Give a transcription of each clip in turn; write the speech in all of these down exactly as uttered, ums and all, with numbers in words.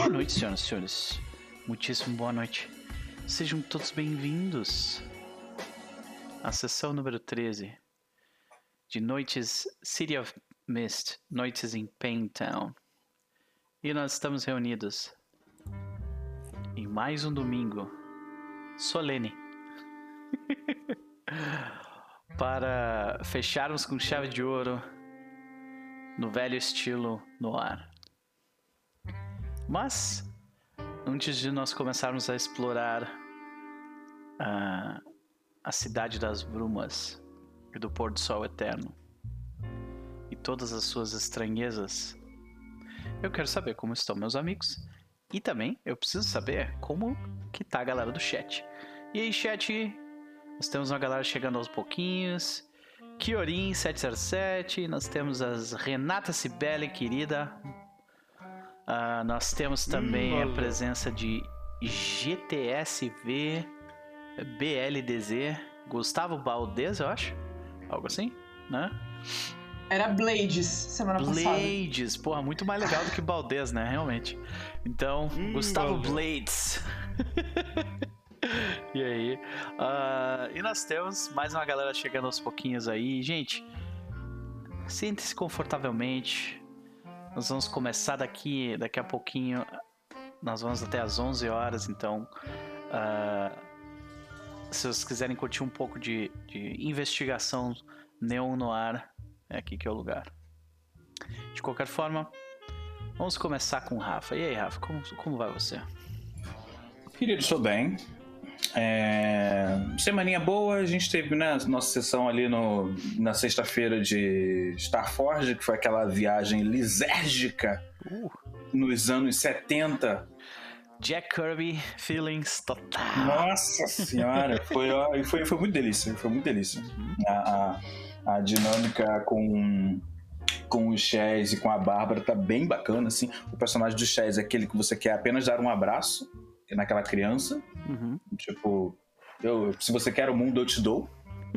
Boa noite, senhoras e senhores. Muitíssimo boa noite. Sejam todos bem-vindos à sessão número treze de Noites City of Mist, Noites em Pain Town. E nós estamos reunidos em mais um domingo solene para fecharmos com chave de ouro no velho estilo noir. Mas, antes de nós começarmos a explorar a, a cidade das brumas e do pôr do sol eterno e todas as suas estranhezas, eu quero saber como estão meus amigos e também eu preciso saber como que tá a galera do chat. E aí, chat, nós temos uma galera chegando aos pouquinhos. Kiorin sete zero sete, nós temos as Renata Cibele, querida. Uh, nós temos também hum, a presença de G T S V B L D Z, Gustavo Baldez, eu acho. Algo assim, né? Era Blades semana Blades, passada. Blades, porra, muito mais legal do que Baldez, né? Realmente. Então, hum, Gustavo Blades. E aí? Uh, e nós temos mais uma galera chegando aos pouquinhos aí. Gente, sente-se confortavelmente. Nós vamos começar daqui, daqui a pouquinho. Nós vamos até às onze horas, então uh, se vocês quiserem curtir um pouco de, de investigação neon noir, é aqui que é o lugar. De qualquer forma, vamos começar com o Rafa. E aí, Rafa, como, como vai você? Querido, estou bem. É... Semaninha boa, a gente teve, né, nossa sessão ali no, na sexta-feira de Starforge, que foi aquela viagem lisérgica uh. nos anos setenta. Jack Kirby feelings total. Nossa senhora, foi, ó, foi, foi muito delícia, foi muito delícia. Uhum. A, a, a dinâmica com, com o Chaz e com a Bárbara tá bem bacana, assim. O personagem do Chaz é aquele que você quer apenas dar um abraço naquela criança, uhum. Tipo, eu, se você quer o mundo, eu te dou.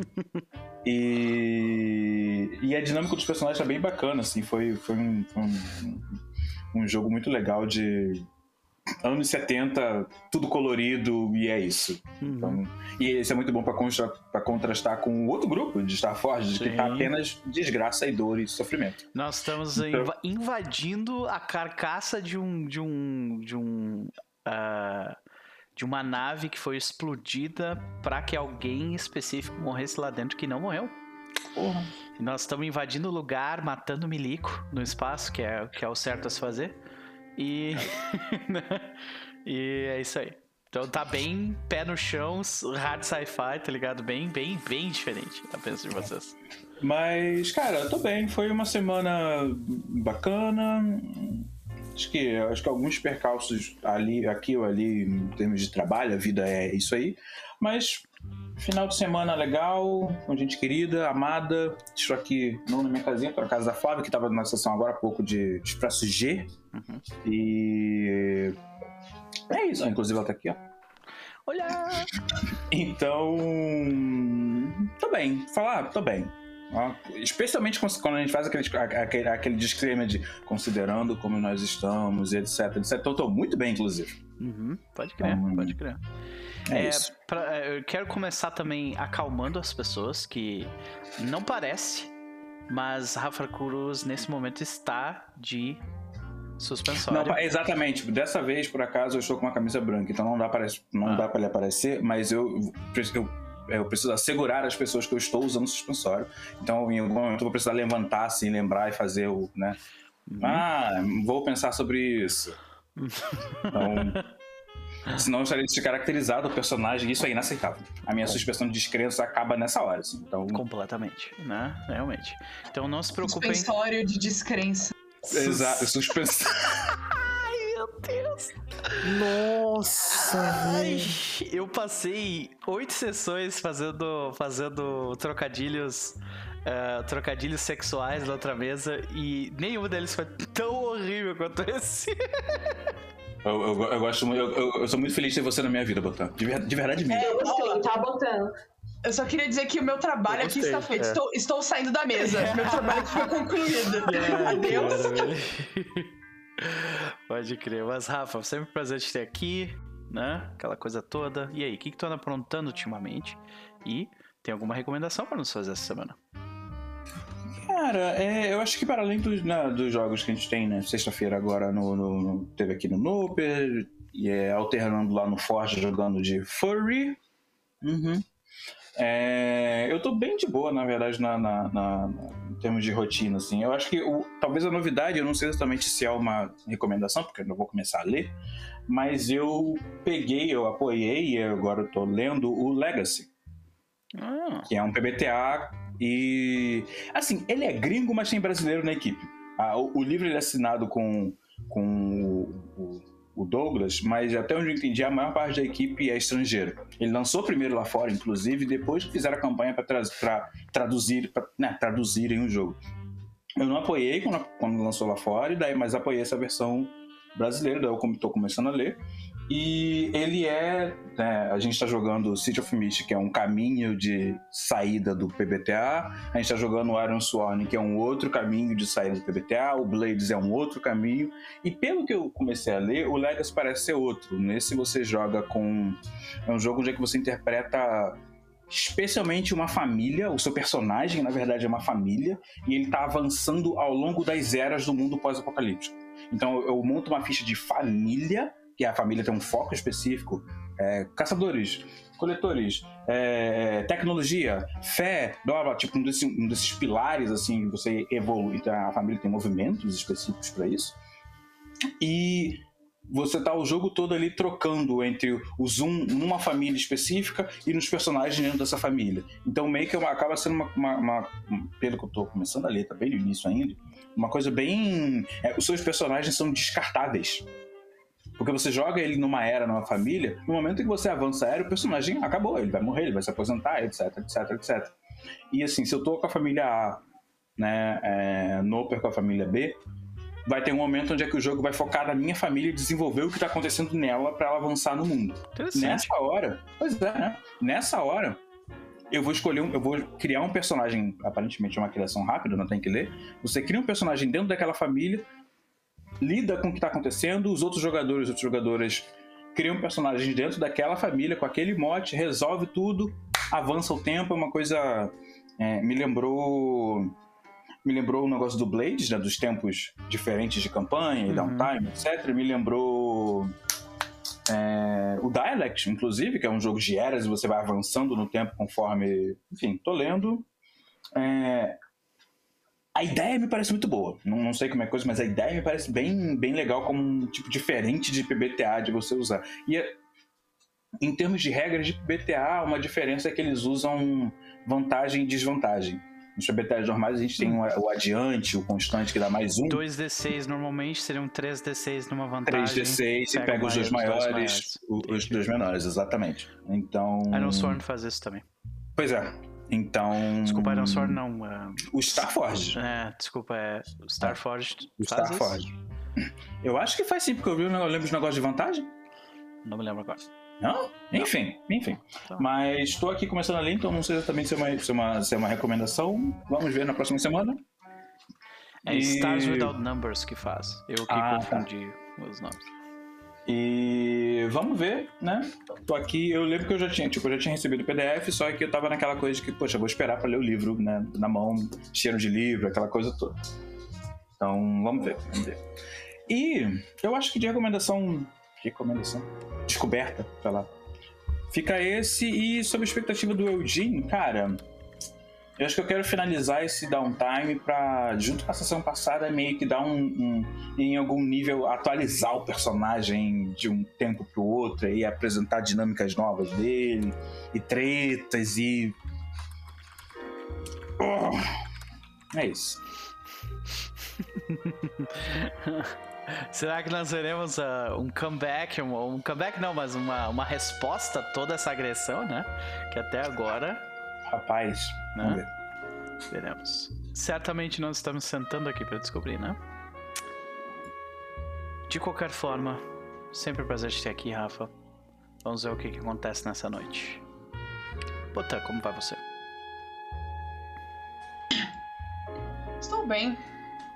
e, e a dinâmica dos personagens tá bem bacana, assim, foi, foi, um, foi um, um jogo muito legal de anos setenta, tudo colorido, e é isso. Uhum. Então, e isso é muito bom pra, contra, pra contrastar com o outro grupo de Starforge, que tá apenas desgraça e dor e sofrimento. Nós estamos então... inv- invadindo a carcaça de um de um de um Uh, de uma nave que foi explodida para que alguém específico morresse lá dentro que não morreu. Porra. E nós estamos invadindo o lugar, matando milico no espaço, que é, que é o certo a se fazer. E... e é isso aí. Então tá bem pé no chão, hard sci-fi, tá ligado? Bem, bem, bem diferente a pensa de vocês. Mas, cara, eu tô bem. Foi uma semana bacana. Acho que, acho que alguns percalços ali, aqui ou ali, em termos de trabalho, a vida é isso aí. Mas, final de semana legal, com gente querida, amada. Estou aqui, não na minha casinha, estou na casa da Flávia, que estava na sessão agora há pouco de Expresso G. Uhum. E... é isso. Inclusive, ela tá aqui, ó. Olha! Então... tô bem. Falar, tô bem. Especialmente quando a gente faz aquele, aquele, aquele disclaimer de considerando como nós estamos, etc, etcétera. Então, estou muito bem, inclusive. Uhum, pode crer, hum, pode crer. É é, isso. Pra, eu quero começar também acalmando as pessoas, que não parece, mas Rafa Cruz, nesse momento, está de suspensório. Não, exatamente. Dessa vez, por acaso, eu estou com uma camisa branca, então não dá para, não ah. dá para ele aparecer, mas eu... eu eu preciso assegurar as pessoas que eu estou usando suspensório. Então, em algum momento, eu vou precisar levantar, assim, lembrar e fazer o, né? Uhum. Ah, vou pensar sobre isso. Então, senão eu estaria descaracterizado o personagem. Isso é inaceitável. A minha suspensão de descrença acaba nessa hora, assim. Então... completamente, né? Realmente. Então, não se preocupem. Suspensório de descrença. Exato, suspensão. Meu Deus. Nossa, Ai, eu passei oito sessões fazendo, fazendo trocadilhos uh, trocadilhos sexuais na outra mesa e nenhum deles foi tão horrível quanto esse. Eu, eu, eu gosto eu, eu, eu sou muito feliz de ter você na minha vida, Botan. De, de verdade mesmo. É, eu gostei, tá botando. Eu só queria dizer que o meu trabalho aqui está feito. É. Estou, estou saindo da mesa. Meu trabalho aqui foi concluído. É, Adeus. Pode crer. Mas, Rafa, sempre um prazer te ter aqui, né? Aquela coisa toda. E aí, o que, que tu anda aprontando ultimamente? E tem alguma recomendação para nos fazer essa semana? Cara, é, eu acho que para além dos, né, dos jogos que a gente tem, né? Sexta-feira agora no, no, no, teve aqui no Nooper, e é, alternando lá no Forge, jogando de Furry. Uhum. É, eu tô bem de boa, na verdade, na, na, na, em termos de rotina, assim. Eu acho que o, talvez a novidade, eu não sei exatamente se é uma recomendação, porque eu não vou começar a ler, mas eu peguei, eu apoiei e agora eu tô lendo o Legacy, ah. que é um P B T A e... Assim, ele é gringo, mas tem brasileiro na equipe. Ah, o, o livro ele é assinado com, com o... o o Douglas, mas até onde eu entendi, a maior parte da equipe é estrangeira. Ele lançou primeiro lá fora, inclusive, depois que fizeram a campanha para tra- traduzir, pra, né, traduzirem o jogo. Eu não apoiei quando, quando lançou lá fora, e daí, mas apoiei essa versão brasileira, daí eu estou começando a ler. E ele é... Né, a gente está jogando City of Mist, que é um caminho de saída do P B T A. A gente está jogando o Iron Sworn, que é um outro caminho de saída do P B T A. O Blades é um outro caminho. E pelo que eu comecei a ler, o Legacy parece ser outro. Nesse você joga com... É um jogo onde é que você interpreta... especialmente uma família. O seu personagem, na verdade, é uma família. E ele está avançando ao longo das eras do mundo pós-apocalíptico. Então eu monto uma ficha de família, que a família tem um foco específico, é, caçadores, coletores, é, tecnologia, fé, blá, blá, tipo um, desse, um desses pilares, assim, você evolui. Então a família tem movimentos específicos para isso. E você tá o jogo todo ali trocando entre o zoom numa família específica e nos personagens dentro dessa família. Então meio que acaba sendo uma, uma, uma pelo que eu tô começando a ler, tá bem no início ainda, uma coisa bem... É, os seus personagens são descartáveis. Porque você joga ele numa era, numa família, no momento em que você avança a era, o personagem acabou, ele vai morrer, ele vai se aposentar, etc, etc, etcétera. E assim, se eu tô com a família A, né, é, Nooper com a família B, vai ter um momento onde é que o jogo vai focar na minha família e desenvolver o que tá acontecendo nela pra ela avançar no mundo. Nessa hora, pois é, né? Nessa hora, eu vou escolher um, eu vou criar um personagem, aparentemente é uma criação rápida, não tem que ler. Você cria um personagem dentro daquela família, lida com o que está acontecendo, os outros jogadores, os outros jogadoras criam personagens dentro daquela família, com aquele mote, resolve tudo, avança o tempo, é uma coisa... É, me lembrou... Me lembrou o negócio do Blades, né, dos tempos diferentes de campanha, e uhum. downtime, etcétera. Me lembrou... É, o Dialect, inclusive, que é um jogo de eras e você vai avançando no tempo conforme... Enfim, tô lendo. É, a ideia me parece muito boa. Não, não sei como é a coisa, mas a ideia me parece bem, bem legal, como um tipo diferente de P B T A de você usar. E em termos de regras de P B T A, uma diferença é que eles usam vantagem e desvantagem. Nos P B T As normais a gente tem o adiante, o constante, que dá mais um. dois D seis normalmente seriam três D seis numa vantagem. três D seis e pega os dois maiores, dois maiores. os dois menores, exatamente. Então... Iron Sworn faz isso também. Pois é. Então... Desculpa, Iron Sworn não. Uh... O Starforge. É, desculpa, é o Starforge. O Starforge. Eu acho que faz sim, porque eu, vi, eu lembro dos negócios de vantagem. Não me lembro agora. Não? Enfim, enfim. Tá. Mas estou aqui começando a ler, então não sei exatamente se é uma, se é uma, se é uma recomendação. Vamos ver na próxima semana. É e... Stars Without Numbers que faz. Eu que ah, confundi tá. os nomes. E vamos ver, né? Tô aqui, eu lembro que eu já tinha, tipo, eu já tinha recebido o P D F, só que eu tava naquela coisa de que, poxa, eu vou esperar pra ler o livro, né? Na mão, cheiro de livro, aquela coisa toda. Então, vamos ver, vamos ver. E eu acho que de recomendação... recomendação, descoberta, sei lá. Fica esse, e sobre a expectativa do Eugene, cara, eu acho que eu quero finalizar esse downtime pra, junto com a sessão passada, meio que dar um, um em algum nível, atualizar o personagem de um tempo pro outro e apresentar dinâmicas novas dele, e tretas, e... Oh, é isso. Será que nós teremos uh, um comeback, um, um comeback não, mas uma, uma resposta a toda essa agressão, né? Que até agora... Rapaz, né? Vamos ver. Veremos. Certamente nós estamos sentando aqui para descobrir, né? De qualquer forma, sempre um prazer te ter aqui, Rafa. Vamos ver o que, que acontece nessa noite. Botan, como vai você? Estou bem.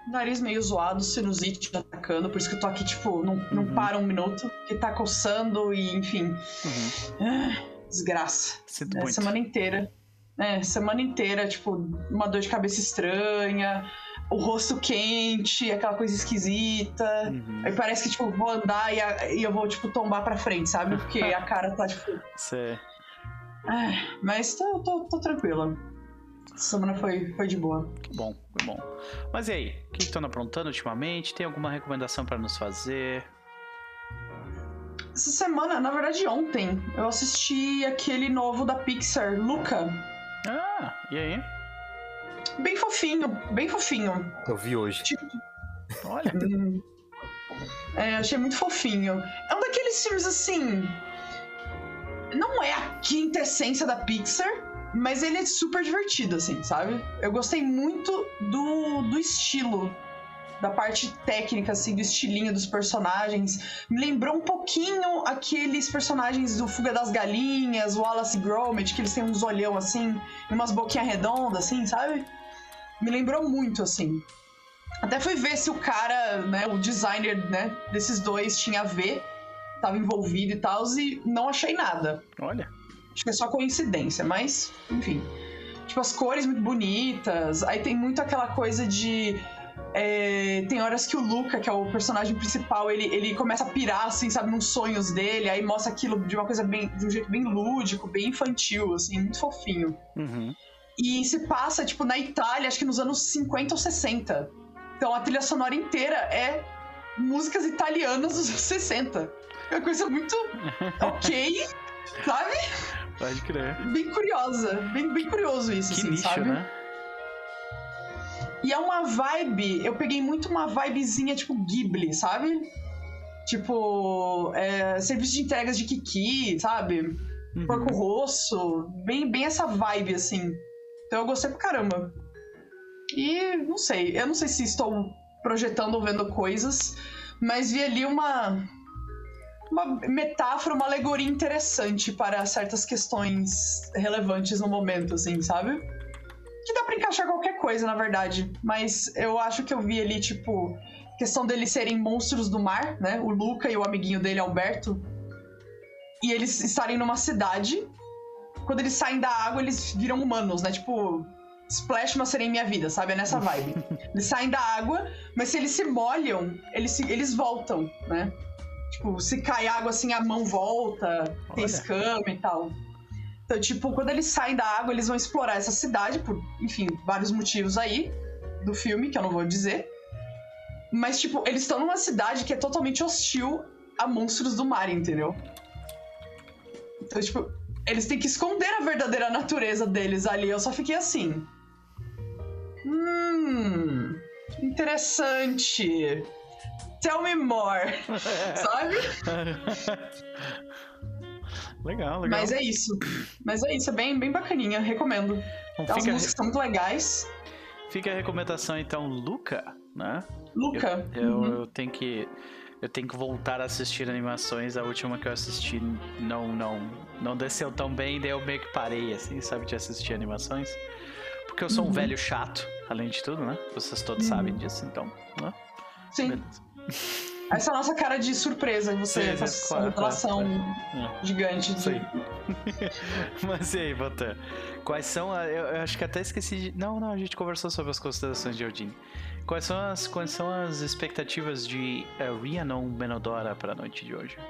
nariz meio zoado, sinusite atacando, por isso que eu tô aqui, tipo, não, não uhum. para um minuto, que tá coçando e, enfim. Uhum. Ah, desgraça. Sinto é, muito. Semana inteira. É, semana inteira, tipo, uma dor de cabeça estranha, o rosto quente, aquela coisa esquisita. Uhum. Aí parece que, tipo, vou andar e, a, e eu vou, tipo, tombar pra frente, sabe? Porque a cara tá, tipo... Sei. Ah, mas tô, tô, tô tranquila. Essa semana foi, foi de boa. Que bom, que bom. Mas e aí? O que estão aprontando ultimamente? Tem alguma recomendação pra nos fazer? Essa semana, na verdade ontem, eu assisti aquele novo da Pixar, Luca. Ah, e aí? Bem fofinho, bem fofinho. Eu vi hoje. Tipo, olha. Hum, é, achei muito fofinho. É um daqueles filmes assim... Não é a quinta essência da Pixar, mas ele é super divertido, assim, sabe? Eu gostei muito do, do estilo, da parte técnica, assim, do estilinho dos personagens. Me lembrou um pouquinho aqueles personagens do Fuga das Galinhas, o Wallace e Gromit, que eles têm uns olhão, assim, e umas boquinhas redondas, assim, sabe? Me lembrou muito, assim. Até fui ver se o cara, né, o designer, né, desses dois tinha a ver, tava envolvido e tal, e não achei nada. Olha. Acho que é só coincidência, mas, enfim. Tipo, as cores muito bonitas, aí tem muito aquela coisa de... É, tem horas que o Luca, que é o personagem principal, ele, ele começa a pirar, assim, sabe, nos sonhos dele, aí mostra aquilo de uma coisa bem, de um jeito bem lúdico, bem infantil, assim, muito fofinho. Uhum. E se passa, tipo, na Itália, acho que nos anos cinquenta ou sessenta. Então a trilha sonora inteira é músicas italianas dos anos sessenta. É uma coisa muito ok, sabe? Pode crer. Bem curiosa, bem, bem curioso isso, que assim, nicho, sabe? Né? E é uma vibe, eu peguei muito uma vibezinha tipo Ghibli, sabe? Tipo, é, serviço de entregas de Kiki, sabe? Uhum. Porco Rosso, bem, bem essa vibe, assim. Então eu gostei pra caramba. E não sei, eu não sei se estou projetando ou vendo coisas, mas vi ali uma, uma metáfora, uma alegoria interessante para certas questões relevantes no momento, assim, sabe? Que dá pra encaixar qualquer coisa, na verdade. Mas eu acho que eu vi ali, tipo, questão deles serem monstros do mar, né? O Luca e o amiguinho dele, Alberto. E eles estarem numa cidade. Quando eles saem da água, eles viram humanos, né? Tipo, Splash Uma Sereia em Minha Vida, sabe? É nessa vibe. Eles saem da água, mas se eles se molham, eles, se, eles voltam, né? Tipo, se cai água assim, a mão volta, tem escama e tal. Então, tipo, quando eles saem da água, eles vão explorar essa cidade por, enfim, vários motivos aí do filme, que eu não vou dizer. Mas, tipo, eles estão numa cidade que é totalmente hostil a monstros do mar, entendeu? Então, tipo, eles têm que esconder a verdadeira natureza deles ali. Eu só fiquei assim... Hum... Interessante. Tell me more. Sabe? Legal, legal. Mas é isso. Mas é isso, é bem, bem bacaninha, recomendo. Então, As fica... músicas são muito legais. Fica a recomendação, então, Luca, né? Luca. Eu, eu, uhum. eu tenho que... Eu tenho que voltar a assistir animações. A última que eu assisti não, não, não desceu tão bem, daí eu meio que parei, assim, sabe, de assistir animações. Porque eu sou uhum. um velho chato, além de tudo, né? Vocês todos uhum. sabem disso, então, né? Sim. Beleza. Essa é a nossa cara de surpresa, você faz essa claro, revelação claro. gigante. De... Sim. Mas e aí, Botan? Quais são... A, eu, eu acho que até esqueci de... Não, não, a gente conversou sobre as considerações de Odin. Quais são as, quais são as expectativas de uh, Rhiannon Benodora pra noite de hoje?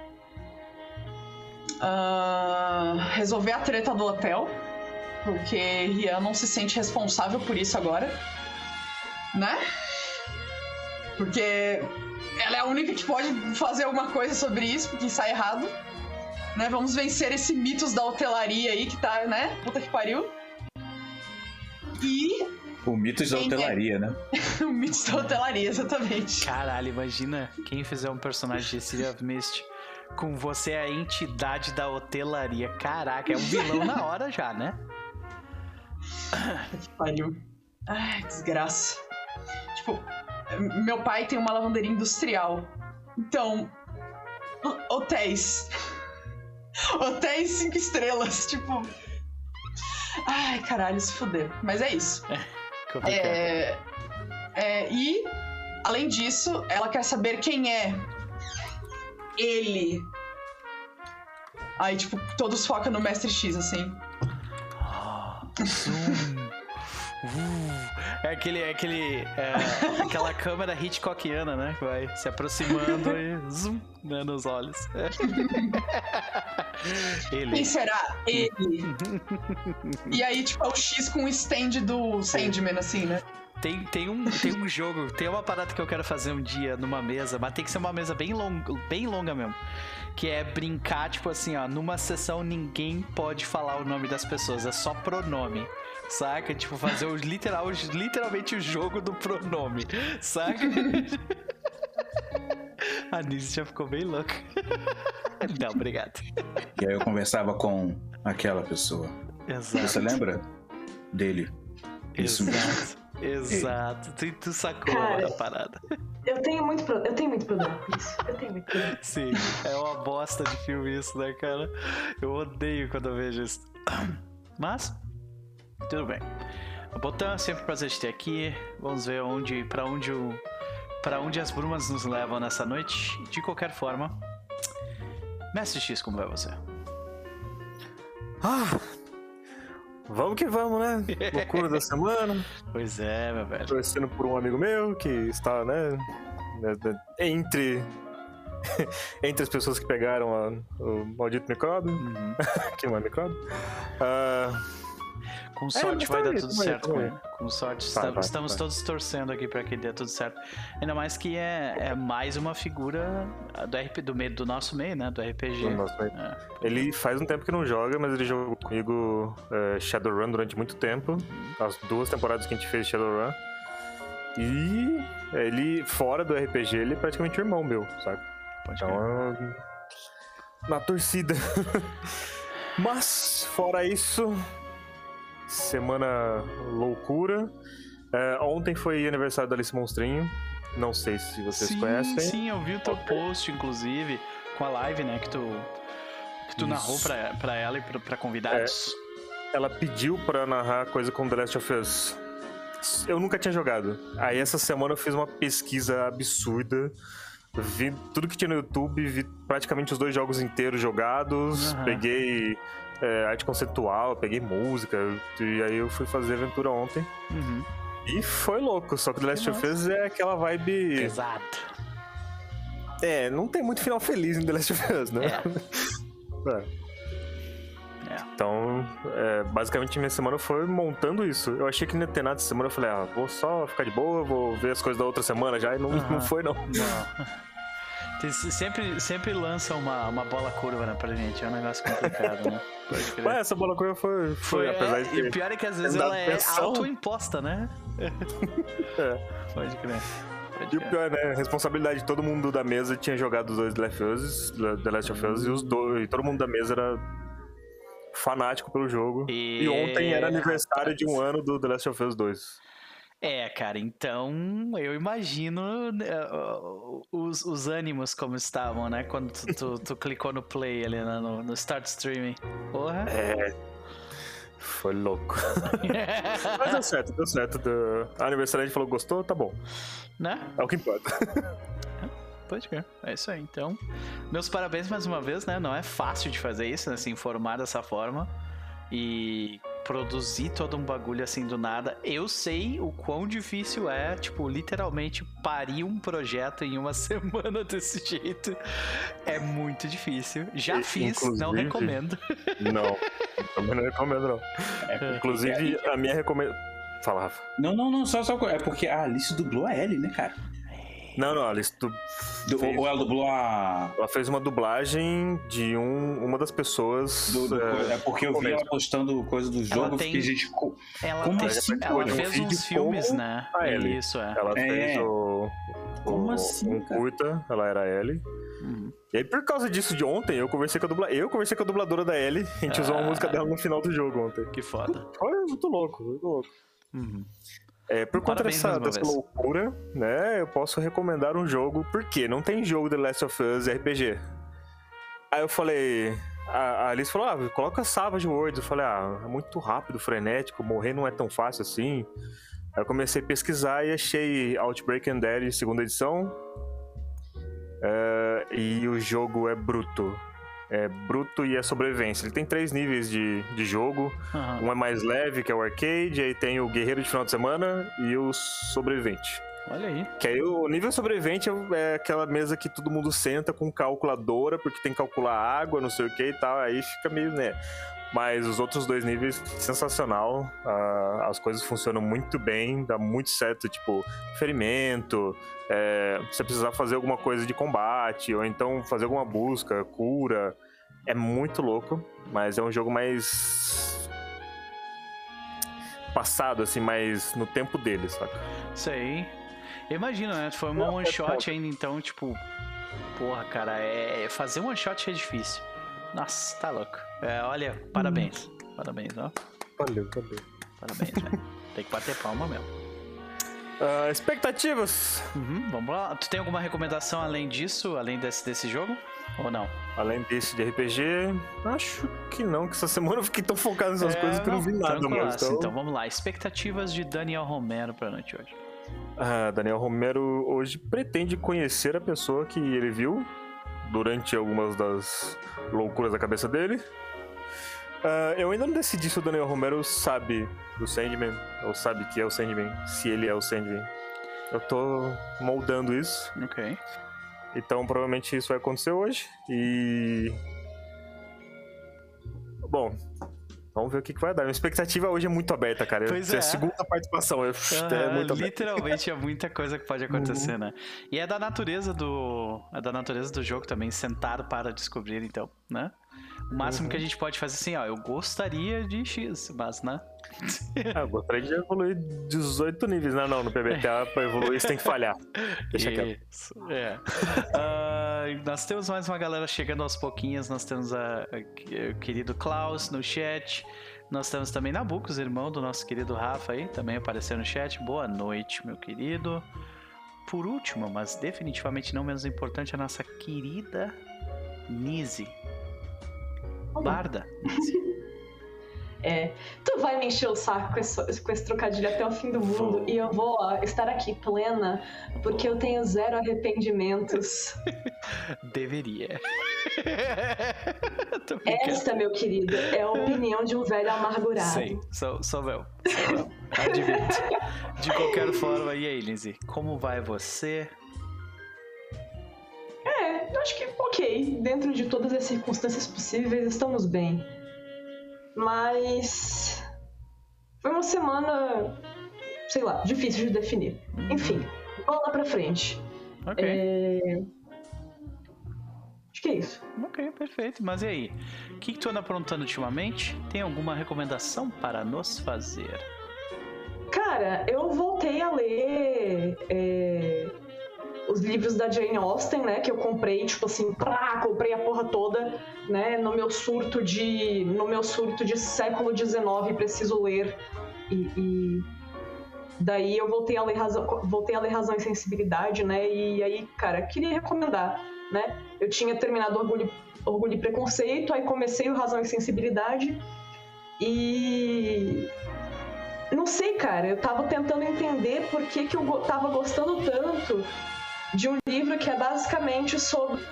Uh, resolver a treta do hotel, porque Rhiannon se sente responsável por isso agora, né? Porque ela é a única que pode fazer alguma coisa sobre isso, porque sai errado, né? Vamos vencer esse mitos da hotelaria aí que tá, né? Puta que pariu. E... O mitos da hotelaria, né? O mitos da hotelaria, exatamente. Caralho, imagina quem fizer um personagem de City of Mist com você a entidade da hotelaria. Caraca, é um vilão na hora já, né? Que pariu. Ai, desgraça. Tipo, meu pai tem uma lavanderia industrial. Então, hotéis. Hotéis cinco estrelas, tipo... Ai, caralho, se fuder. Mas é isso. É, é, e além disso, ela quer saber quem é ele. Aí, tipo, todos focam no Mestre X, assim. Ah, zoom. Uh, é aquele, é aquele, é, aquela câmera Hitchcockiana, né? Que vai se aproximando e zoom, né, nos olhos. Ele. Quem será? Ele. E aí, tipo, é o X com o stand do Sandman, assim, né? Tem, tem, um, tem um jogo, tem uma parada que eu quero fazer um dia numa mesa, mas tem que ser uma mesa bem longa, bem longa mesmo. Que é brincar, tipo assim, ó, numa sessão ninguém pode falar o nome das pessoas, é só pronome. Saca? Tipo, fazer o literal, literalmente o jogo do pronome. Saca? A Nise já ficou bem louca. Não, obrigado. E aí eu conversava com aquela pessoa. Exato. Você lembra dele? Isso Exato. mesmo. Exato. Tu, tu sacou Cara, a parada. Eu tenho muito pro... eu tenho muito problema com isso. Eu tenho muito problema. Sim, é uma bosta de filme isso, né, cara? Eu odeio quando eu vejo isso. Mas, tudo bem. O Botão, é sempre um prazer te ter aqui. Vamos ver onde, pra onde o, pra onde as brumas nos levam nessa noite. De qualquer forma, Mestre X, como vai você? Ah, vamos que vamos, né? Loucura da semana. Pois é, meu velho. Torcendo por um amigo meu que está, né? Entre. Entre as pessoas que pegaram a, o maldito micróbio. Uhum. Que não é micróbio. Ah. Com sorte É, vai tá dar aí, tudo tá aí, certo tá com aí. ele. Com sorte, Vai, estamos, vai, estamos vai. todos torcendo aqui pra que dê tudo certo. Ainda mais que é, é mais uma figura do, R P, do, meio, do nosso meio, né? Do R P G. Do nosso meio. É. Ele faz um tempo que não joga, mas ele jogou comigo é, Shadowrun durante muito tempo. As duas temporadas que a gente fez Shadowrun. E ele, fora do R P G, ele é praticamente irmão meu, sabe? Pode Então, crer. na torcida. Mas, fora isso, semana loucura. É, ontem foi aniversário da Alice Monstrinho. Não sei se vocês sim, conhecem. Sim, eu vi o teu post, inclusive, com a live, né? Que tu, que tu Isso. narrou pra, pra ela e pra, pra convidados. Ela pediu pra narrar coisa com The Last of Us. Eu nunca tinha jogado. Aí essa semana eu fiz uma pesquisa absurda. Vi tudo que tinha no YouTube, vi praticamente os dois jogos inteiros jogados. Uhum. Peguei é, arte conceitual, peguei música. E aí eu fui fazer aventura ontem. Uhum. E foi louco, só que The Last Que of Us é aquela vibe... Pesado. É, não tem muito final feliz em The Last of Us, né? É. É. Então, é, basicamente minha semana foi montando isso. Eu achei que não ia ter nada essa semana, eu falei, ah, vou só ficar de boa, vou ver as coisas da outra semana já, e não, Uhum. não foi não. Não. Tem- Sempre, sempre lança uma, uma bola curva, né, pra gente. É um negócio complicado, né? Pode crer. Mas essa bola curva foi, foi, Foi, apesar é, de e ter... o pior é que às vezes dado ela é pressão. autoimposta, né? É. Pode crer. Pode E o crer. pior, né, a responsabilidade de todo mundo da mesa tinha jogado os dois The Last of Us, The Last of Us, e os dois, e todo mundo da mesa era fanático pelo jogo. E- E ontem era aniversário de um ano do The Last of Us dois. É, cara, então eu imagino né, os, os ânimos como estavam, né? Quando tu, tu, tu clicou no play ali né, no, no Start Streaming. Porra. É. Foi louco. Mas deu certo, deu certo. Do... A aniversariante falou, gostou? Tá bom. Né? É o que importa. Pode crer. É isso aí. Então, meus parabéns mais uma vez, né? Não é fácil de fazer isso, né? Se informar dessa forma e produzir todo um bagulho assim do nada. Eu sei o quão difícil é, tipo, literalmente parir um projeto em uma semana desse jeito. É muito difícil. Já E, fiz, não inclusive- recomendo. Não, também não recomendo, não. É, Inclusive, a minha recomendação... Fala, Rafa. Não, não, não, só, só. É porque a Alice dublou a Ellie, né, cara? Não, não, Alice, tu... Du- fez- Ou ela dublou a. Ela fez uma dublagem de um, uma das pessoas... do- do- é, é porque eu vi começo. ela postando coisa do jogo. Eu tem- fiquei, gente. co- Ela, Como tem- assim, ela cara? fez Um vídeo uns filmes, como né? a Ellie. Isso, é. Ela É. fez o... Como o- assim, um cara? curta, ela era a Ellie. Uhum. E aí, por causa disso de ontem, eu conversei com a dubla... eu conversei com a dubladora da Ellie. A gente usou uma Ah. música dela no final do jogo ontem. Que foda. Foi muito louco, muito louco. Uhum. É, por conta Parabéns dessa, mais uma dessa vez. loucura, né, eu posso recomendar um jogo, porque não tem jogo The Last of Us R P G. Aí eu falei, a, a Alice falou, ah, coloca Savage Worlds. Eu falei, ah, é muito rápido, frenético, morrer não é tão fácil assim. Aí eu comecei a pesquisar e achei Outbreak Undead segunda edição. Uh, e o jogo é bruto. É bruto e é sobrevivência. Ele tem três níveis de, de jogo. Uhum. Um é mais leve, que é o arcade. Aí tem o guerreiro de final de semana e o sobrevivente. Olha aí. Que aí o nível sobrevivente é aquela mesa que todo mundo senta com calculadora, porque tem que calcular água, não sei o que e tal. Aí fica meio, né? Mas os outros dois níveis, sensacional. Uh, as coisas funcionam muito bem, dá muito certo, tipo, ferimento, é, você precisar fazer alguma coisa de combate, ou então fazer alguma busca, cura. É muito louco, mas é um jogo mais passado, assim, mais no tempo dele, saca? Sei. Eu imagino, né? Foi uma one shot ainda, então, tipo, porra, cara, é... fazer one shot é difícil. Nossa, tá louco. É, olha, parabéns. Hum. Parabéns, ó. Valeu, valeu. Parabéns, velho. Tem que bater palma mesmo. Uh, expectativas. Uhum, vamos lá. Tu tem alguma recomendação além disso, além desse, desse jogo? Ou não? Além desse de R P G, acho que não, que essa semana eu fiquei tão focado nessas é, coisas que eu não vi nada mais. Então... então vamos lá. Expectativas de Daniel Romero pra noite hoje. Uh, Daniel Romero hoje pretende conhecer a pessoa que ele viu durante algumas das loucuras da cabeça dele. Uh, eu ainda não decidi se o Daniel Romero sabe do Sandman, ou sabe que é o Sandman, se ele é o Sandman. Eu tô moldando isso. Ok. Então provavelmente isso vai acontecer hoje. E... Bom, vamos ver o que, que vai dar. Minha expectativa hoje é muito aberta, cara. Pois é. é. A segunda participação. Eu... Uhum, é muito literalmente é muita coisa que pode acontecer, uhum. né? E é da natureza do. É da natureza do jogo também, sentar para descobrir, então, né? O máximo uhum. que a gente pode fazer assim, ó, eu gostaria de X, mas, né? Ah, eu gostaria de evoluir dezoito níveis, né? Não, no P B T A, pra evoluir você tem que falhar. Deixa quieto. Isso, é. uh, nós temos mais uma galera chegando aos pouquinhos, nós temos a, a, o querido Klaus no chat, nós temos também Nabucos, irmão do nosso querido Rafa aí, também apareceu no chat. Boa noite, meu querido. Por último, mas definitivamente não menos importante, a nossa querida Nise. Barda. É, tu vai me encher o saco com esse, com esse trocadilho até o fim do mundo vou. E eu vou ó, estar aqui plena porque eu tenho zero arrependimentos. Deveria. Esta, meu querido, é a opinião de um velho amargurado. Sim, sou, sou meu. Sou meu. Admito. De qualquer forma, e aí, Lindsay? Como vai você? É, acho que ok. Dentro de todas as circunstâncias possíveis, estamos bem. Mas foi uma semana, sei lá, difícil de definir. Uhum. Enfim, vamos lá pra frente. Ok. É... Acho que é isso. Ok, perfeito. Mas e aí? O que, que tu anda aprontando ultimamente? Tem alguma recomendação para nos fazer? Cara, eu voltei a ler... É... os livros da Jane Austen, né, que eu comprei, tipo assim, pá, comprei a porra toda, né, no meu surto de, no meu surto de século dezenove, preciso ler, e, e daí eu voltei a ler Razão, voltei a ler Razão e Sensibilidade, né, e aí, cara, queria recomendar, né, eu tinha terminado Orgulho, Orgulho e Preconceito, aí comecei o Razão e Sensibilidade, e... não sei, cara, eu tava tentando entender por que que eu tava gostando tanto de um livro que é basicamente sobre...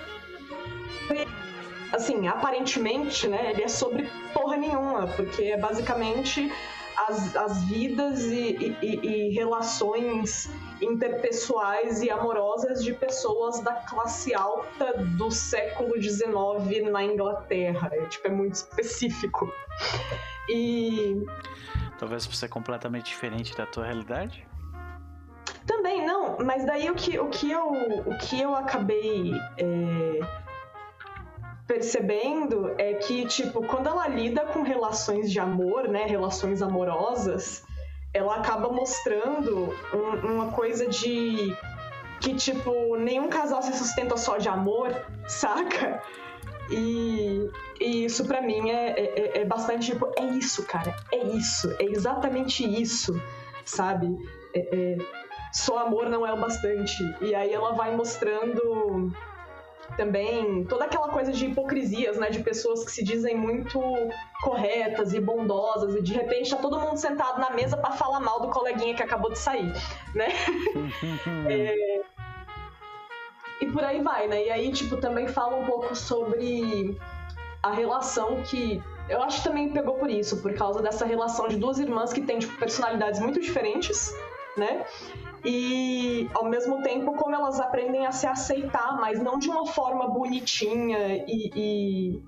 Assim, aparentemente, né, ele é sobre porra nenhuma, porque é basicamente as, as vidas e, e, e relações interpessoais e amorosas de pessoas da classe alta do século dezenove na Inglaterra. É, tipo, é muito específico. E... talvez por ser completamente diferente da tua realidade? Também, não, mas daí o que, o que, eu, o que eu acabei é, percebendo é que, tipo, quando ela lida com relações de amor, né, relações amorosas, ela acaba mostrando um, uma coisa de que, tipo, nenhum casal se sustenta só de amor, saca? E, e isso pra mim é, é, é bastante, tipo, é isso, cara, é isso, é exatamente isso, sabe? É, é, só amor não é o bastante. E aí ela vai mostrando também toda aquela coisa de hipocrisias, né, de pessoas que se dizem muito corretas e bondosas e de repente tá todo mundo sentado na mesa pra falar mal do coleguinha que acabou de sair, né? é... E por aí vai, né? E aí, tipo, também fala um pouco sobre a relação que... Eu acho que também pegou por isso, por causa dessa relação de duas irmãs que têm, tipo, personalidades muito diferentes, né? E, ao mesmo tempo, como elas aprendem a se aceitar, mas não de uma forma bonitinha e... e...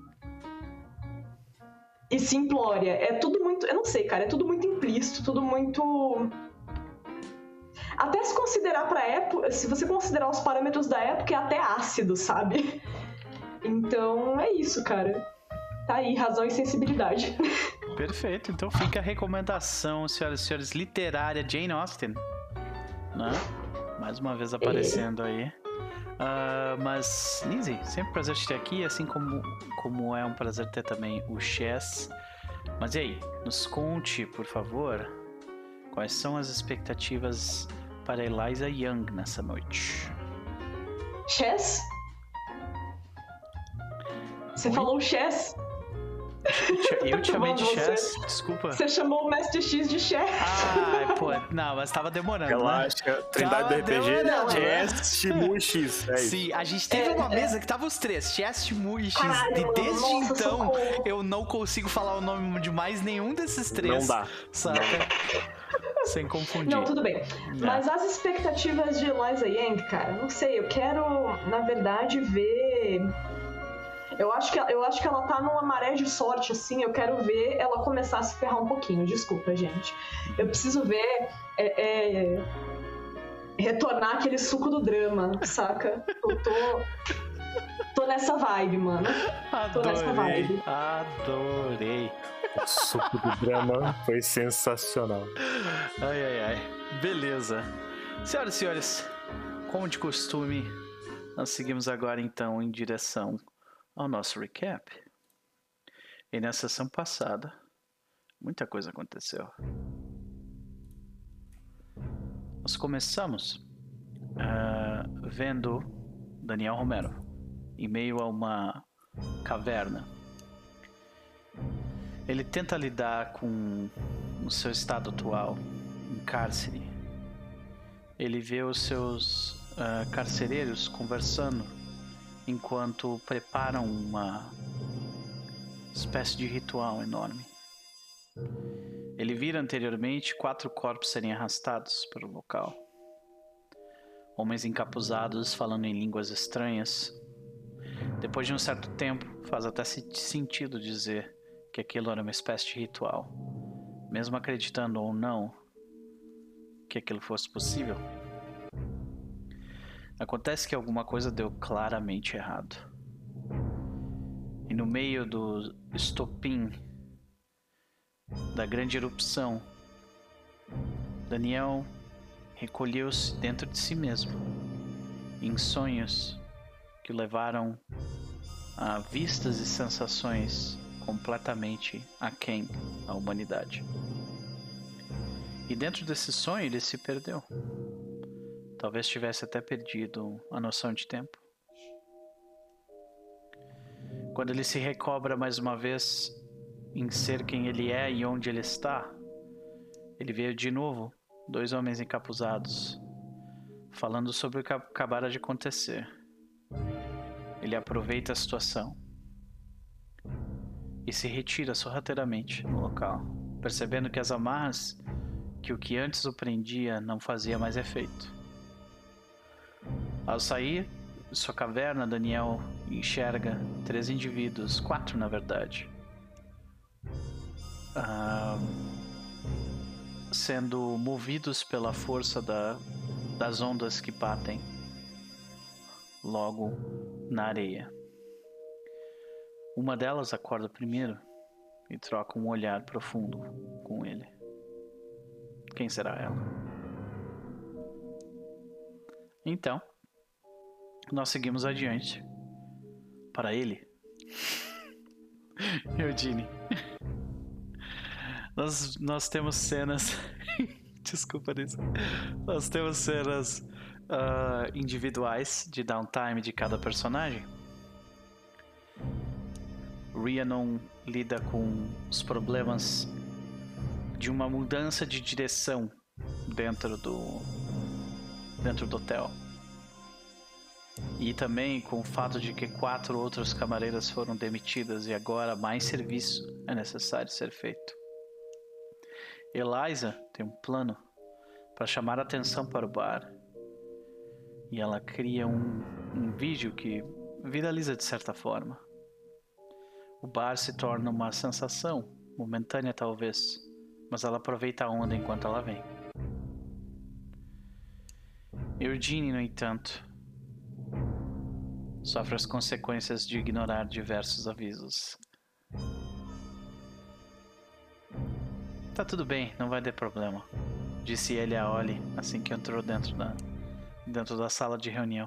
e simplória. É tudo muito... Eu não sei, cara. É tudo muito implícito, tudo muito... Até se considerar pra época... Se você considerar os parâmetros da época, é até ácido, sabe? Então, é isso, cara. Tá aí, razão e sensibilidade. Perfeito. Então fica a recomendação, senhoras e senhores, literária Jane Austen. Né? Mais uma vez aparecendo é. aí. Uh, mas, Lindsay, sempre um prazer te ter aqui, assim como, como é um prazer ter também o Chess. Mas e aí, nos conte, por favor, quais são as expectativas para Eliza Young nessa noite? Chess? Você Oi? falou Chess? Eu te chamei de Chess, desculpa. Você chamou o Mestre X de Chess. Ah, pô, não, mas tava demorando. Relaxa, né? Trindade do R P G, Chess, Shimu e X. É Sim, a gente teve é, uma é. mesa que tava os três, Chess, Shimu e X. Caralho, e desde nossa, então, socorro. eu não consigo falar o nome de mais nenhum desses três. Não dá. Saca? Não. Sem confundir. Não, tudo bem. Não. Mas as expectativas de Eliza Young, cara, não sei, eu quero, na verdade, ver... Eu acho, que, eu acho que ela tá numa maré de sorte, assim, eu quero ver ela começar a se ferrar um pouquinho, desculpa, gente. Eu preciso ver é, é, retornar aquele suco do drama, saca? Eu tô, tô nessa vibe, mano. Tô Adorei, nessa vibe. Adorei. O suco do drama foi sensacional. Ai, ai, ai. Beleza. Senhoras e senhores, como de costume, nós seguimos agora, então, em direção ao nosso recap. E na sessão passada, muita coisa aconteceu. Nós começamos uh, vendo Daniel Romero em meio a uma caverna. Ele tenta lidar com o seu estado atual, em cárcere. Ele vê os seus uh, carcereiros conversando enquanto preparam uma espécie de ritual enorme. Ele vira anteriormente quatro corpos serem arrastados pelo local. Homens encapuzados falando em línguas estranhas. Depois de um certo tempo, faz até sentido dizer que aquilo era uma espécie de ritual, mesmo acreditando ou não que aquilo fosse possível. Acontece que alguma coisa deu claramente errado. E no meio do estopim da grande erupção, Daniel recolheu-se dentro de si mesmo, em sonhos que o levaram a vistas e sensações completamente aquém da humanidade. E dentro desse sonho ele se perdeu. Talvez tivesse até perdido a noção de tempo. Quando ele se recobra mais uma vez em ser quem ele é e onde ele está, ele vê de novo dois homens encapuzados, falando sobre o que acabara de acontecer. Ele aproveita a situação e se retira sorrateiramente no local, percebendo que as amarras que o que antes o prendia não fazia mais efeito. Ao sair de sua caverna, Daniel enxerga três indivíduos, quatro na verdade, uh, sendo movidos pela força da, das ondas que batem logo na areia. Uma delas acorda primeiro e troca um olhar profundo com ele. Quem será ela? Então, nós seguimos adiante para ele. Eugene. Nós, nós temos cenas... Desculpa disso. Nós temos cenas uh, individuais de downtime de cada personagem. Rhiannon lida com os problemas de uma mudança de direção dentro do dentro do hotel. E também com o fato de que quatro outras camareiras foram demitidas e agora mais serviço é necessário ser feito. Eliza tem um plano para chamar a atenção para o bar. E ela cria um, um vídeo que viraliza de certa forma. O bar se torna uma sensação, momentânea talvez, mas ela aproveita a onda enquanto ela vem. Eugene, no entanto, sofre as consequências de ignorar diversos avisos. Tá tudo bem, não vai ter problema, disse ele a Ollie assim que entrou dentro da, dentro da sala de reunião.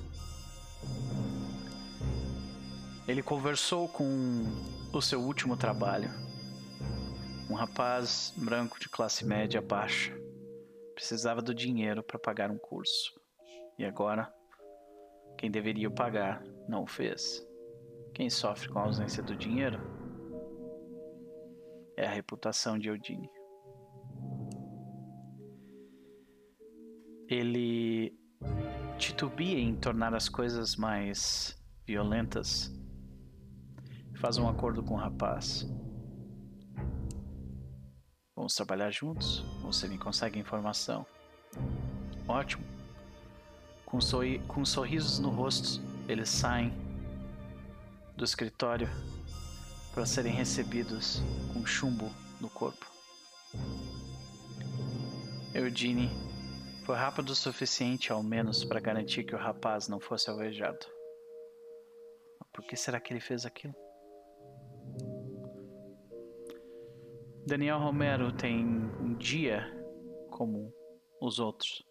Ele conversou com o seu último trabalho. Um rapaz branco de classe média baixa. Precisava do dinheiro para pagar um curso. E agora, quem deveria o pagar não o fez. Quem sofre com a ausência do dinheiro é a reputação de Eugene. Ele titubia em tornar as coisas mais violentas. Faz um acordo com o rapaz. Vamos trabalhar juntos? Você me consegue informação. Ótimo. Com, sorri com sorrisos no rosto, eles saem do escritório para serem recebidos com chumbo no corpo. Eugene foi rápido o suficiente, ao menos, para garantir que o rapaz não fosse alvejado. Por que será que ele fez aquilo? Daniel Romero tem um dia como os outros.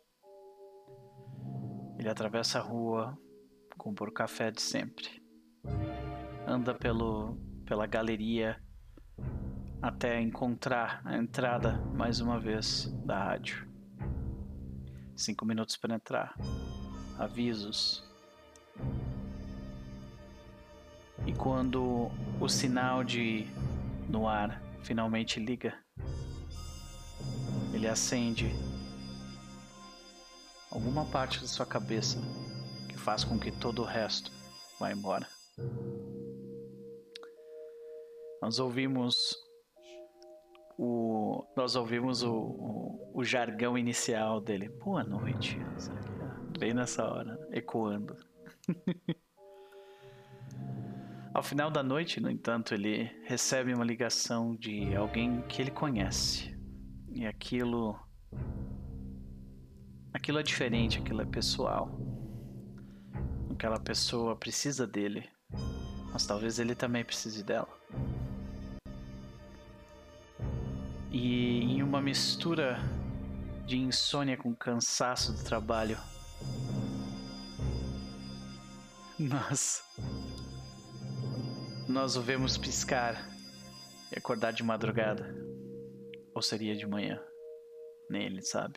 Ele atravessa a rua, compra o café de sempre. Anda pelo, pela galeria até encontrar a entrada, mais uma vez, da rádio. Cinco minutos para entrar. Avisos. E quando o sinal de no ar finalmente liga, ele acende alguma parte da sua cabeça que faz com que todo o resto vá embora. Nós ouvimos o nós ouvimos o, o, o jargão inicial dele. Boa noite. Bem nessa hora, ecoando. Ao final da noite, no entanto, ele recebe uma ligação de alguém que ele conhece. E aquilo... Aquilo é diferente, aquilo é pessoal. Aquela pessoa precisa dele, mas talvez ele também precise dela. E em uma mistura de insônia com cansaço do trabalho, nós... Nós o vemos piscar e acordar de madrugada. Ou seria de manhã. Nem ele sabe.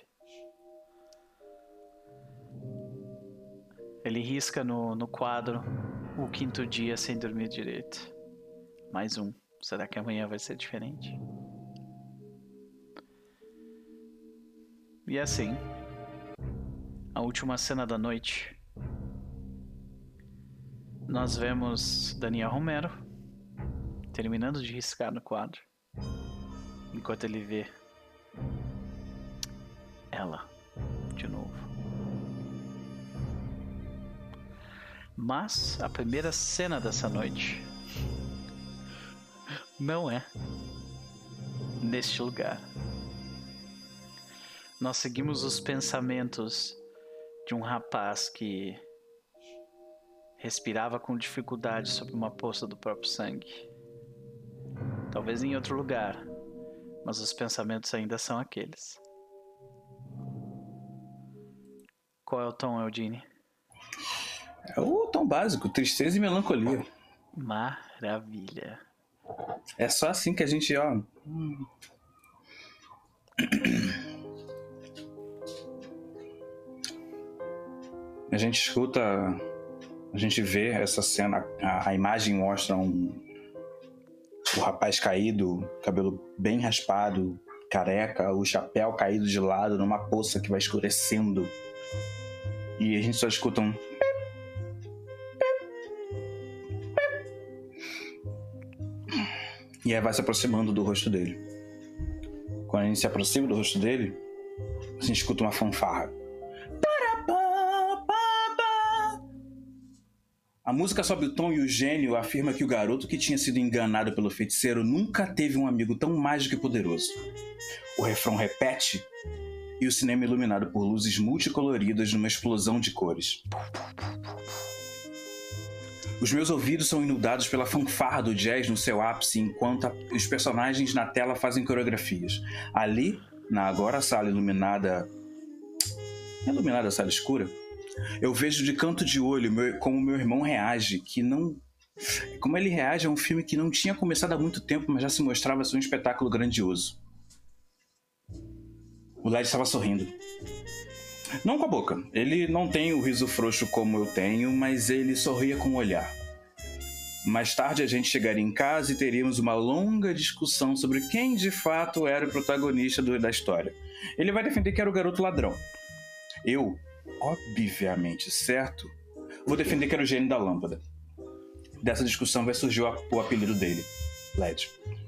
Ele risca no, no quadro o quinto dia sem dormir direito. Mais um. Será que amanhã vai ser diferente? E assim, a última cena da noite, nós vemos Daniel Romero terminando de riscar no quadro, enquanto ele vê ela de novo. Mas a primeira cena dessa noite não é neste lugar. Nós seguimos os pensamentos de um rapaz que respirava com dificuldade sob uma poça do próprio sangue. Talvez em outro lugar, mas os pensamentos ainda são aqueles. Qual é o tom, Eugene? É o tom básico, tristeza e melancolia. Maravilha. É só assim que a gente, ó... A gente escuta, a gente vê essa cena, a, a imagem mostra um, o rapaz caído, cabelo bem raspado, careca, o chapéu caído de lado numa poça que vai escurecendo. E a gente só escuta um... E aí vai se aproximando do rosto dele. Quando a gente se aproxima do rosto dele, a gente escuta uma fanfarra. A música sobe o tom e o gênio afirma que o garoto que tinha sido enganado pelo feiticeiro nunca teve um amigo tão mágico e poderoso. O refrão repete e o cinema é iluminado por luzes multicoloridas numa explosão de cores. Os meus ouvidos são inundados pela fanfarra do jazz no seu ápice enquanto a, os personagens na tela fazem coreografias. Ali, na agora sala iluminada... Iluminada sala escura, eu vejo de canto de olho meu, como meu irmão reage, que não... Como ele reage a um filme que não tinha começado há muito tempo, mas já se mostrava ser um espetáculo grandioso. O Led estava sorrindo. Não com a boca. Ele não tem o riso frouxo como eu tenho, mas ele sorria com o olhar. Mais tarde a gente chegaria em casa e teríamos uma longa discussão sobre quem de fato era o protagonista do, da história. Ele vai defender que era o garoto ladrão. Eu, obviamente certo, vou defender que era o gênio da lâmpada. Dessa discussão vai surgir o, o apelido dele, Led.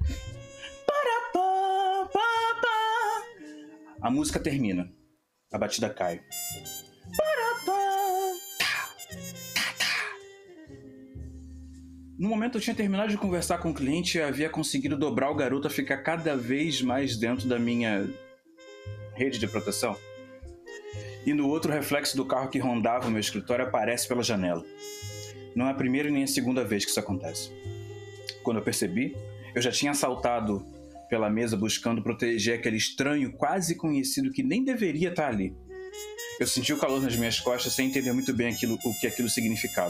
A música termina. A batida cai. No momento eu tinha terminado de conversar com o cliente e havia conseguido dobrar o garoto a ficar cada vez mais dentro da minha rede de proteção. E no outro, o reflexo do carro que rondava o meu escritório aparece pela janela. Não é a primeira nem a segunda vez que isso acontece. Quando eu percebi, eu já tinha saltado pela mesa buscando proteger aquele estranho quase conhecido que nem deveria estar ali. Eu senti o calor nas minhas costas sem entender muito bem aquilo, o que aquilo significava.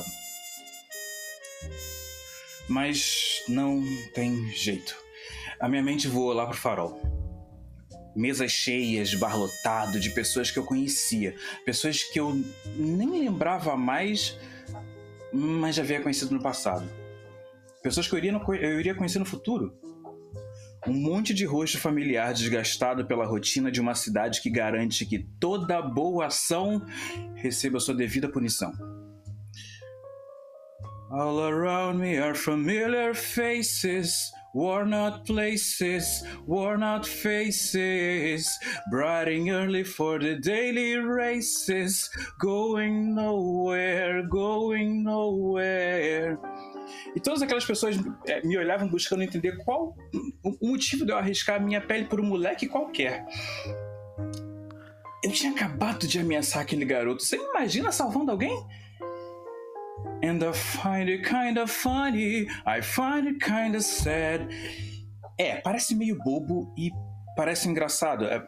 Mas não tem jeito. A minha mente voou lá pro farol. Mesas cheias, bar lotado de pessoas que eu conhecia. Pessoas que eu nem lembrava mais, mas já havia conhecido no passado. Pessoas que eu iria, no, eu iria conhecer no futuro. Um monte de rosto familiar desgastado pela rotina de uma cidade que garante que toda boa ação receba sua devida punição. All around me are familiar faces, worn out places, worn out faces, bright and early for the daily races, going nowhere, going nowhere. E todas aquelas pessoas é, me olhavam buscando entender qual o motivo de eu arriscar a minha pele por um moleque qualquer. Eu tinha acabado de ameaçar aquele garoto. Você imagina salvando alguém? And I find it kind of funny, I find it kind of sad. É, parece meio bobo e parece engraçado. É...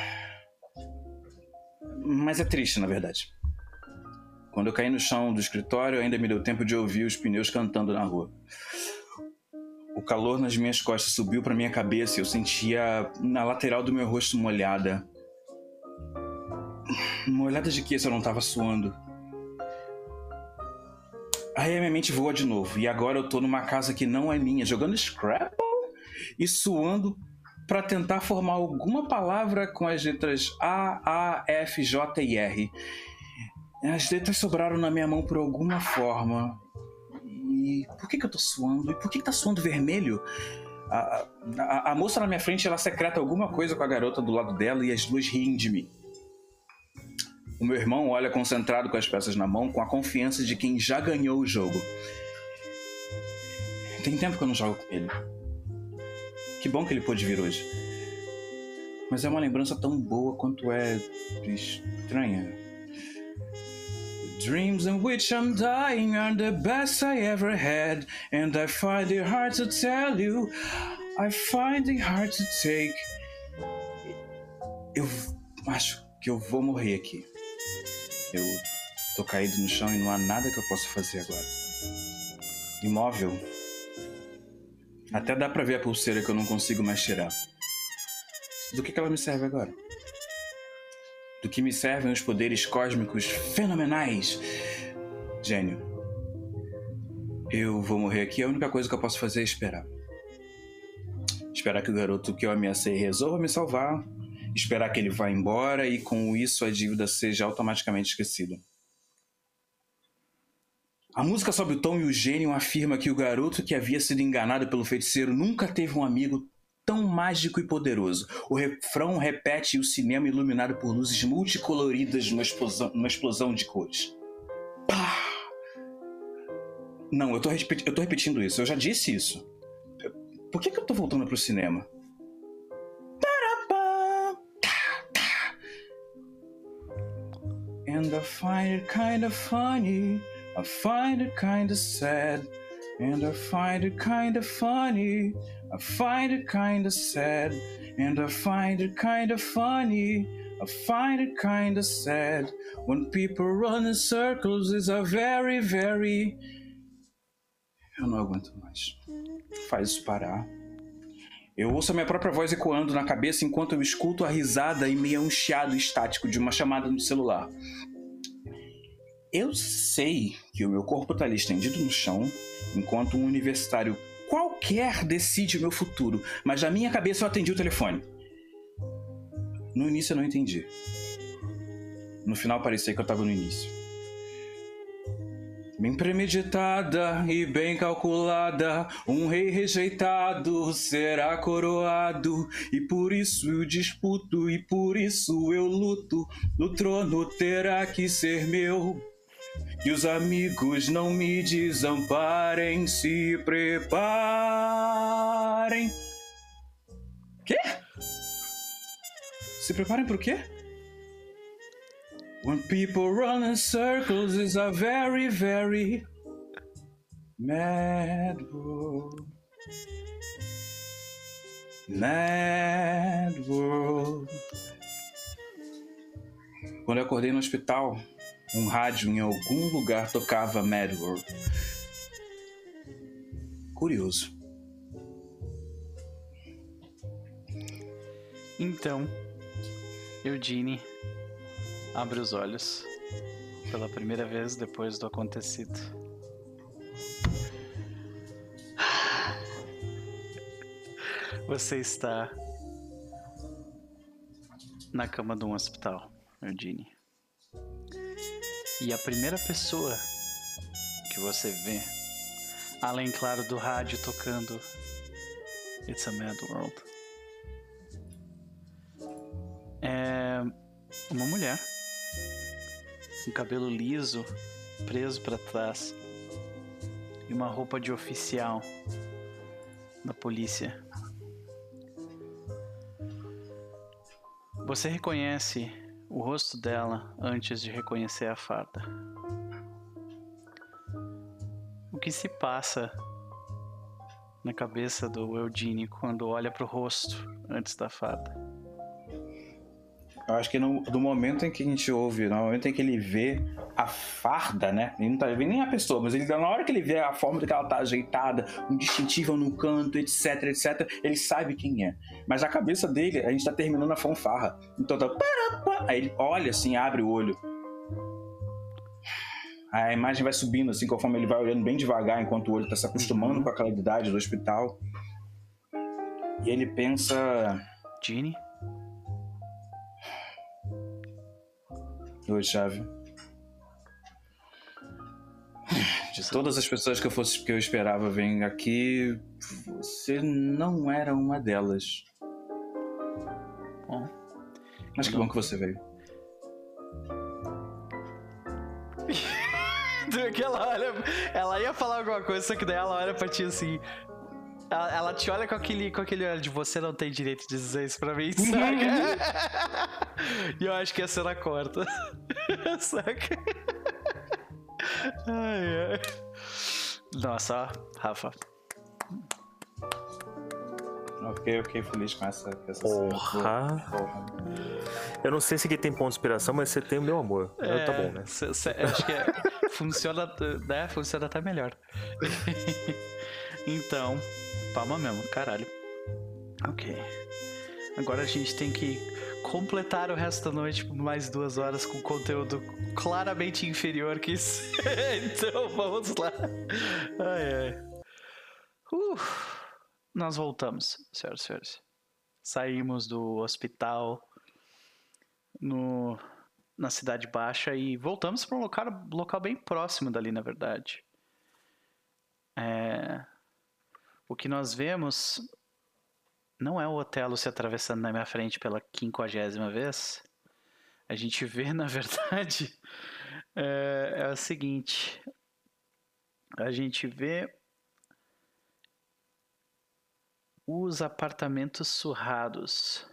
Mas é triste, na verdade. Quando eu caí no chão do escritório, ainda me deu tempo de ouvir os pneus cantando na rua. O calor nas minhas costas subiu para minha cabeça e eu sentia na lateral do meu rosto uma olhada. Uma olhada de que se eu não estava suando. Aí a minha mente voa de novo, e agora eu tô numa casa que não é minha, jogando Scrabble e suando para tentar formar alguma palavra com as letras A, A, F, J e R. As letras sobraram na minha mão por alguma forma. E por que que eu tô suando? E por que que tá suando vermelho? A, a, a moça na minha frente, ela secreta alguma coisa com a garota do lado dela e as duas riem de mim. O meu irmão olha concentrado com as peças na mão, com a confiança de quem já ganhou o jogo. Tem tempo que eu não jogo com ele. Que bom que ele pôde vir hoje. Mas é uma lembrança tão boa quanto é estranha. Dreams in which I'm dying are the best I ever had, and I find it hard to tell you, I find it hard to take. Eu acho que eu vou morrer aqui. Eu tô caído no chão e não há nada que eu possa fazer agora. Imóvel. Até dá pra ver a pulseira que eu não consigo mais tirar. Do que que ela me serve agora? Do que me servem os poderes cósmicos fenomenais? Gênio. Eu vou morrer aqui, a única coisa que eu posso fazer é esperar. esperar que o garoto que eu ameacei resolva me salvar, esperar que ele vá embora e com isso a dívida seja automaticamente esquecida. A música sobe o tom e o gênio afirma que o garoto que havia sido enganado pelo feiticeiro nunca teve um amigo tão mágico e poderoso. O refrão repete o cinema iluminado por luzes multicoloridas numa explosão, numa explosão de cores. Pá! Não, eu tô, repeti- eu tô repetindo isso. Eu já disse isso. Por que que eu tô voltando pro cinema? And I find it kinda funny, I find it kinda sad, and I find it kinda funny, I find it kinda sad, and I find it kinda funny, I find it kinda sad. When people run in circles is a very, very... Eu não aguento mais. Faz isso parar. Eu ouço a minha própria voz ecoando na cabeça enquanto eu escuto a risada em meio a um chiado estático de uma chamada no celular. Eu sei que o meu corpo está ali estendido no chão, enquanto um universitário qualquer decide o meu futuro, mas na minha cabeça eu atendi o telefone. No início eu não entendi. No final parecia que eu estava no início. Bem premeditada e bem calculada, um rei rejeitado será coroado, e por isso eu disputo, e por isso eu luto, no trono terá que ser meu. Que os amigos não me desamparem, se preparem. Quê? Se preparem pro quê? When people run in circles is a very, very mad world. Mad world. Quando eu acordei no hospital, um rádio em algum lugar tocava Mad World. Curioso. Então, Eugene abre os olhos pela primeira vez depois do acontecido. Você está na cama de um hospital, Eugene. E a primeira pessoa que você vê, além, claro, do rádio tocando It's a Mad World, é uma mulher com cabelo liso, preso para trás, e uma roupa de oficial da polícia. Você reconhece o rosto dela antes de reconhecer a fada. O que se passa na cabeça do Eugene quando olha pro rosto antes da fada? Eu acho que no, no momento em que a gente ouve, no momento em que ele vê a farda, né? Ele não tá vendo nem a pessoa, mas ele, na hora que ele vê a forma que ela tá ajeitada, um distintivo no canto, etc, etc, ele sabe quem é. Mas a cabeça dele, a gente tá terminando a fanfarra. Então tá... Aí ele olha assim, abre o olho. A imagem vai subindo assim, conforme ele vai olhando bem devagar, enquanto o olho tá se acostumando com a claridade do hospital. E ele pensa... Ginny? Oi, Chave. De todas as pessoas que eu, fosse, que eu esperava vir aqui, você não era uma delas. Bom, Mas que bom que você veio. ela, olha, ela ia falar alguma coisa, só que daí ela olha pra ti assim. Ela, ela te olha com aquele, com aquele olho de você não tem direito de dizer isso pra mim, saca? E eu acho que a cena corta. Saca? Ai, ai. Nossa, ó, Rafa. Ok, eu fiquei feliz com essa, com essa Porra. cena. Porra. Eu não sei se aqui tem ponto de inspiração, mas você tem o meu amor. É, tá bom, né? Cê, cê, acho que é, funciona, né? Funciona até melhor. Então, palma mesmo, caralho. Ok. Agora a gente tem que completar o resto da noite por mais duas horas com conteúdo claramente inferior que isso. Então vamos lá. Ai, ai. Uh, nós voltamos, senhoras e senhores. Saímos do hospital no, na Cidade Baixa e voltamos para um local, local bem próximo dali, na verdade. É, o que nós vemos não é o Otelo se atravessando na minha frente pela quinquagésima vez. A gente vê, na verdade, é, é o seguinte. A gente vê os apartamentos surrados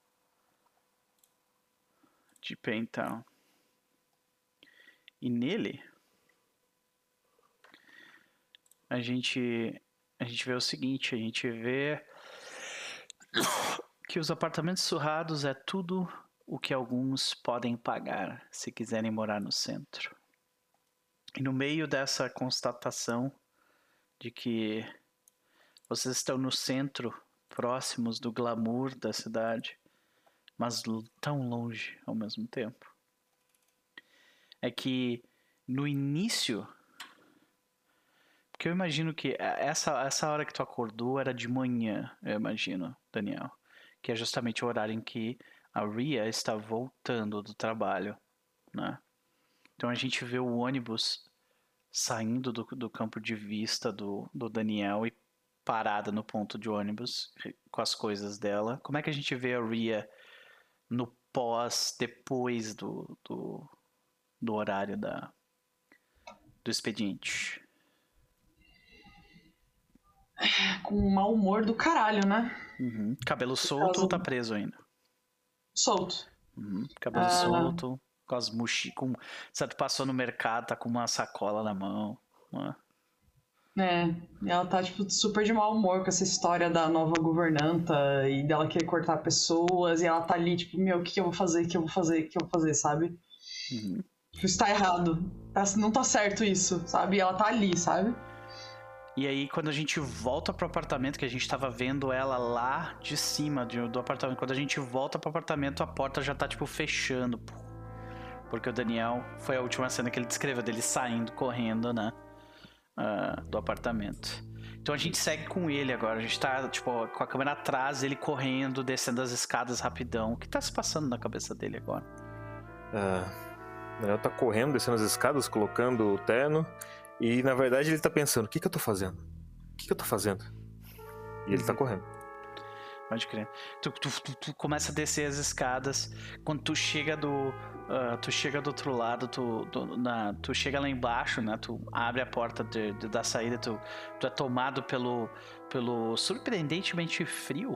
de Paintown. E nele a gente a gente vê o seguinte, a gente vê que os apartamentos surrados é tudo o que alguns podem pagar se quiserem morar no centro. E no meio dessa constatação de que vocês estão no centro, próximos do glamour da cidade, mas tão longe ao mesmo tempo, é que no início, porque eu imagino que essa, essa hora que tu acordou era de manhã, eu imagino, Daniel, que é justamente o horário em que a Rhea está voltando do trabalho, né? Então a gente vê o ônibus saindo do, do campo de vista do, do Daniel e parada no ponto de ônibus com as coisas dela. Como é que a gente vê a Rhea no pós, depois do, do, do horário da, do expediente? Com um mau humor do caralho, né? Uhum. Cabelo solto ou tá preso ainda? Solto. Uhum. Cabelo ah. solto, com as mochilas. Com... Sabe, passou no mercado, tá com uma sacola na mão. Né? É, e ela tá, tipo, super de mau humor com essa história da nova governanta e dela querer cortar pessoas, e ela tá ali, tipo, meu, o que, que eu vou fazer, o que eu vou fazer, o que eu vou fazer, sabe? Uhum. Tipo, isso tá errado. Não tá certo isso, sabe? E ela tá ali, sabe? E aí, quando a gente volta pro apartamento, que a gente tava vendo ela lá de cima de, do apartamento, quando a gente volta pro apartamento, a porta já tá, tipo, fechando. Porque o Daniel, foi a última cena que ele descreveu, dele saindo, correndo, né? Uh, do apartamento. Então a gente segue com ele agora. A gente tá, tipo, com a câmera atrás, ele correndo, descendo as escadas rapidão. O que tá se passando na cabeça dele agora? Uh, o Daniel tá correndo, descendo as escadas, colocando o terno. E na verdade ele tá pensando, o que que eu tô fazendo? O que que eu tô fazendo? E ele tá correndo. Pode crer. Tu, tu, tu, tu começa a descer as escadas. Quando tu chega do uh, tu chega do outro lado, tu, tu, na, tu chega lá embaixo, né? Tu abre a porta de, de, da saída, tu, tu é tomado pelo, pelo surpreendentemente frio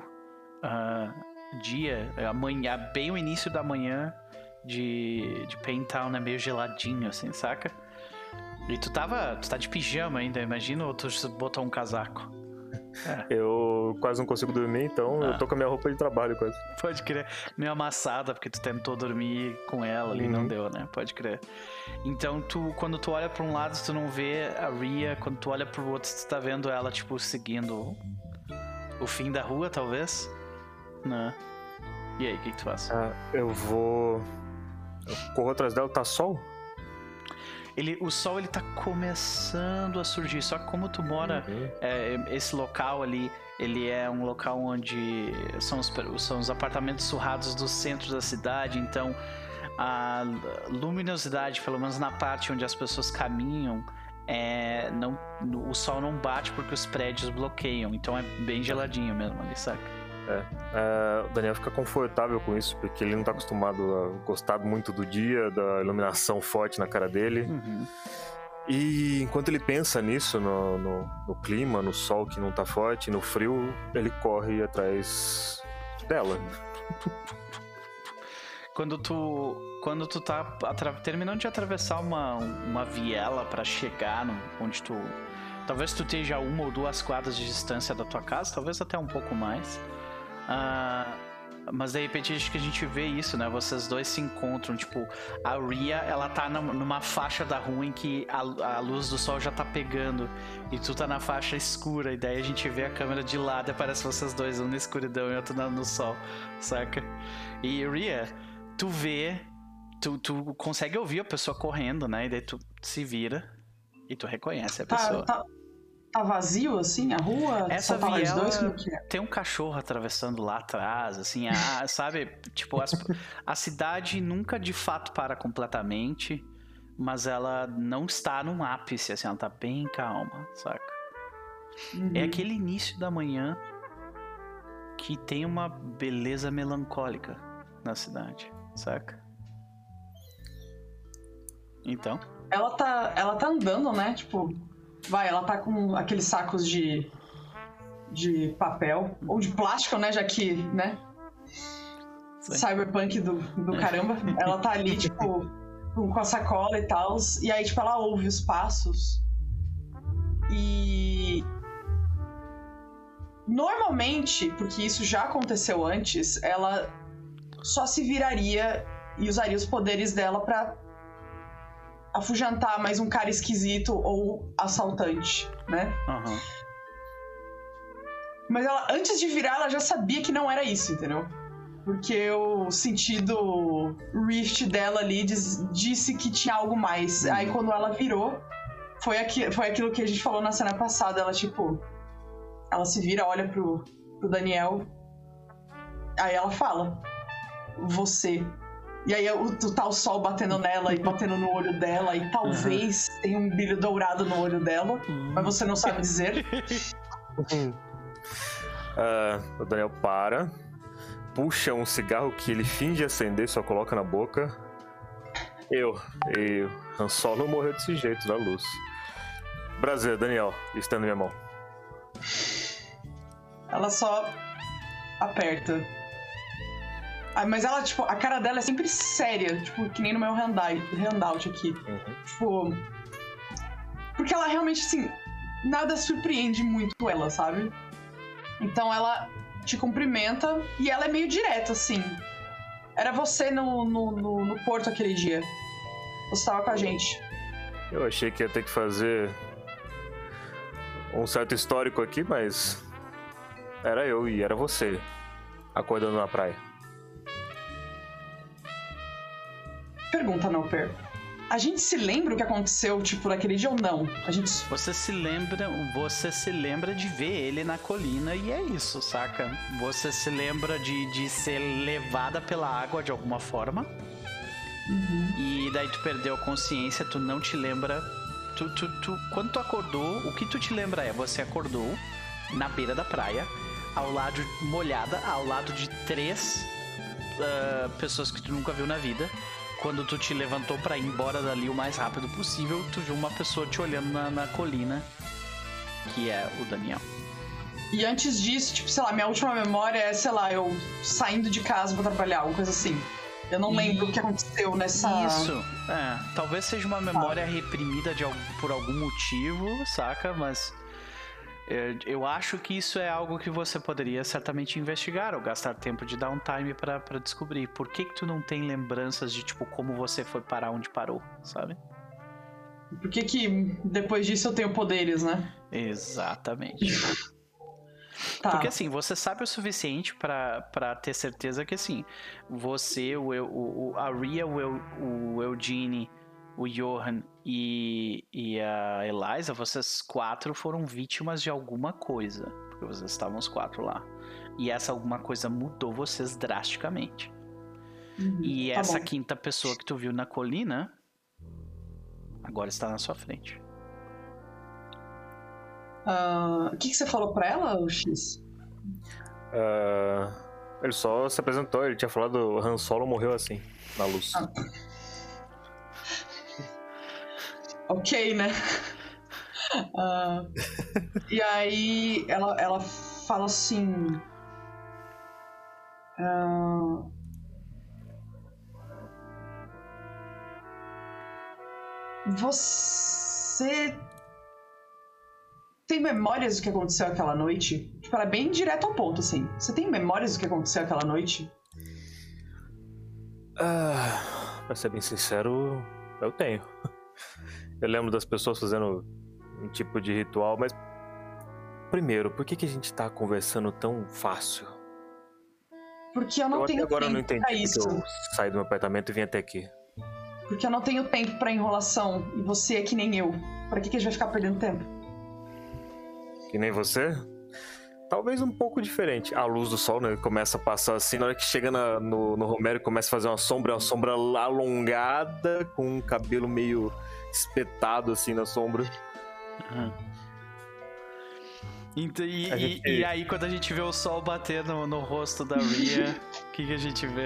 uh, dia, amanhã, bem o início da manhã de, de Paintown, né? Meio geladinho, assim, saca? E tu tava, tu tá de pijama ainda, imagina, ou tu botou um casaco? É. Eu quase não consigo dormir, então ah. eu tô com a minha roupa de trabalho quase. Pode crer. Meio amassada, porque tu tentou dormir com ela ali, uhum. Não deu, né? Pode crer. Então, tu, quando tu olha pra um lado, tu não vê a Rhea. Quando tu olha pro outro, tu tá vendo ela, tipo, seguindo o fim da rua, talvez. Né? E aí, o que, que tu faz? Ah, eu vou... Eu corro atrás dela, tá sol? Ele, o sol ele tá começando a surgir, só que como tu mora, uhum. é, esse local ali, ele é um local onde são os, são os apartamentos surrados do centro da cidade, então a luminosidade, pelo menos na parte onde as pessoas caminham, é, não, o sol não bate porque os prédios bloqueiam, então é bem geladinho mesmo ali, saca? É, é, o Daniel fica confortável com isso, porque ele não tá acostumado a gostar muito do dia, da iluminação forte na cara dele. Uhum. E enquanto ele pensa nisso, no, no, no clima, no sol que não tá forte, no frio, ele corre atrás dela. Quando tu, quando tu tá atra- terminando de atravessar uma, uma viela pra chegar no, onde tu... Talvez tu esteja uma ou duas quadras de distância da tua casa, talvez até um pouco mais. Uh, mas de repente acho que a gente vê isso, né? Vocês dois se encontram, tipo, a Rhea, ela tá numa faixa da rua em que a, a luz do sol já tá pegando e tu tá na faixa escura, e daí a gente vê a câmera de lado e aparece vocês dois, um na escuridão e outro no sol, saca? E Rhea, tu vê, tu, tu consegue ouvir a pessoa correndo, né? E daí tu se vira e tu reconhece a pessoa. Tá, tá. Tá vazio, assim, a rua? Essa Só tá nós viela dois? Como que é? tem um cachorro atravessando lá atrás, assim, a, sabe? Tipo, as, a cidade nunca de fato para completamente, mas ela não está num ápice, assim, ela tá bem calma, saca? Uhum. É aquele início da manhã que tem uma beleza melancólica na cidade, saca? Então... Ela tá, ela tá andando, né? Tipo, vai, ela tá com aqueles sacos de, de papel, ou de plástico, né? Já que, né? Sim. Cyberpunk do, do caramba. Ela tá ali, tipo, com, com a sacola e tal. E aí, tipo, ela ouve os passos. E... Normalmente, porque isso já aconteceu antes, ela só se viraria e usaria os poderes dela pra afugentar mais um cara esquisito ou assaltante, né? Uhum. Mas ela, antes de virar, ela já sabia que não era isso, entendeu? Porque o sentido Rift dela ali diz, disse que tinha algo mais. Aí quando ela virou, foi, aqui, foi aquilo que a gente falou na cena passada. Ela, tipo... Ela se vira, olha pro, pro Daniel. Aí ela fala... Você... E aí o, tá o sol batendo nela e batendo no olho dela. E talvez uhum. tenha um brilho dourado no olho dela. Uhum. Mas você não sabe dizer. uh, o Daniel para. Puxa um cigarro que ele finge acender, só coloca na boca. Eu. E Han Solo morreu desse jeito, da luz. Prazer, Daniel. Estendo minha mão. Ela só aperta. Ah, mas ela, tipo, a cara dela é sempre séria, tipo, que nem no meu handout aqui. Uhum. Tipo... Porque ela realmente, assim, nada surpreende muito ela, sabe? Então ela te cumprimenta e ela é meio direta, assim. Era você no, no, no, no porto aquele dia. Você tava com a gente. Eu achei que ia ter que fazer um certo histórico aqui, mas... Era eu e era você, acordando na praia. Pergunta, Noper. A gente se lembra o que aconteceu, tipo, naquele dia ou não? A gente... Você se lembra, você se lembra de ver ele na colina e é isso, saca? Você se lembra de, de ser levada pela água de alguma forma. Uhum. E daí tu perdeu a consciência, tu não te lembra... Tu, tu, tu, quando tu acordou, o que tu te lembra é, você acordou na beira da praia, ao lado, molhada, ao lado de três uh, pessoas que tu nunca viu na vida. Quando tu te levantou pra ir embora dali o mais rápido possível, tu viu uma pessoa te olhando na, na colina, que é o Daniel. E antes disso, tipo, sei lá, minha última memória é, sei lá, eu saindo de casa pra trabalhar, alguma coisa assim. Eu não e... lembro o que aconteceu nessa... Isso, é. Talvez seja uma memória ah. reprimida de, por algum motivo, saca? Mas... Eu acho que isso é algo que você poderia certamente investigar ou gastar tempo de downtime pra, pra descobrir. Por que que tu não tem lembranças de, tipo, como você foi parar onde parou, sabe? Por que que depois disso eu tenho poderes, né? Exatamente. Tá. Porque, assim, você sabe o suficiente pra, pra ter certeza que, assim, você, o, o, a Ria, o, o Eugene, o Johan e, e a Eliza, vocês quatro foram vítimas de alguma coisa. Porque vocês estavam os quatro lá. E essa alguma coisa mudou vocês drasticamente. Uhum, e tá essa bom. quinta pessoa que tu viu na colina agora está na sua frente. Uh, o que, que você falou pra ela, o X? Uh, ele só se apresentou, ele tinha falado o Han Solo morreu assim, na luz. Ah. Ok, né? Uh, e aí ela, ela fala assim... Uh, você tem memórias do que aconteceu aquela noite? Tipo, ela é bem direto ao ponto, assim. Você tem memórias do que aconteceu aquela noite? Ah, pra ser bem sincero, eu tenho. Eu lembro das pessoas fazendo um tipo de ritual, mas... Primeiro, por que que a gente tá conversando tão fácil? Porque eu não eu tenho agora tempo eu não entendi pra isso. Eu saí do meu apartamento e vim até aqui. Porque eu não tenho tempo pra enrolação. E você é que nem eu. Pra que que a gente vai ficar perdendo tempo? que nem você. Talvez um pouco diferente. A luz do sol, né? Começa a passar assim. Na hora que chega na, no, no Romero, começa a fazer uma sombra, uma sombra alongada, com um cabelo meio espetado assim na sombra. Uhum. Então, e, gente... e, e aí, quando a gente vê o sol bater no, no rosto da Rhea, o que, que a gente vê?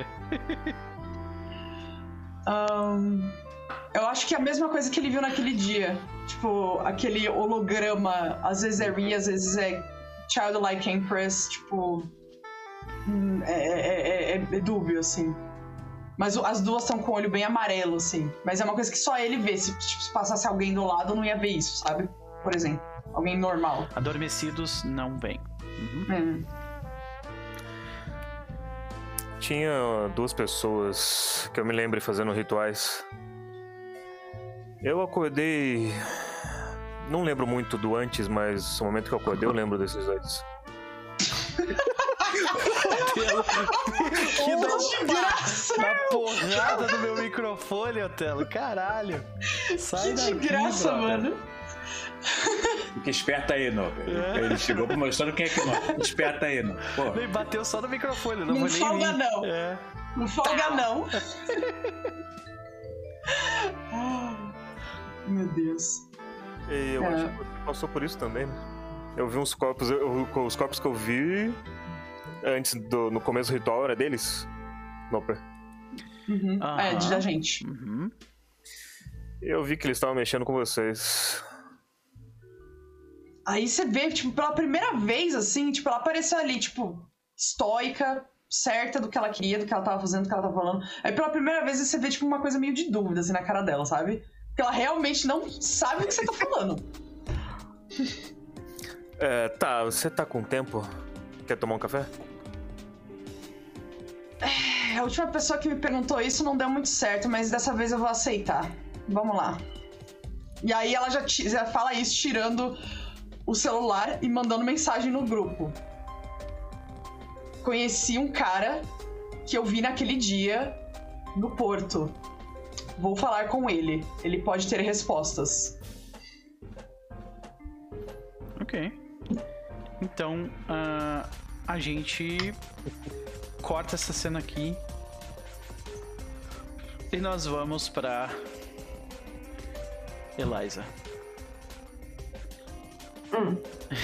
um, eu acho que é a mesma coisa que ele viu naquele dia. Tipo, aquele holograma. Às vezes é Rhea, às vezes é Childlike Empress. Tipo, é, é, é, é dúbio, assim. Mas as duas estão com o olho bem amarelo, assim. Mas é uma coisa que só ele vê. Se, tipo, se passasse alguém do lado, não ia ver isso, sabe? Por exemplo. Alguém normal. Adormecidos não vem. Uhum. Hum. Tinha duas pessoas que eu me lembro fazendo rituais. Eu acordei... Não lembro muito do antes, mas no momento que eu acordei eu lembro desses dois. Que dá uma porrada no meu microfone, Otelo. Caralho. Sai que de daqui, graça, brother. mano. Fica esperto aí, não. É. Ele chegou mostrando quem é que não. Esperta aí, não. Porra. Ele bateu só no microfone, não, Não foi nem folga, em mim. não. É. Não folga, não. Meu Deus. E eu É. acho que você passou por isso também, né? Eu vi uns corpos, eu, os corpos que eu vi antes do no começo do ritual era deles? Noper. Uhum. Aham. É, de da gente. Uhum. Eu vi que eles estavam mexendo com vocês. Aí você vê, tipo, pela primeira vez, assim, tipo, ela apareceu ali, tipo, estoica, certa do que ela queria, do que ela tava fazendo, do que ela tava falando. Aí pela primeira vez você vê, tipo, uma coisa meio de dúvida, assim, na cara dela, sabe? Porque ela realmente não sabe o que você tá falando. É, tá, você tá com tempo? Quer tomar um café? A última pessoa que me perguntou isso não deu muito certo, mas dessa vez eu vou aceitar. Vamos lá. E aí ela já, ti- já fala isso tirando o celular e mandando mensagem no grupo. Conheci um cara que eu vi naquele dia no Porto. Vou falar com ele. Ele pode ter respostas. Ok. Então, ah, a gente corta essa cena aqui. E nós vamos pra Eliza. Hum.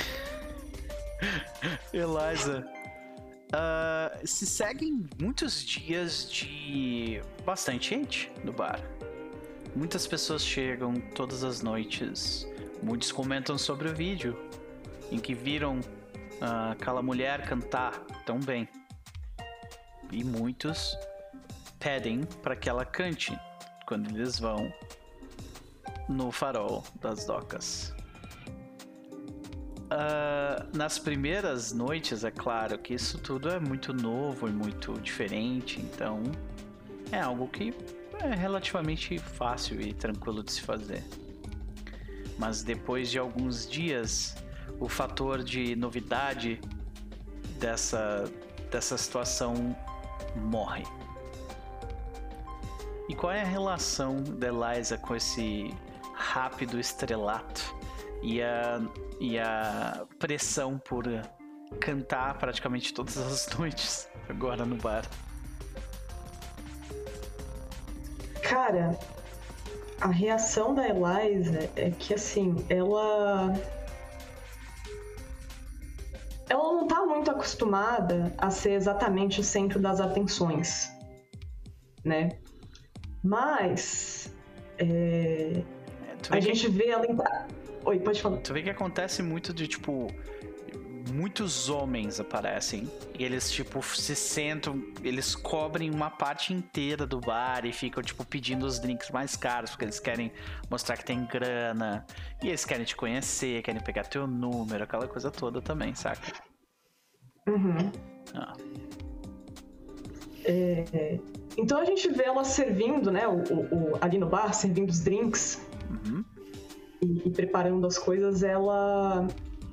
Eliza, ah, se seguem muitos dias de bastante gente no bar. Muitas pessoas chegam todas as noites. Muitos comentam sobre o vídeo em que viram ah, aquela mulher cantar tão bem. E muitos pedem para que ela cante quando eles vão no farol das docas. Uh, nas primeiras noites, é claro que isso tudo é muito novo e muito diferente, então é algo que é relativamente fácil e tranquilo de se fazer. Mas depois de alguns dias, o fator de novidade dessa, dessa situação morre. E qual é a relação da Eliza com esse rápido estrelato e a, e a pressão por cantar praticamente todas as noites agora no bar? Cara, a reação da Eliza é que, assim, ela... Ela não tá muito acostumada a ser exatamente o centro das atenções, né? Mas... É... É, tu A vê que- gente vê ela... Em... Oi, pode falar. Tu vê que acontece muito de, tipo, muitos homens aparecem e eles, tipo, se sentam, eles cobrem uma parte inteira do bar e ficam, tipo, pedindo os drinks mais caros porque eles querem mostrar que tem grana e eles querem te conhecer, querem pegar teu número, aquela coisa toda também, saca? Uhum. Ah. É, Então a gente vê ela servindo, né, o, o- o- ali no bar, servindo os drinks Uhum. e, e preparando as coisas, ela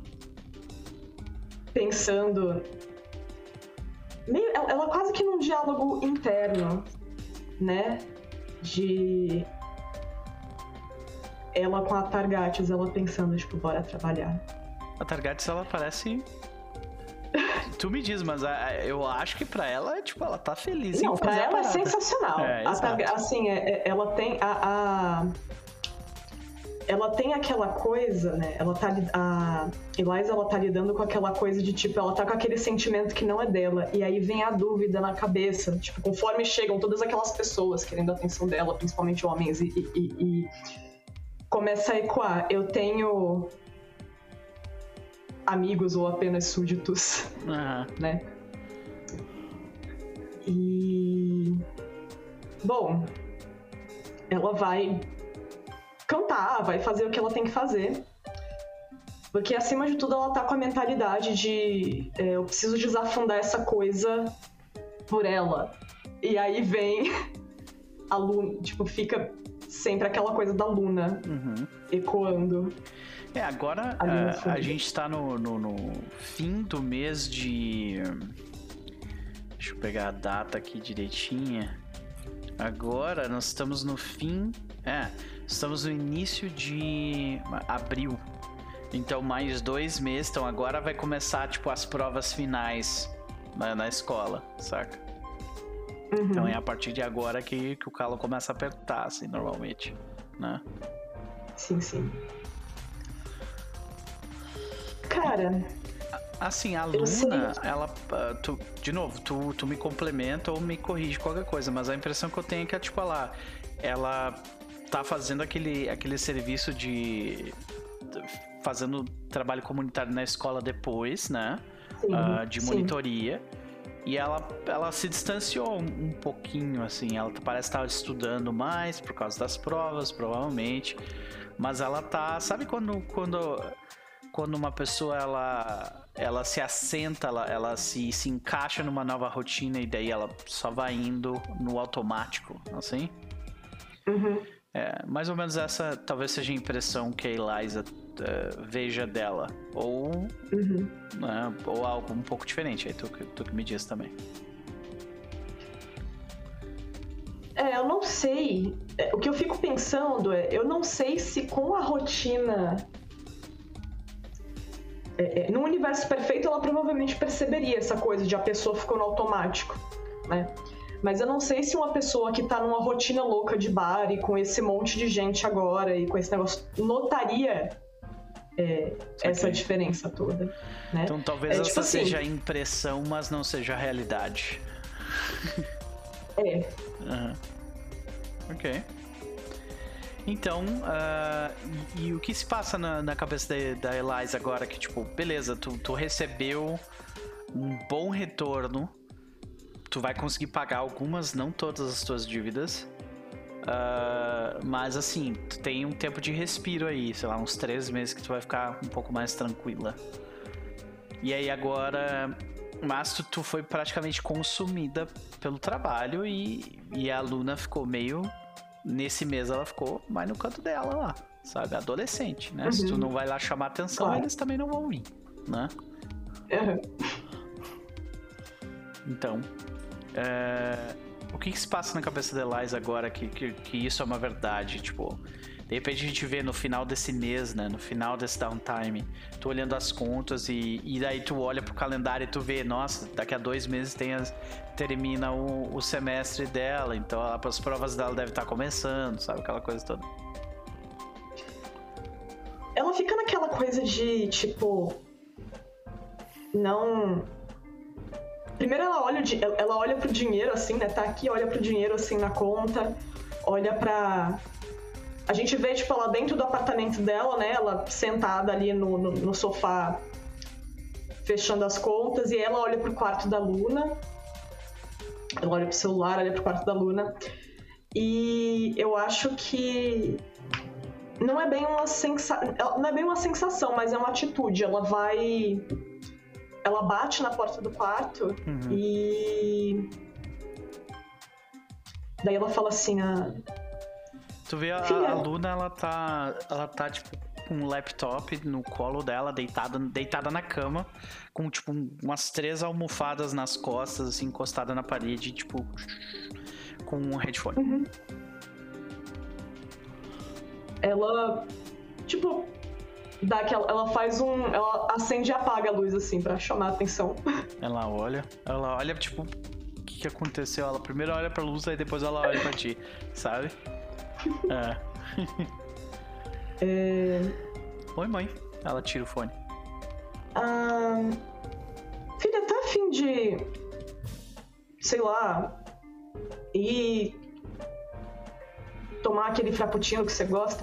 pensando, meio, ela, ela quase que num diálogo interno, né, de ela com a Targates, ela pensando, tipo, bora trabalhar, A Targates, ela parece... Tu me diz, mas a, a, eu acho que pra ela, tipo, ela tá feliz. Não, pra ela é sensacional. É, a Targa, assim, é, é, ela tem a, a... Ela tem aquela coisa, né? Ela tá... A Eliza, ela tá lidando com aquela coisa de, tipo, ela tá com aquele sentimento que não é dela. E aí vem a dúvida na cabeça. Tipo, conforme chegam todas aquelas pessoas querendo a atenção dela, principalmente homens, e, e, e começa a ecoar. Eu tenho... amigos ou apenas súditos, uhum. né? E... Bom, ela vai cantar, vai fazer o que ela tem que fazer. Porque, acima de tudo, ela tá com a mentalidade de é, eu preciso desafundar essa coisa por ela. E aí vem a Luna, tipo, fica sempre aquela coisa da Luna uhum. ecoando. É, agora a, a gente tá no, no, no fim do mês de... Deixa eu pegar a data aqui direitinha. Agora nós estamos no fim... É, estamos no início de abril. Então mais dois meses. Então agora vai começar, tipo, as provas finais na, na escola, saca? Uhum. Então é a partir de agora que, que o calo começa a apertar, assim, normalmente, né? Sim, sim. Cara... Assim, a Luna, ela... Tu, de novo, tu, tu me complementa ou me corrige qualquer coisa, mas a impressão que eu tenho é que, tipo, ela... Ela tá fazendo aquele, aquele serviço de... Fazendo trabalho comunitário na escola depois, né? Sim, uh, de sim. monitoria. E ela, ela se distanciou um, um pouquinho, assim. Ela parece estar estudando mais por causa das provas, provavelmente. Mas ela tá... Sabe quando... quando Quando uma pessoa ela, ela se assenta, ela, ela se, se encaixa numa nova rotina e daí ela só vai indo no automático, assim? Uhum. É, mais ou menos essa talvez seja a impressão que a Eliza uh, veja dela. Ou, uhum. né, ou algo um pouco diferente, aí tu, tu que me diz também. É, eu não sei. O que eu fico pensando é, eu não sei se com a rotina... É, é, no universo perfeito, ela provavelmente perceberia essa coisa de a pessoa ficou no automático, né? Mas eu não sei se uma pessoa que tá numa rotina louca de bar e com esse monte de gente agora e com esse negócio, notaria é, essa diferença toda, né? Então talvez é, essa tipo seja assim, a impressão, mas não seja a realidade. É. Uhum. Ok. Então, uh, e, e o que se passa na, na cabeça da, da Eliza agora? Que, tipo, beleza, tu, tu recebeu um bom retorno, tu vai conseguir pagar algumas, não todas as tuas dívidas, uh, mas assim, tu tem um tempo de respiro aí, sei lá, uns três meses que tu vai ficar um pouco mais tranquila. E aí agora, mas tu, tu foi praticamente consumida pelo trabalho e, e a Luna ficou meio... Nesse mês ela ficou mais no canto dela lá, sabe? Adolescente, né? Uhum. Se tu não vai lá chamar atenção, claro. Eles também não vão vir, né? Uhum. Então, é... o que, que se passa na cabeça da Eliza agora que, que, que isso é uma verdade? Tipo, de repente a gente vê no final desse mês, né? No final desse downtime, tu olhando as contas e, e daí tu olha pro calendário e tu vê, nossa, daqui a dois meses tem as, termina o, o semestre dela, então as provas dela devem estar começando, sabe? Aquela coisa toda. Ela fica naquela coisa de, tipo... Não... Primeiro ela olha, ela olha pro dinheiro, assim, né? Tá aqui, olha pro dinheiro, assim, na conta. Olha pra... A gente vê, tipo, ela dentro do apartamento dela, né? Ela sentada ali no, no, no sofá, fechando as contas. E ela olha pro quarto da Luna. Ela olha pro celular, olha pro quarto da Luna. E eu acho que... Não é bem uma sensação... Não é bem uma sensação, mas é uma atitude. Ela vai... Ela bate na porta do quarto uhum. e... Daí ela fala assim... Ah, tu vê a, a Luna, ela tá, ela tá, tipo, com um laptop no colo dela, deitada, deitada na cama, com, tipo, umas três almofadas nas costas, assim, encostada na parede, tipo, com um headphone. Uhum. Ela, tipo, dá aquela, ela faz um, ela acende e apaga a luz assim pra chamar a atenção. Ela olha, ela olha tipo, o que, que aconteceu? Ela primeiro olha pra luz, aí depois ela olha pra ti, sabe? É. É... Oi, mãe. Ela tira o fone. Ah, filha, tá afim de, sei lá, ir tomar aquele frappuccino que você gosta?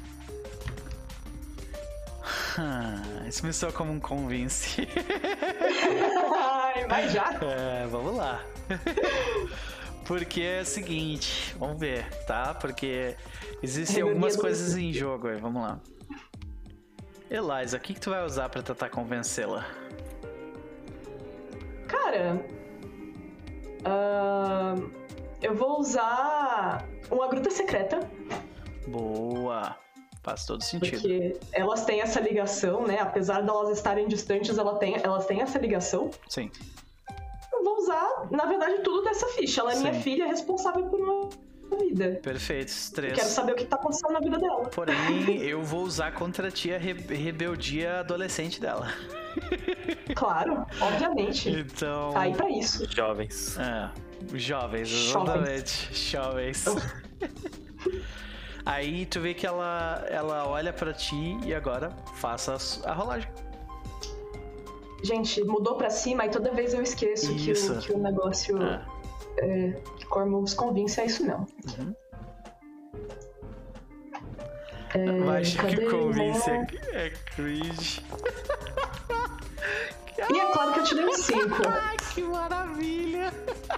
Ah, isso me soa como um convince. Ai, mas já. É, vamos lá. Porque é o seguinte, vamos ver, tá? Porque existem Ai, algumas meu Deus. coisas em jogo aí, vamos lá. Eliza, o que, que tu vai usar pra tentar convencê-la? Cara, ah, eu vou usar uma gruta secreta, Boa! Faz todo sentido. porque elas têm essa ligação, né? Apesar de elas estarem distantes, ela tem, elas têm essa ligação. Sim. Eu vou usar, na verdade, tudo dessa ficha. Ela é minha Sim. filha responsável por uma vida. Perfeito, Eu três. quero saber o que tá acontecendo na vida dela. Porém, eu vou usar contra ti a re- rebeldia adolescente dela. Claro, obviamente. Então. Tá aí pra isso. Jovens. É, jovens, Jovens. exatamente. Jovens. Aí tu vê que ela, ela olha pra ti e agora faça a su- a rolagem. Gente, mudou pra cima e toda vez eu esqueço que Isso. o, que o negócio É. é, que Core Moves convince é isso mesmo. Uhum. É, Vai achar que cadê, convince né? é, é cringe. E é claro que eu tirei um cinco. Ai, que maravilha!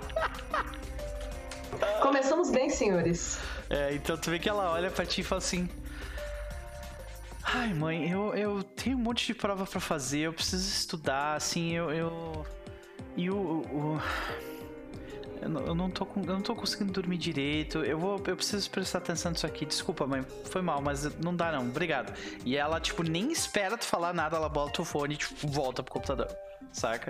Começamos bem, senhores. É, então tu vê que ela olha pra ti e fala assim: ai, mãe, eu, eu tenho um monte de prova pra fazer, eu preciso estudar, assim, eu. eu... E o. o- Eu não, eu, não tô com- eu não tô conseguindo dormir direito. Eu vou. Eu preciso prestar atenção nisso aqui. Desculpa, mãe. Foi mal, mas não dá não. Obrigado. E ela, tipo, nem espera tu falar nada, ela bota o fone e tipo, volta pro computador. Saca?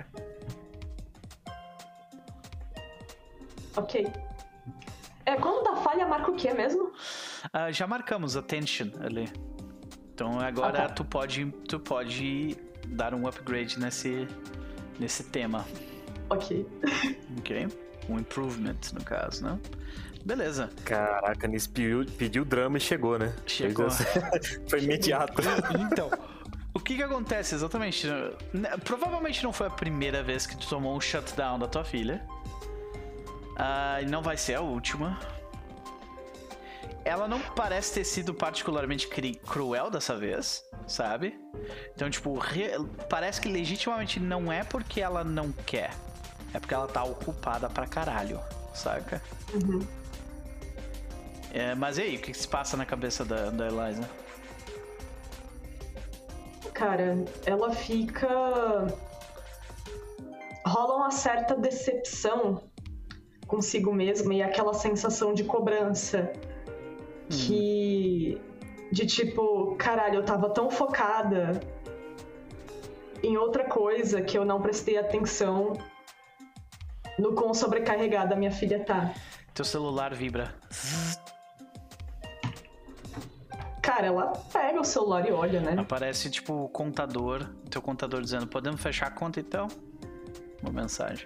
Ok. É, quando dá falha, marca o quê mesmo? Ah, já marcamos attention ali. Então agora Ah, tá. tu pode. Tu pode dar um upgrade nesse. nesse tema. Ok. Ok? Um improvement, no caso, né? Beleza. Caraca, Nis pediu, pediu drama e chegou, né? Chegou. Fez essa- Foi imediato. Então, o que que acontece exatamente? Né, provavelmente não foi a primeira vez que tu tomou um shutdown da tua filha. Ah, e não vai ser a última. Ela não parece ter sido particularmente cri- cruel dessa vez, sabe? Então, tipo, re- parece que legitimamente não é porque ela não quer. É porque ela tá ocupada pra caralho, saca? Uhum. É, mas e aí, o que, que se passa na cabeça da, da Eliza? Cara, ela fica. Rola uma certa decepção consigo mesma e aquela sensação de cobrança que. De tipo, caralho, eu tava tão focada em outra coisa que eu não prestei atenção no quão sobrecarregada a minha filha tá. Teu celular vibra. Cara, ela pega o celular e olha, né? Aparece, tipo, o contador, teu contador dizendo, podemos fechar a conta então? Uma mensagem.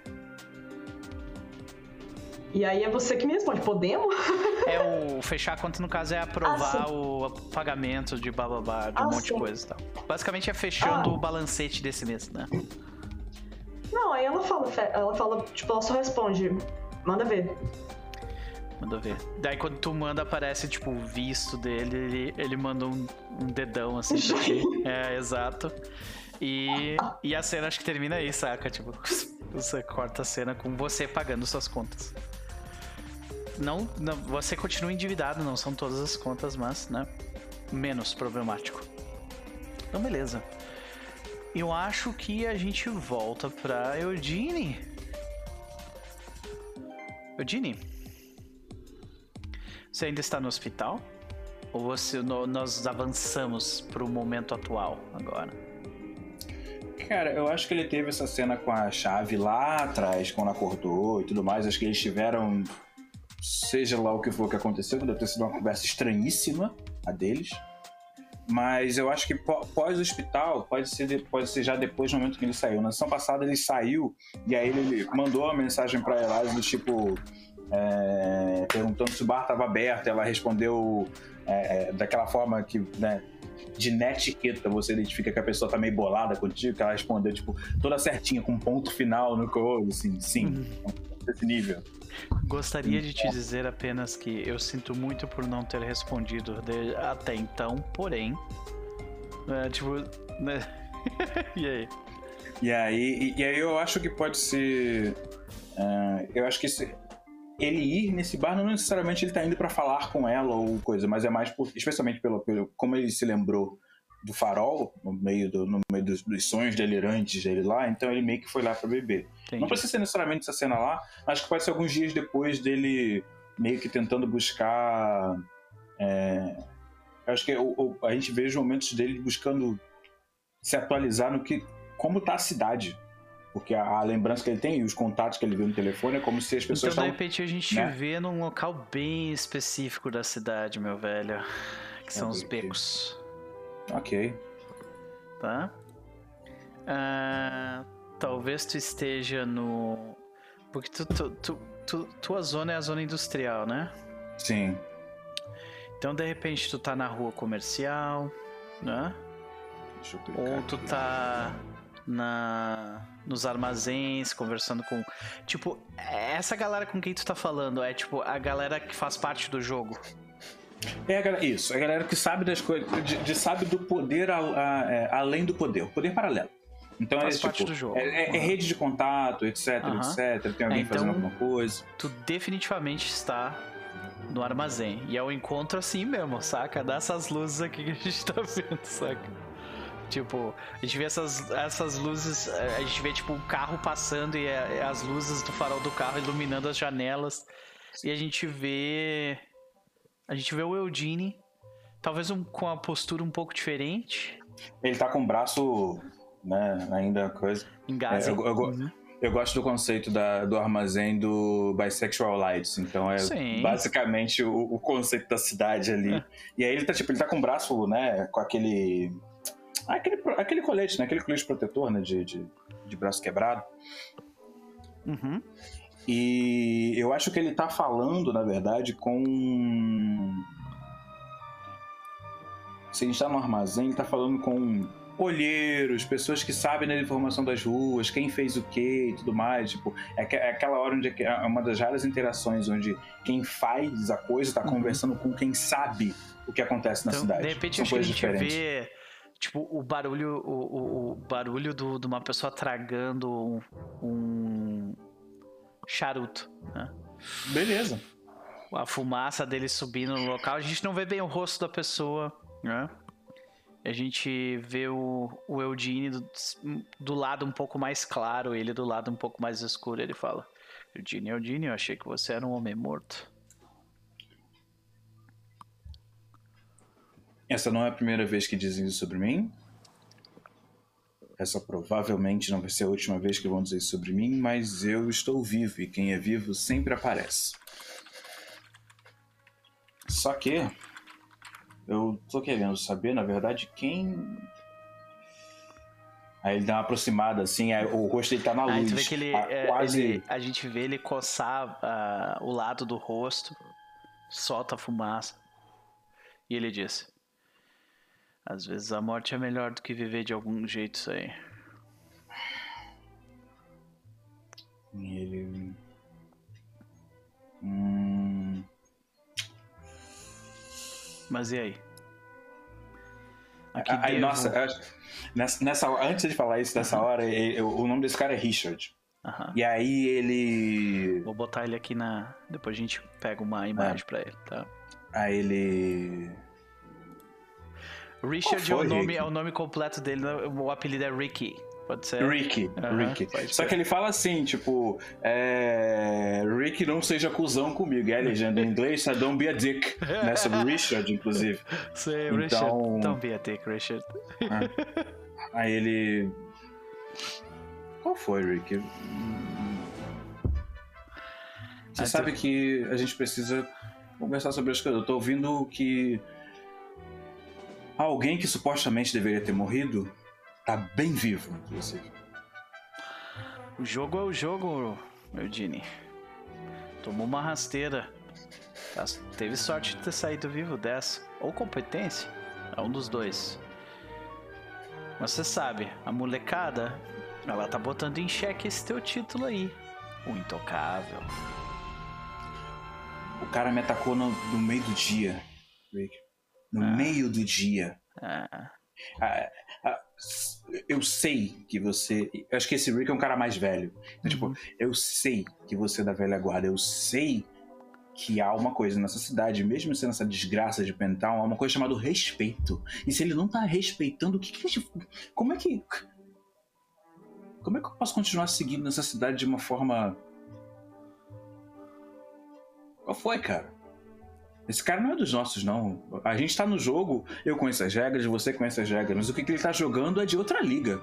E aí é você que me responde, podemos? É o fechar a conta, no caso, é aprovar Ah, sim. o pagamento de bababá, de um Ah, monte sim. de coisa e tal. Basicamente é fechando Ah. o balancete desse mês, né? Não, aí ela fala, fe- ela fala, tipo, ela só responde, manda ver. Manda ver. Daí quando tu manda, aparece, tipo, o visto dele, ele, ele manda um, um dedão assim pra ti. É, exato. E, e a cena acho que termina aí, saca? Tipo, você corta a cena com você pagando suas contas. Não, não, você continua endividado, não são todas as contas, mas, né? Menos problemático. Então, beleza. Eu acho que a gente volta pra Eugene. Eugene? Você ainda está no hospital? Ou você, no- nós avançamos pro momento atual agora? Cara, eu acho que ele teve essa cena com a chave lá atrás, quando acordou e tudo mais. Acho que eles tiveram, seja lá o que for que aconteceu, deve ter sido uma conversa estranhíssima, a deles. Mas eu acho que pós-hospital pode ser, pode ser já depois do momento que ele saiu. Na sessão passada ele saiu e aí ele mandou uma mensagem pra Eliza do tipo... É, perguntando se o bar estava aberto. Ela respondeu é, daquela forma que, né, de netiqueta, você identifica que a pessoa tá meio bolada contigo, que ela respondeu, tipo, toda certinha, com um ponto final no coro, assim, sim, uhum. Desse nível. Gostaria de te dizer apenas que eu sinto muito por não ter respondido de, até então, porém, é, tipo, né? E aí? E aí, e, e aí eu acho que pode ser, uh, eu acho que se ele ir nesse bar, não necessariamente ele tá indo pra falar com ela ou coisa, mas é mais, por, especialmente pelo, pelo como ele se lembrou do farol, no meio, do, no meio dos, dos sonhos delirantes dele lá, então ele meio que foi lá pra beber. Entendi. Não precisa ser necessariamente essa cena lá, acho que pode ser alguns dias depois dele meio que tentando buscar... É, acho que o, o, a gente vê os momentos dele buscando se atualizar no que... como tá a cidade. Porque a, a lembrança que ele tem e os contatos que ele viu no telefone é como se as pessoas... Então, de tavam, repente, a gente né? vê num local bem específico da cidade, meu velho. Que são é os becos. Ok. Tá? Ah, talvez tu esteja no... Porque tu, tu, tu, tu, tua zona é a zona industrial, né? Sim. Então, de repente, tu tá na rua comercial, né? Deixa eu clicar Ou tu aqui. tá na... nos armazéns, conversando com... Tipo, essa galera com quem tu tá falando é, tipo, a galera que faz parte do jogo. É a galera, isso, é a galera que sabe das coisas, de, de sabe do poder a, a, é, além do poder, o poder paralelo. Então faz é parte tipo, do jogo. É, é, Uhum. é rede de contato, etc, Uhum. etc. Tem alguém é, então, fazendo alguma coisa. Tu definitivamente está no armazém. E é o encontro assim mesmo, saca? Dessas luzes aqui que a gente tá vendo, saca? Tipo, a gente vê essas, essas luzes, a gente vê tipo um carro passando e as luzes do farol do carro iluminando as janelas. E a gente vê... A gente vê o Eugene, talvez um, com a postura um pouco diferente. Ele tá com o braço, né, ainda coisa. Engase. É, eu, eu, uhum. eu gosto do conceito da, do armazém do Bisexual Lights. Então é Sim. basicamente o, o conceito da cidade ali. É. E aí ele tá, tipo, ele tá com o braço, né, com aquele... Aquele, aquele colete, né? Aquele colete protetor, né? De, de, de braço quebrado. Uhum. E eu acho que ele tá falando, na verdade, com... Se a gente tá no armazém, ele tá falando com olheiros, pessoas que sabem da informação das ruas, quem fez o quê e tudo mais. Tipo, é, é aquela hora onde é uma das raras interações onde quem faz a coisa tá uhum. conversando com quem sabe o que acontece na então, cidade. De repente, São acho que a gente diferentes. vê... Tipo, o barulho, o, o, o barulho do, de uma pessoa tragando um, um charuto, né? Beleza. A fumaça dele subindo no local. A gente não vê bem o rosto da pessoa, né? A gente vê o, o Eugene do, do lado um pouco mais claro, ele do lado um pouco mais escuro. Ele fala: Eugene, Eugene, eu achei que você era um homem morto. Essa não é a primeira vez que dizem isso sobre mim. Essa provavelmente não vai ser a última vez que vão dizer isso sobre mim, mas eu estou vivo e quem é vivo sempre aparece. Só que eu tô querendo saber, na verdade, quem... Aí ele dá uma aproximada assim, aí o rosto dele tá na luz. Aí tu vê que ele, a, é, quase... ele, a gente vê ele coçar uh, o lado do rosto, solta a fumaça e ele diz: às vezes a morte é melhor do que viver de algum jeito, isso aí. E ele... Hum... Mas e aí? Aqui aí, devo... Nossa, nessa, nessa, antes de falar isso, nessa uhum. hora, ele, o nome desse cara é Richard. Uhum. E aí ele... Vou botar ele aqui na... Depois a gente pega uma imagem é. pra ele, tá? Aí ele... Richard é o, nome, é o nome completo dele, o apelido é Ricky. Pode ser? Ricky, uhum, Ricky. Só ser. Que ele fala assim, tipo, é... Ricky, não seja cuzão comigo. É a legenda em inglês, é don't be a dick. Né? Sobre Richard, inclusive. Sim, então... Richard. Don't be a dick, Richard. É. Aí ele... Qual foi, Ricky? Você Aí sabe tu... que a gente precisa conversar sobre as coisas. Eu tô ouvindo que... Alguém que supostamente deveria ter morrido tá bem vivo, inclusive. O jogo é o jogo, Eugene. Tomou uma rasteira. Teve sorte de ter saído vivo dessa. Ou competência. É um dos dois. Mas você sabe, a molecada, ela tá botando em xeque esse teu título aí. O intocável. O cara me atacou no, no meio do dia, Rick. No ah. meio do dia. Ah. Ah, ah, eu sei que você... Eu acho que esse Rick é um cara mais velho. Então, uhum. Tipo, eu sei que você é da velha guarda. Eu sei que há uma coisa nessa cidade, mesmo sendo essa desgraça de Pentown, há uma coisa chamada respeito. E se ele não tá respeitando, o que que a gente... Como é que... Como é que eu posso continuar seguindo nessa cidade de uma forma... Qual foi, cara? Esse cara não é dos nossos, não. A gente tá no jogo, eu conheço as regras, você conhece as regras, mas o que, que ele tá jogando é de outra liga.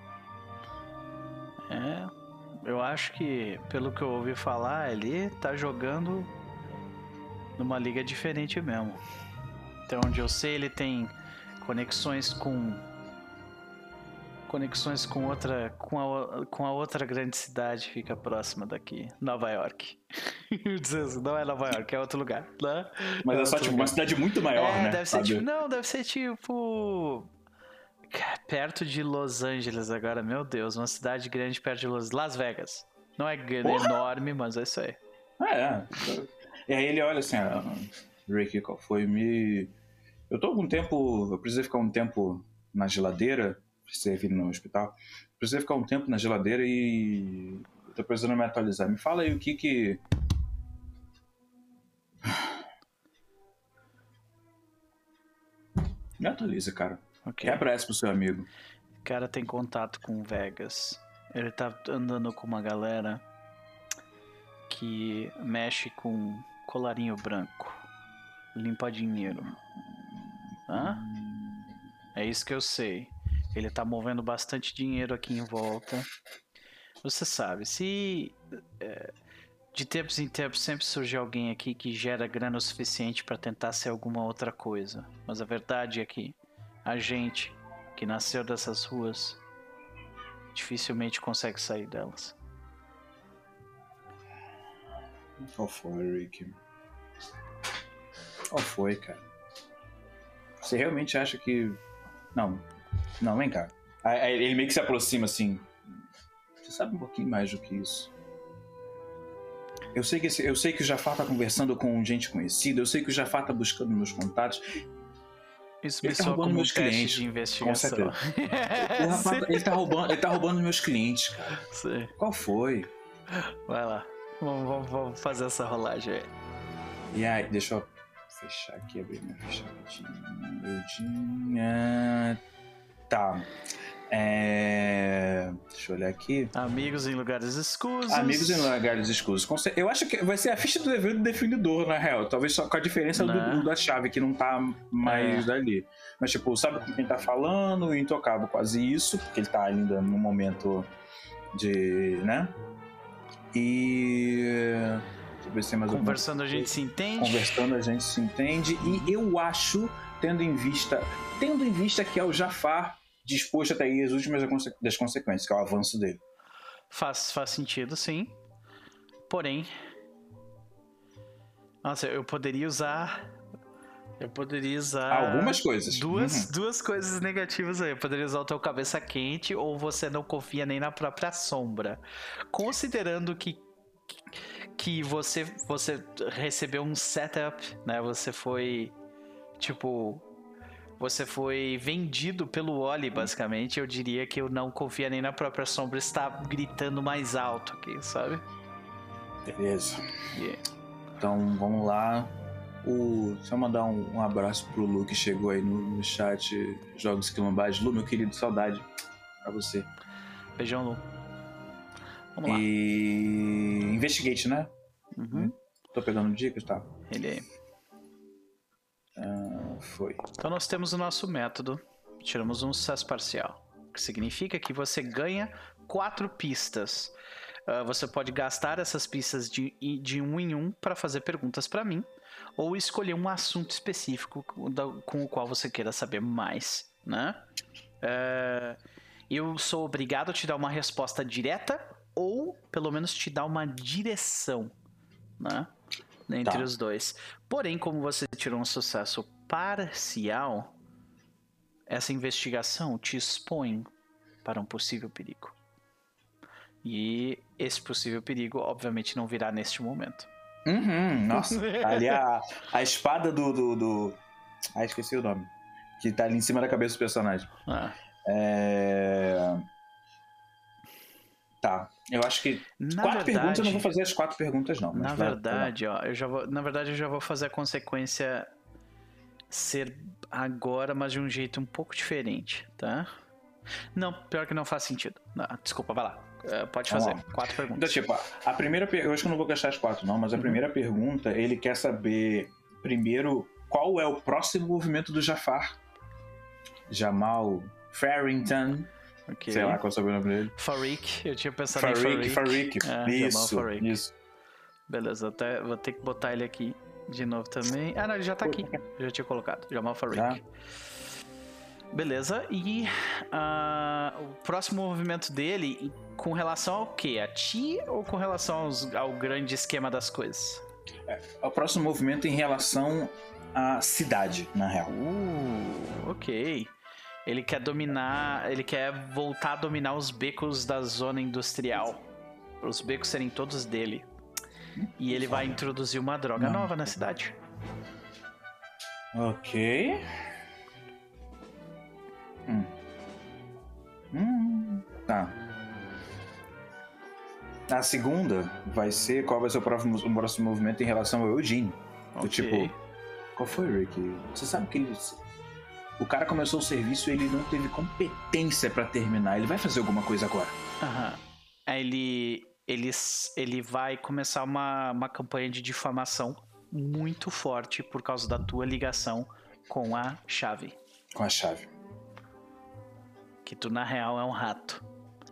É, eu acho que, pelo que eu ouvi falar, ele tá jogando numa liga diferente mesmo. Até onde eu sei, ele tem conexões com... Conexões com outra, com a, com a outra grande cidade que fica próxima daqui, Nova York. Não é Nova York, é outro lugar, né? Mas é, é só tipo uma cidade muito maior, é, né? Deve ser tipo, não, deve ser tipo perto de Los Angeles agora, meu Deus, uma cidade grande perto de Los... Las Vegas. Não é grande, enorme, mas é isso aí. Ah, é. E aí ele olha assim, ah, Rick, qual foi? Me... Eu tô algum tempo, eu precisei ficar um tempo na geladeira. Precisei vir no hospital. Precisei ficar um tempo na geladeira e eu tô precisando me atualizar. Me fala aí o que que... Me atualiza, cara. Okay. Quebra essa pro seu amigo. O cara tem contato com Vegas. Ele tá andando com uma galera que mexe com colarinho branco. Limpa dinheiro. Hã? É isso que eu sei. Ele tá movendo bastante dinheiro aqui em volta. Você sabe, se é, de tempos em tempos sempre surge alguém aqui que gera grana o suficiente para tentar ser alguma outra coisa. Mas a verdade é que a gente que nasceu dessas ruas dificilmente consegue sair delas. Qual foi, Rick? Qual foi, cara? Você realmente acha que... Não... Não, vem cá. Aí ele meio que se aproxima assim. Você sabe um pouquinho mais do que isso. Eu sei que, esse, eu sei que o Jafar tá conversando com gente conhecida. Eu sei que o Jafar tá buscando meus contatos. Isso me soa como meus um clientes de investigação. Com certeza. O rapaz, ele, tá roubando, ele tá roubando meus clientes, cara. Sim. Qual foi? Vai lá. Vamos, vamos, vamos fazer essa rolagem aí. E aí, deixa eu fechar aqui, abrir minha fechadinha. Tá. É... Deixa eu olhar aqui. Amigos em lugares escusos. Amigos em lugares escusos. Eu acho que vai ser a ficha do dever do definidor, na real. Talvez só com a diferença do, da chave, que não tá mais é. dali. Mas, tipo, sabe com quem tá falando? O Intocável, quase isso, porque ele tá ainda no momento de... né? E... Deixa eu ver se tem mais Conversando alguma... a gente se entende. Conversando a gente se entende. E eu acho, tendo em vista... Tendo em vista que é o Jafar disposto até ir às últimas das consequências, que é o avanço dele. Faz, faz sentido, sim. Porém... Nossa, eu poderia usar... Eu poderia usar... Algumas coisas. Duas, uhum. duas coisas negativas aí. Eu poderia usar o teu cabeça quente ou você não confia nem na própria sombra. Considerando que que você, você recebeu um setup, né? Você foi, tipo... Você foi vendido pelo Oli, basicamente. Eu diria que eu não confia nem na própria sombra. Está gritando mais alto aqui, sabe? Beleza. Yeah. Então, vamos lá. O... Só mandar um, um abraço pro Lu, que chegou aí no, no chat Jogos Quilombados. Lu, meu querido, saudade pra você. Beijão, Lu. Vamos lá. E... Investigate, né? Uhum. Tô pegando dicas, tá? Ele aí. Uh, foi. Então nós temos o nosso método. Tiramos um sucesso parcial, que significa que você ganha quatro pistas. Uh, você pode gastar essas pistas de, de um em um para fazer perguntas para mim, ou escolher um assunto específico com o qual você queira saber mais, né? Uh, eu sou obrigado a te dar uma resposta direta ou pelo menos te dar uma direção, né? Entre tá. os dois. Porém, como você tirou um sucesso parcial, essa investigação te expõe para um possível perigo. E esse possível perigo, obviamente, não virá neste momento. Uhum, nossa, ali a, a espada do, do, do... Ah, esqueci o nome. Que tá ali em cima da cabeça do personagem. Ah. É... Tá, eu acho que na quatro verdade, perguntas, eu não vou fazer as quatro perguntas não. Na verdade, ó, eu já vou, na verdade eu já vou fazer a consequência ser agora, mas de um jeito um pouco diferente, tá? Não, pior que não faz sentido. Não, desculpa, vai lá. Uh, pode fazer. Vamos quatro perguntas. Então, tipo, a primeira pergunta, eu acho que eu não vou gastar as quatro não, mas a uhum. primeira pergunta, ele quer saber primeiro qual é o próximo movimento do Jafar. Jamal Farrington. Okay. Sei lá qual é o sobrenome dele. Farik, eu tinha pensado Farik, em Farik. Farik. É, isso, Farik. Isso. Beleza, até vou ter que botar ele aqui de novo também. Ah, não, ele já tá aqui. Eu já tinha colocado. Jamal Farik. Ah. Beleza, e uh, o próximo movimento dele com relação ao quê? A ti ou com relação aos, ao grande esquema das coisas? É, o próximo movimento em relação à cidade, na real. Uh, ok. Ele quer dominar, ele quer voltar a dominar os becos da zona industrial. Os becos serem todos dele. E ele vai introduzir uma droga Não. nova na cidade. Ok. Hum. Hum. Tá. A segunda vai ser qual vai ser o próximo, o próximo movimento em relação ao Eugene. Okay. Tipo, qual foi, Rick? Você sabe que ele... O cara começou o serviço e ele não teve competência pra terminar. Ele vai fazer alguma coisa agora. Aham. Ele, ele, ele vai começar uma, uma campanha de difamação muito forte por causa da tua ligação com a chave. Com a chave. Que tu, na real, é um rato.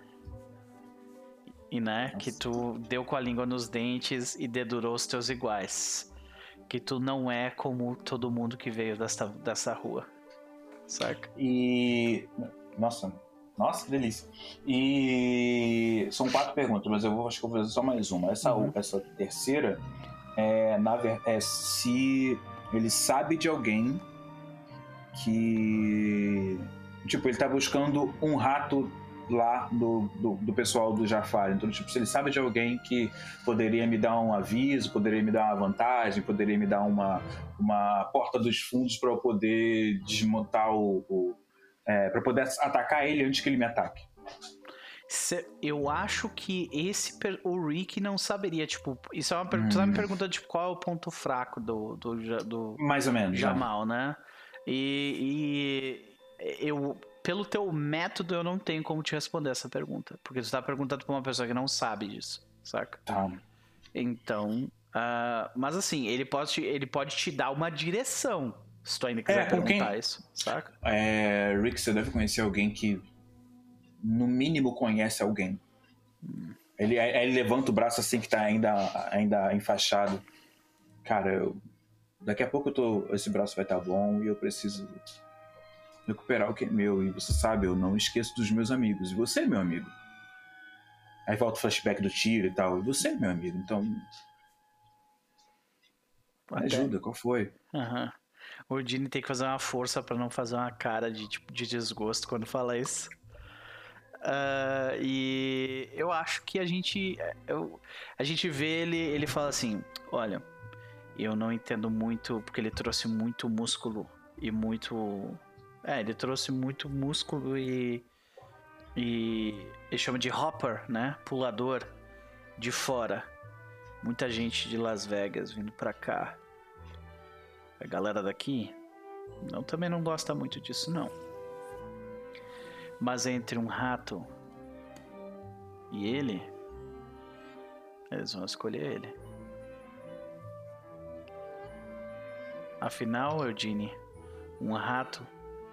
E, né, Nossa. que tu deu com a língua nos dentes e dedurou os teus iguais. Que tu não é como todo mundo que veio dessa, dessa rua. Saca? E... Nossa, nossa, que delícia. E são quatro perguntas, mas eu vou, acho que eu vou fazer só mais uma. Essa, uhum. essa terceira é, na ver... é se ele sabe de alguém que... Tipo, ele tá buscando um rato lá do, do, do pessoal do Jafar. Então, tipo, se ele sabe de alguém que poderia me dar um aviso, poderia me dar uma vantagem, poderia me dar uma, uma porta dos fundos para eu poder desmontar o... o é, para poder atacar ele antes que ele me ataque. Eu acho que esse o Rick não saberia, tipo, isso é uma pergunta, hum. você tá me perguntando tipo, qual é o ponto fraco do, do, do mais ou menos Jamal, né? né? E, e eu, pelo teu método, eu não tenho como te responder essa pergunta, porque tu tá perguntando pra uma pessoa que não sabe disso, saca? Tá. Então, uh, mas assim, ele pode, te, ele pode te dar uma direção, se tu ainda quiser é, perguntar quem... isso, saca? É, Rick, você deve conhecer alguém que no mínimo conhece alguém. Hum. Ele, ele levanta o braço assim que tá ainda, ainda enfaixado. Cara, eu, daqui a pouco eu tô, esse braço vai estar tá bom e eu preciso recuperar o que é meu. E você sabe, eu não esqueço dos meus amigos. E você é meu amigo. Aí volta o flashback do tiro e tal. E você é meu amigo, então... Me ajuda, qual foi? Aham. Uhum. O Dini tem que fazer uma força pra não fazer uma cara de, tipo, de desgosto quando fala isso. Uh, e eu acho que a gente eu, a gente vê ele, ele fala assim, olha, eu não entendo muito, porque ele trouxe muito músculo e muito... É, ele trouxe muito músculo e... E ele chama de hopper, né? Pulador de fora. Muita gente de Las Vegas vindo pra cá. A galera daqui não, também não gosta muito disso, não. Mas entre um rato e ele, eles vão escolher ele. Afinal, Eugene, um rato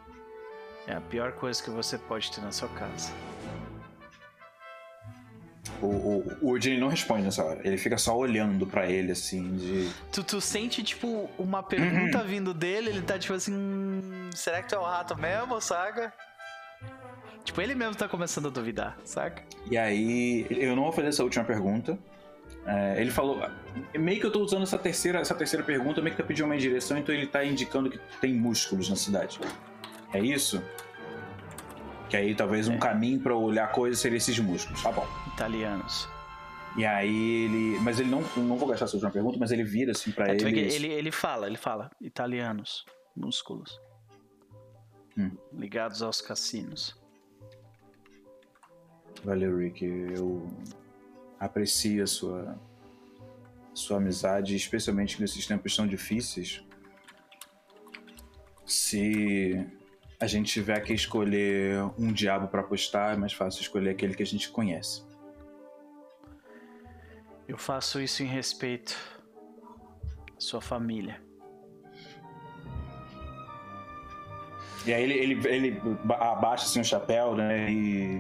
é a pior coisa que você pode ter na sua casa. O, o, o Eugene não responde nessa hora. Ele fica só olhando pra ele, assim, de... Tu, tu sente, tipo, uma pergunta uhum. vindo dele, ele tá tipo assim... Hum, será que tu é o rato mesmo, saca? Tipo, ele mesmo tá começando a duvidar, saca? E aí, eu não vou fazer essa última pergunta. É, ele falou... Meio que eu tô usando essa terceira, essa terceira pergunta, meio que tá pedindo uma direção, então ele tá indicando que tem músculos na cidade. É isso? Que aí talvez é. um caminho pra olhar coisas seria esses músculos. Tá bom. Italianos. E aí ele... Mas ele não... Não vou gastar essa última pergunta, mas ele vira assim pra é, ele... ele... Ele fala, ele fala. Italianos. Músculos. Hum. Ligados aos cassinos. Valeu, Rick. Eu aprecio a sua... Sua amizade, especialmente nesses tempos tão difíceis. Se... a gente tiver que escolher um diabo pra apostar, é mais fácil escolher aquele que a gente conhece. Eu faço isso em respeito à sua família. E aí ele, ele, ele abaixa assim o chapéu, né, e...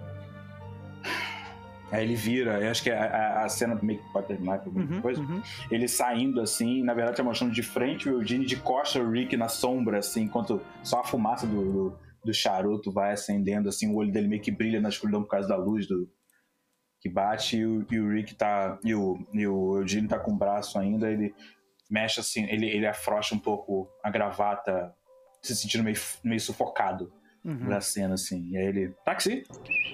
Aí ele vira, eu acho que a, a cena meio que pode terminar por alguma uhum, coisa. Uhum. Ele saindo assim, na verdade tá mostrando de frente o Eugene, de costa o Rick na sombra, assim, enquanto só a fumaça do, do, do charuto vai acendendo, assim, o olho dele meio que brilha na escuridão por causa da luz do, que bate, e o, e o Rick tá. E o, e o Eugene tá com o braço ainda, ele mexe assim, ele, ele afrouxa um pouco a gravata, se sentindo meio, meio sufocado uhum. da cena, assim. E aí ele. Táxi!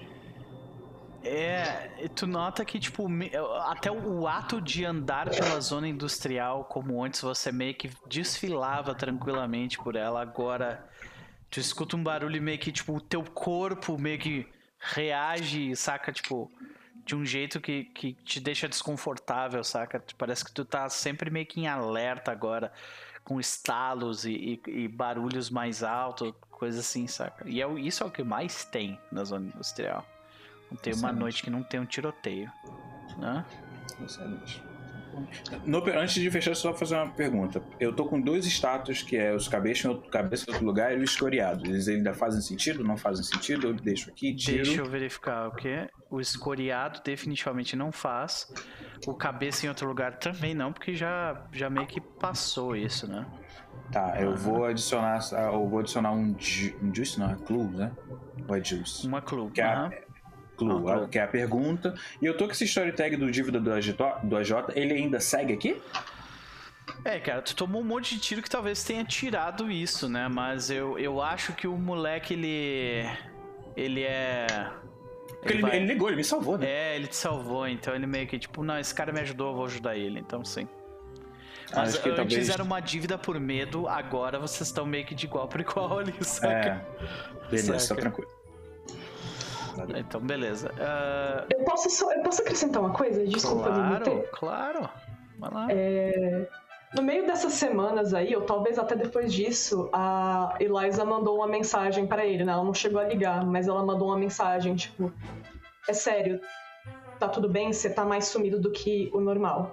É, tu nota que, tipo, até o ato de andar pela zona industrial, como antes você meio que desfilava tranquilamente por ela, agora tu escuta um barulho meio que, tipo, o teu corpo meio que reage, saca, tipo, de um jeito que, que te deixa desconfortável, saca? Parece que tu tá sempre meio que em alerta agora, com estalos e, e, e barulhos mais altos, coisa assim, saca? E é, isso é o que mais tem na zona industrial. Não tem uma Excelente. noite que não tem um tiroteio, né? Excelente. No, antes de fechar, só fazer uma pergunta. Eu tô com dois status, que é os cabeças em outro, cabeça em outro lugar e o escoriado. Eles ainda fazem sentido? Não fazem sentido? Eu deixo aqui, tiro. Deixa eu verificar o que. O escoriado definitivamente não faz. O cabeça em outro lugar também não, porque já, já meio que passou isso, né? Tá, eu uhum. vou adicionar eu vou adicionar um, ju, um juice, não, é clue, né? Ou é juice? Uma clue, que uhum. é Clue, ah, que é a pergunta. E eu tô com esse story tag do dívida do A J, do A J, ele ainda segue aqui? É, cara, tu tomou um monte de tiro que talvez tenha tirado isso, né? Mas eu, eu acho que o moleque, ele... Ele é... Ele, ele, vai... ele ligou, ele me salvou, né? É, ele te salvou, então ele meio que tipo, não, esse cara me ajudou, eu vou ajudar ele, então sim. Mas acho que antes talvez... era uma dívida por medo, agora vocês estão meio que de igual para igual ali, saca? É, beleza, saca. Tá tranquilo. Então, beleza. Uh... Eu, posso só, eu posso acrescentar uma coisa? Desculpa, Claro, claro. Vai lá. É... No meio dessas semanas aí, ou talvez até depois disso, a Eliza mandou uma mensagem pra ele, né? Ela não chegou a ligar, mas ela mandou uma mensagem, tipo... É sério, tá tudo bem? Você tá mais sumido do que o normal.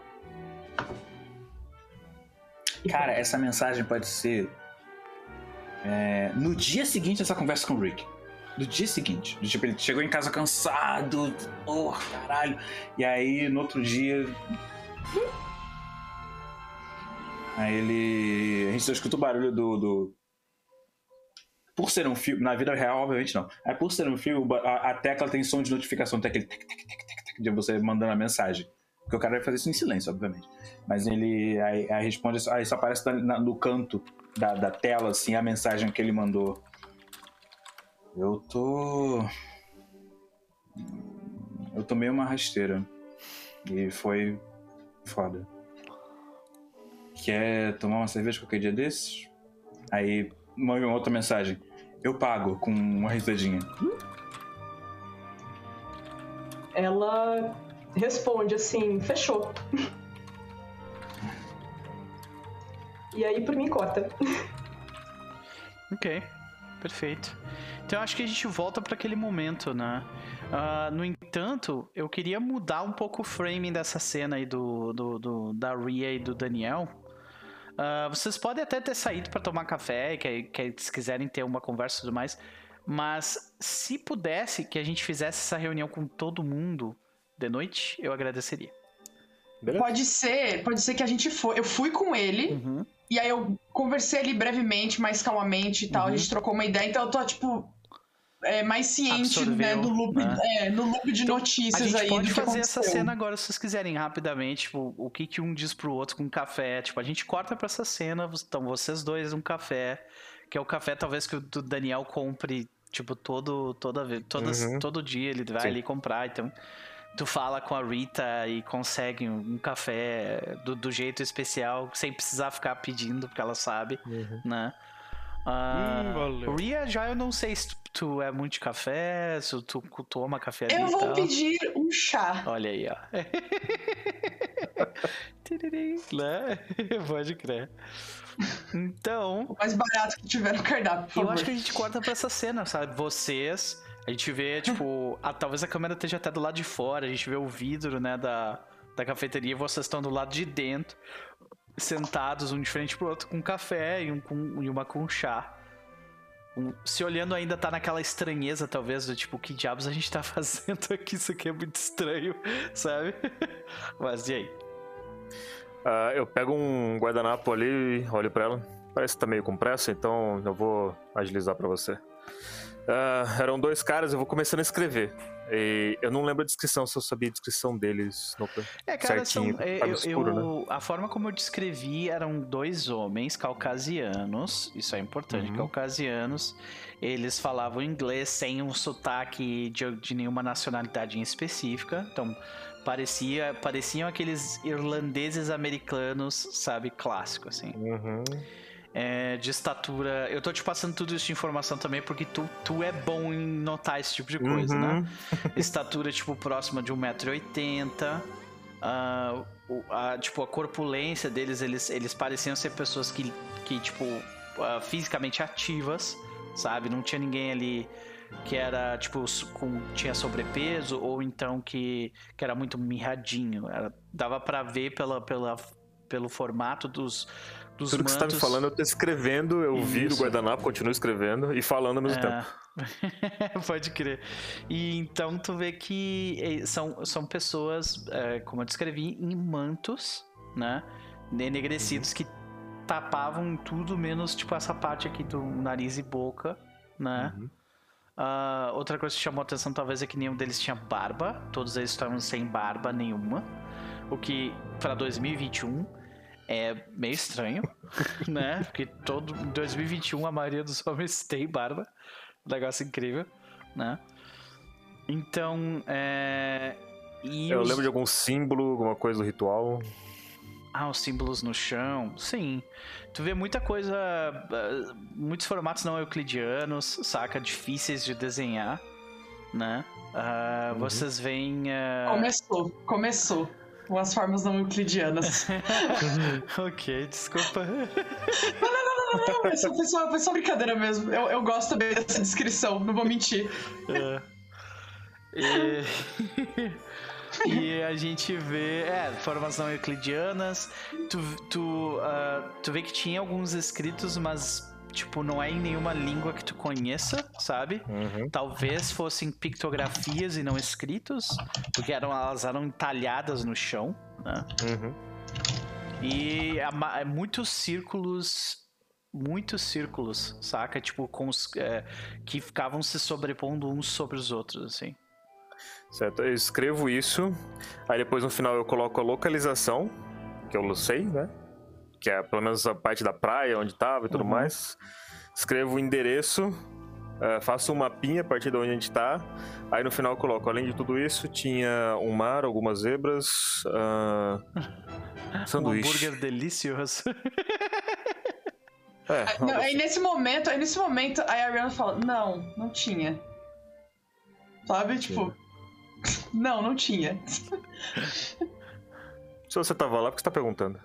Cara, essa mensagem pode ser... É, no dia seguinte dessa conversa com o Rick. Do dia seguinte. Tipo, ele chegou em casa cansado. Oh, caralho. E aí, no outro dia... Aí ele... A gente só escuta o barulho do... do... Por ser um filme... Na vida real, obviamente não. É por ser um filme, a, a tecla tem som de notificação. Tem aquele... Tec, tec, tec, tec, tec, de você mandando a mensagem. Porque o cara vai fazer isso em silêncio, obviamente. Mas ele... Aí, aí responde... Aí só aparece na, no canto da, da tela, assim, a mensagem que ele mandou. Eu tô... Eu tomei uma rasteira. E foi foda. Quer tomar uma cerveja qualquer dia desses? Aí, uma outra mensagem. Eu pago, com uma risadinha. Ela responde assim, fechou. E aí, por mim, corta. Ok, perfeito. Então eu acho que a gente volta para aquele momento, né? Uh, no entanto, eu queria mudar um pouco o framing dessa cena aí do, do, do, da Rhea e do Daniel. Uh, vocês podem até ter saído para tomar café, que, que se quiserem ter uma conversa e tudo mais. Mas se pudesse que a gente fizesse essa reunião com todo mundo de noite, eu agradeceria. Beleza? Pode ser, pode ser que a gente foi. Eu fui com ele, Uhum. e aí eu conversei ali brevemente, mais calmamente e tal. Uhum. A gente trocou uma ideia, então eu tô, tipo, é, mais ciente, Absorveu, né, do loop, né? É, no loop de Então, notícias a gente aí. pode do que fazer essa aconteceu. cena agora, se vocês quiserem, rapidamente. Tipo, o que, que um diz pro outro com café. Tipo, a gente corta pra essa cena, então vocês dois um café, que é o café talvez que o do Daniel compre, tipo, todo, toda vez, todas, Uhum. todo dia ele vai Sim. ali comprar, então... Tu fala com a Rita e consegue um, um café do, do jeito especial, sem precisar ficar pedindo, porque ela sabe, Uhum. né? Ah, Hum, valeu. Ria, já eu não sei se tu, tu é muito de café, se tu, tu toma café ali Eu e vou tal. pedir um chá. Olha aí, ó. Tiriri, né? Pode crer. Então, O mais barato que tiver no cardápio, por favor. eu acho que a gente corta pra essa cena, sabe? Vocês, a gente vê, tipo, a, talvez a câmera esteja até do lado de fora, a gente vê o vidro, né, da, da cafeteria, e vocês estão do lado de dentro, sentados um de frente pro outro, com café e, um com, e uma com chá. Um, se olhando ainda tá naquela estranheza, talvez, do tipo, que diabos a gente tá fazendo aqui? Isso aqui é muito estranho, sabe? Mas e aí? Ah, eu pego um guardanapo ali e olho pra ela. Parece que tá meio com pressa, então eu vou agilizar pra você. Ah, eram dois caras, eu vou começando a escrever. E eu não lembro a descrição, se eu sabia a descrição deles. No... É, cara, certinho, são, é, tava eu, escuro, eu- né? a forma como eu descrevi eram dois homens caucasianos, isso é importante, Uhum. caucasianos, eles falavam inglês sem um sotaque de, de nenhuma nacionalidade em específica, então parecia, pareciam aqueles irlandeses americanos, sabe, clássico, assim. Uhum. É, de estatura, eu tô te passando tudo isso de informação também porque tu, tu é bom em notar esse tipo de coisa, Uhum. né? Estatura, tipo, próxima de um metro e oitenta. Ah, o- a, tipo, a corpulência deles, eles, eles pareciam ser pessoas que, que tipo, ah, fisicamente ativas, sabe? Não tinha ninguém ali que era, tipo, su- com, tinha sobrepeso ou então que, que era muito mirradinho. Era- dava pra ver pela, pela, pelo formato dos, dos Tudo que você tá me mantos. falando, eu tô escrevendo, eu viro o Isso. guardanapo, continuo escrevendo e falando ao mesmo tempo. É, pode crer. E então tu vê que eh, são, são pessoas, eh, como eu descrevi, em mantos, né? Enegrecidos que tapavam tudo menos tipo essa parte aqui do nariz e boca, né? Uhum. Ah, outra coisa que chamou a atenção talvez é que nenhum deles tinha barba. Todos eles estavam sem barba nenhuma. O que para dois mil e vinte e um é meio estranho, né? Porque todo, em dois mil e vinte e um a maioria dos homens tem barba. Um negócio incrível, né? Então, é... e Eu os... lembro de algum símbolo, alguma coisa do ritual. Ah, os símbolos no chão, sim. Tu vê muita coisa, ah, muitos formatos não euclidianos, saca? Difíceis de desenhar, né? Ah, Uhum. Vocês veem... ah, Começou, começou. Com as formas não euclidianas. ok, desculpa. Não, foi só, foi só- foi só brincadeira mesmo. Eu, eu gosto também dessa descrição, não vou mentir. É. E... e a gente vê, é, formas não euclidianas. Tu, tu, ah, tu vê que tinha alguns escritos, mas, tipo, não é em nenhuma língua que tu conheça, sabe? Uhum. Talvez fossem pictografias e não escritos, porque eram, elas eram entalhadas no chão, né? Uhum. E a ma- é muitos círculos, muitos círculos, saca? Tipo, com os, é, que ficavam se sobrepondo uns sobre os outros, assim. Certo, eu escrevo isso, aí depois no final eu coloco a localização, que eu sei, né? Que é pelo menos a parte da praia, onde tava e tudo Uhum. mais. Escrevo o endereço, eh, faço um mapinha a partir de onde a gente tá. Aí no final eu coloco, além de tudo isso, tinha um mar, algumas zebras, ah, Um sanduíche. hambúrguer delicioso. É, Não, algo aí assim. nesse momento, aí nesse momento, a Ariana fala, não, não tinha. Sabe? Tipo, não, não tinha. Se você tava lá, por que você tá perguntando?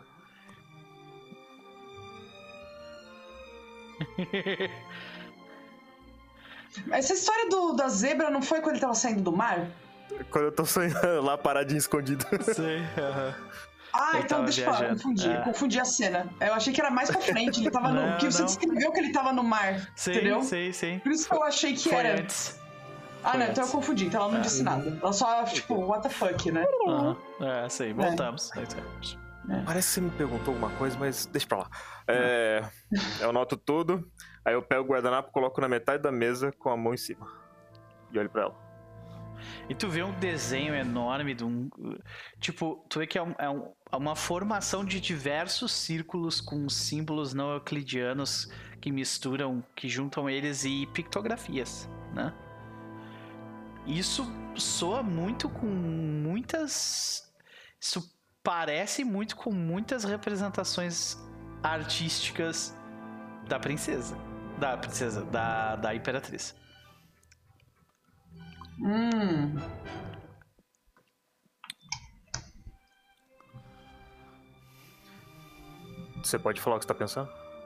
Essa história do, da zebra não foi quando ele tava saindo do mar? Quando eu tô sonhando lá paradinho escondido. Sei, aham. Ah, Ele então tava deixa eu falar, viajando. confundi, É. confundi a cena. Eu achei que era mais pra frente, ele tava no... Não, Porque você não. descreveu que ele tava no mar, Sei, entendeu? sei, sei. Por isso que eu achei que Foi era... antes. Ah, Foi não, então eu antes. confundi, então ela não disse nada. Ela só, tipo, what the fuck, né? Aham. É, sei, voltamos. Parece que você me perguntou alguma coisa, mas deixa pra lá. É, eu anoto tudo, aí eu pego o guardanapo, coloco na metade da mesa com a mão em cima. E olho pra ela. E tu vê um desenho enorme de um. Tipo, tu vê que é, um, é, um, é uma formação de diversos círculos com símbolos não euclidianos que misturam, que juntam eles e pictografias, né? Isso soa muito com muitas. Isso parece muito com muitas representações artísticas da princesa. Da princesa, da, da imperatriz. Hum. Você pode falar o que você tá pensando?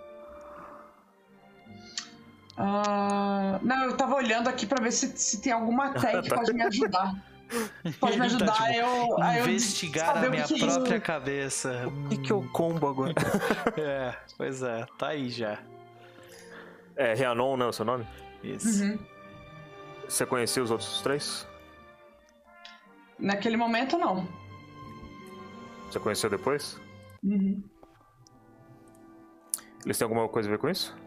Ah, não, eu tava olhando aqui pra ver se, se tem alguma tag que pode me ajudar. Pode me Ele ajudar, tá, tipo, eu, aí eu investigar saber a o minha que que é isso. própria cabeça. O que, que eu combo agora? É, pois é, tá aí já. É, Rhiannon, né, o seu nome? Isso. Uhum. Você conhecia os outros três? Naquele momento, não. Você conheceu depois? Uhum. Eles têm alguma coisa a ver com isso?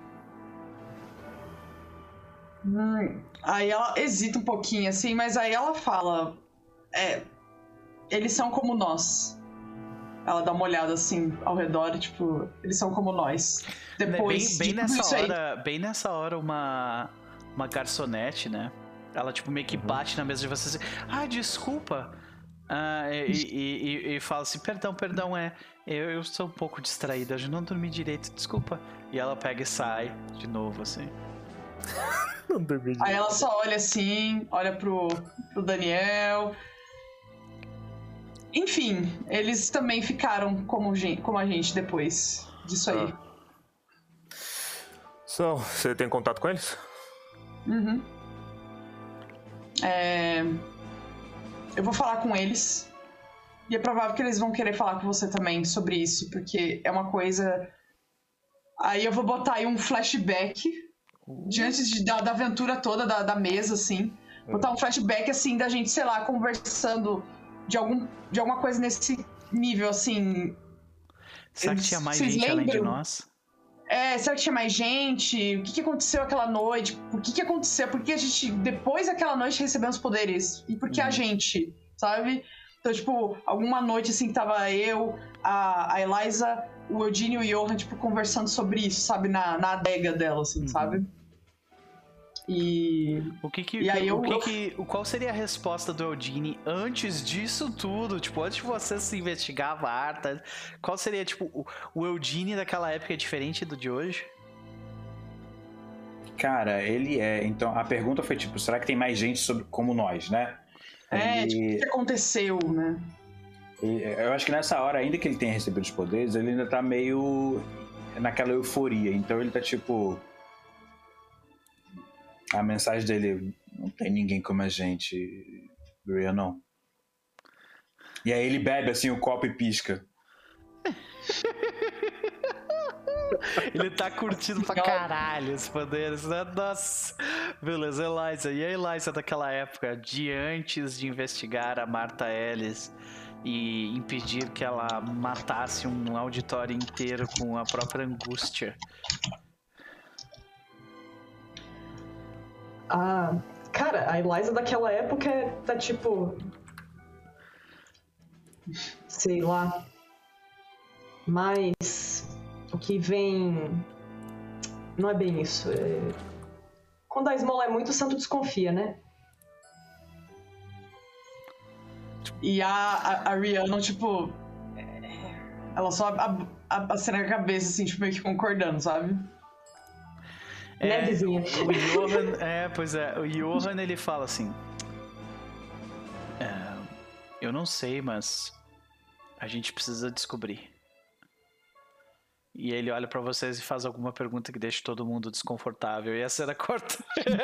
Hum. Aí ela hesita um pouquinho, assim, mas aí ela fala: É, eles são como nós. Ela dá uma olhada assim ao redor e, tipo, eles são como nós. Depois bem, bem de tudo isso nessa aí. hora, bem nessa hora uma uma garçonete, né? Ela tipo meio que bate na mesa de vocês. Assim, ah, desculpa. Ah, e, e, e, e fala assim, perdão, perdão, é, eu, eu sou um pouco distraída, eu não dormi direito, desculpa. E ela pega e sai de novo, assim. Não dormi Aí ela só olha assim, olha pro, pro Daniel. Enfim, eles também ficaram como, gen- como a gente depois disso aí. Ah. So, você tem contato com eles? Uhum. É... Eu vou falar com eles. E é provável que eles vão querer falar com você também sobre isso, porque é uma coisa. Aí eu vou botar aí um flashback diante de, da, da aventura toda da, da mesa, assim. Botar um flashback, assim, da gente, sei lá, conversando de, algum, de alguma coisa nesse nível, assim. Será que Eles- tinha mais vocês gente além de lembram? nós? É, será que tinha mais gente? O que, que aconteceu aquela noite? O que, que aconteceu? Por que a gente, depois daquela noite, recebemos poderes? E por que a gente, sabe? Então, tipo, alguma noite, assim, que tava eu, a, a Eliza, o Eugênio e o Johan, tipo, conversando sobre isso, sabe? Na, na adega dela, assim, Uhum. sabe? E... O que que, E aí o eu- que eu- que- o- qual seria a resposta do Eugene antes disso tudo? Tipo, antes de você se investigar a Marta, qual seria, tipo, o, o Eugene daquela época é diferente do de hoje? Cara, ele é. Então, a pergunta foi tipo: será que tem mais gente sobre, como nós, né? É, Ele- tipo, o que aconteceu, né? E eu acho que nessa hora, ainda que ele tenha recebido os poderes, ele ainda tá meio naquela euforia. Então ele tá tipo. A mensagem dele: não tem ninguém como a gente, Brian, não. E aí ele bebe assim o copo e pisca. Ele tá curtindo pra caralho os poderes, né? Nossa. Beleza, Eliza. E a Eliza daquela época, de antes de investigar a Marta Ellis e impedir que ela matasse um auditório inteiro com a própria angústia. Ah, cara, a Eliza daquela época tá tipo. Sei lá. Mas o que vem. Não é bem isso. É... Quando a esmola é muito, o santo desconfia, né? E a, a, a Rihanna, tipo... Ela só ab- ab- acena a cabeça, assim, tipo, meio que concordando, sabe? Né, vizinha? O Johan, é, pois é, o Johan ele fala assim: é, eu não sei, mas a gente precisa descobrir. E ele olha pra vocês e faz alguma pergunta que deixa todo mundo desconfortável e a cena corta.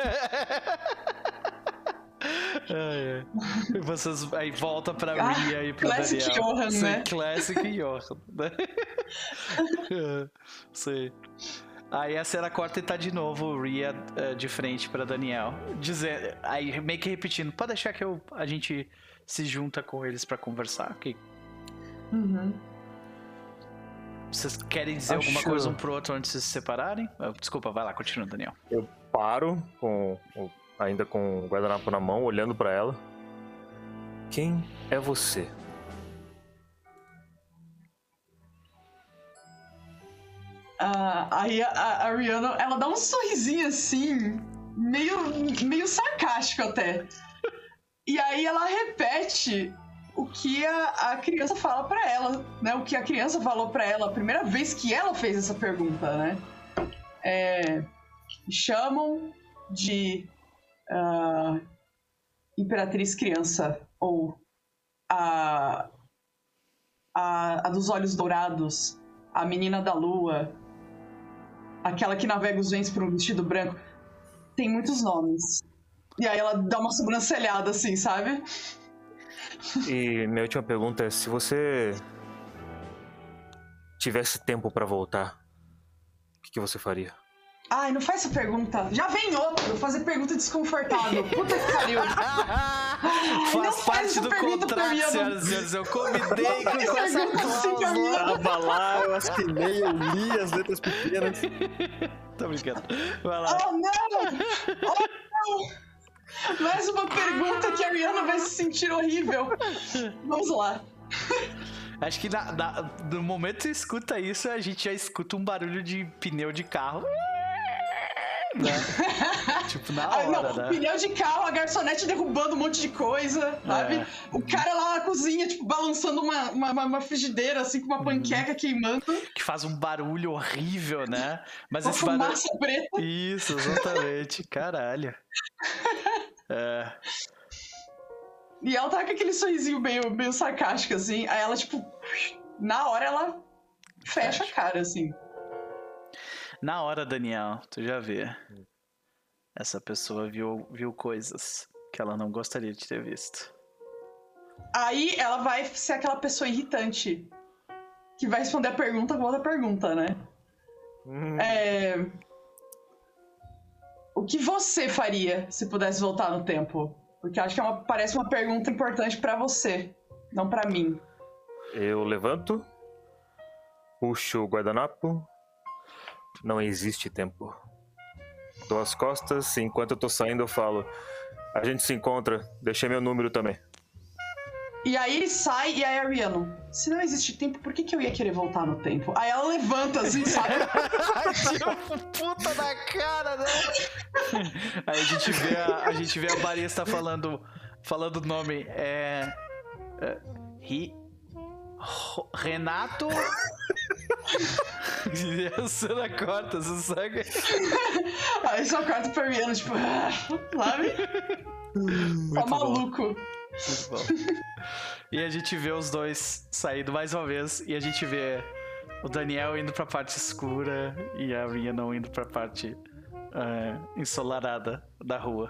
Ai, ai. E vocês aí volta pra Ah, Ria e pro classic Daniel. Johan, Sim, né? Classic Johan. Né? É, sei. Aí a cena corta e tá de novo o Rhea uh, de frente pra Daniel. Dizer, aí meio que repetindo, pode deixar que eu, a gente se junta com eles pra conversar, ok? Uhum. Vocês querem dizer Acho... alguma coisa um pro outro antes de se separarem? Desculpa, vai lá, continua, Daniel. Eu paro, com, ainda com o guardanapo na mão, olhando pra ela. Quem é você? Uh, aí a, a, a Rihanna, ela dá um sorrisinho assim, meio, meio sarcástico até. E aí ela repete o que a, a criança fala pra ela, né? O que a criança falou pra ela a primeira vez que ela fez essa pergunta, né? É, chamam de uh, Imperatriz Criança, ou a, a, a dos olhos dourados, a menina da lua, aquela que navega os ventos por um vestido branco. Tem muitos nomes. E aí ela dá uma sobrancelhada assim, sabe? E minha última pergunta é, se você tivesse tempo pra voltar, o que, que você faria? Ai, não faz essa pergunta. Já vem outro, fazer pergunta desconfortável. Puta que pariu. Ai, faz parte do contrato, senhoras e senhores. Eu convidei com, com essa cláusula. Abalar, eu assinei, eu li as letras pequenas. Tô brincando. Vai lá. Oh, não! Oh, não! Mais uma pergunta que a Rihanna vai se sentir horrível. Vamos lá. Acho que na, na, no momento que você escuta isso, a gente já escuta um barulho de pneu de carro. Né? Tipo, na hora, ah, não, né? Pneu de carro, a garçonete derrubando um monte de coisa, sabe? É. O cara lá na cozinha, tipo, balançando uma, uma, uma frigideira, assim, com uma panqueca uhum. queimando. Que faz um barulho horrível, né? Mas uma esse fumaça barulho... preta. Isso, exatamente. Caralho. É... E ela tá com aquele sorrisinho meio, meio sarcástico, assim. Aí ela, tipo, na hora ela fecha, fecha. a cara, assim. Na hora, Daniel, tu já vê. Essa pessoa viu, viu coisas que ela não gostaria de ter visto. Aí ela vai ser aquela pessoa irritante que vai responder a pergunta com outra pergunta, né? Hum. É... O que você faria se pudesse voltar no tempo? Porque acho que é uma, parece uma pergunta importante pra você, não pra mim. Eu levanto, puxo o guardanapo. Não existe tempo. Dou as costas, enquanto eu tô saindo eu falo: a gente se encontra, deixei meu número também. E aí ele sai e aí a Rihanna: se não existe tempo, por que, que eu ia querer voltar no tempo? Aí ela levanta assim, sabe? Puta da cara, né? Aí a gente vê a, a gente vê a barista falando falando o nome. É. é Ri, Renato. E a cena corta, você sabe? Aí só corta pra Rihanna, tipo, sabe? Só maluco. Muito bom. E a gente vê os dois saindo mais uma vez. E a gente vê o Daniel indo pra parte escura e a Rihanna indo pra parte uh, ensolarada da rua.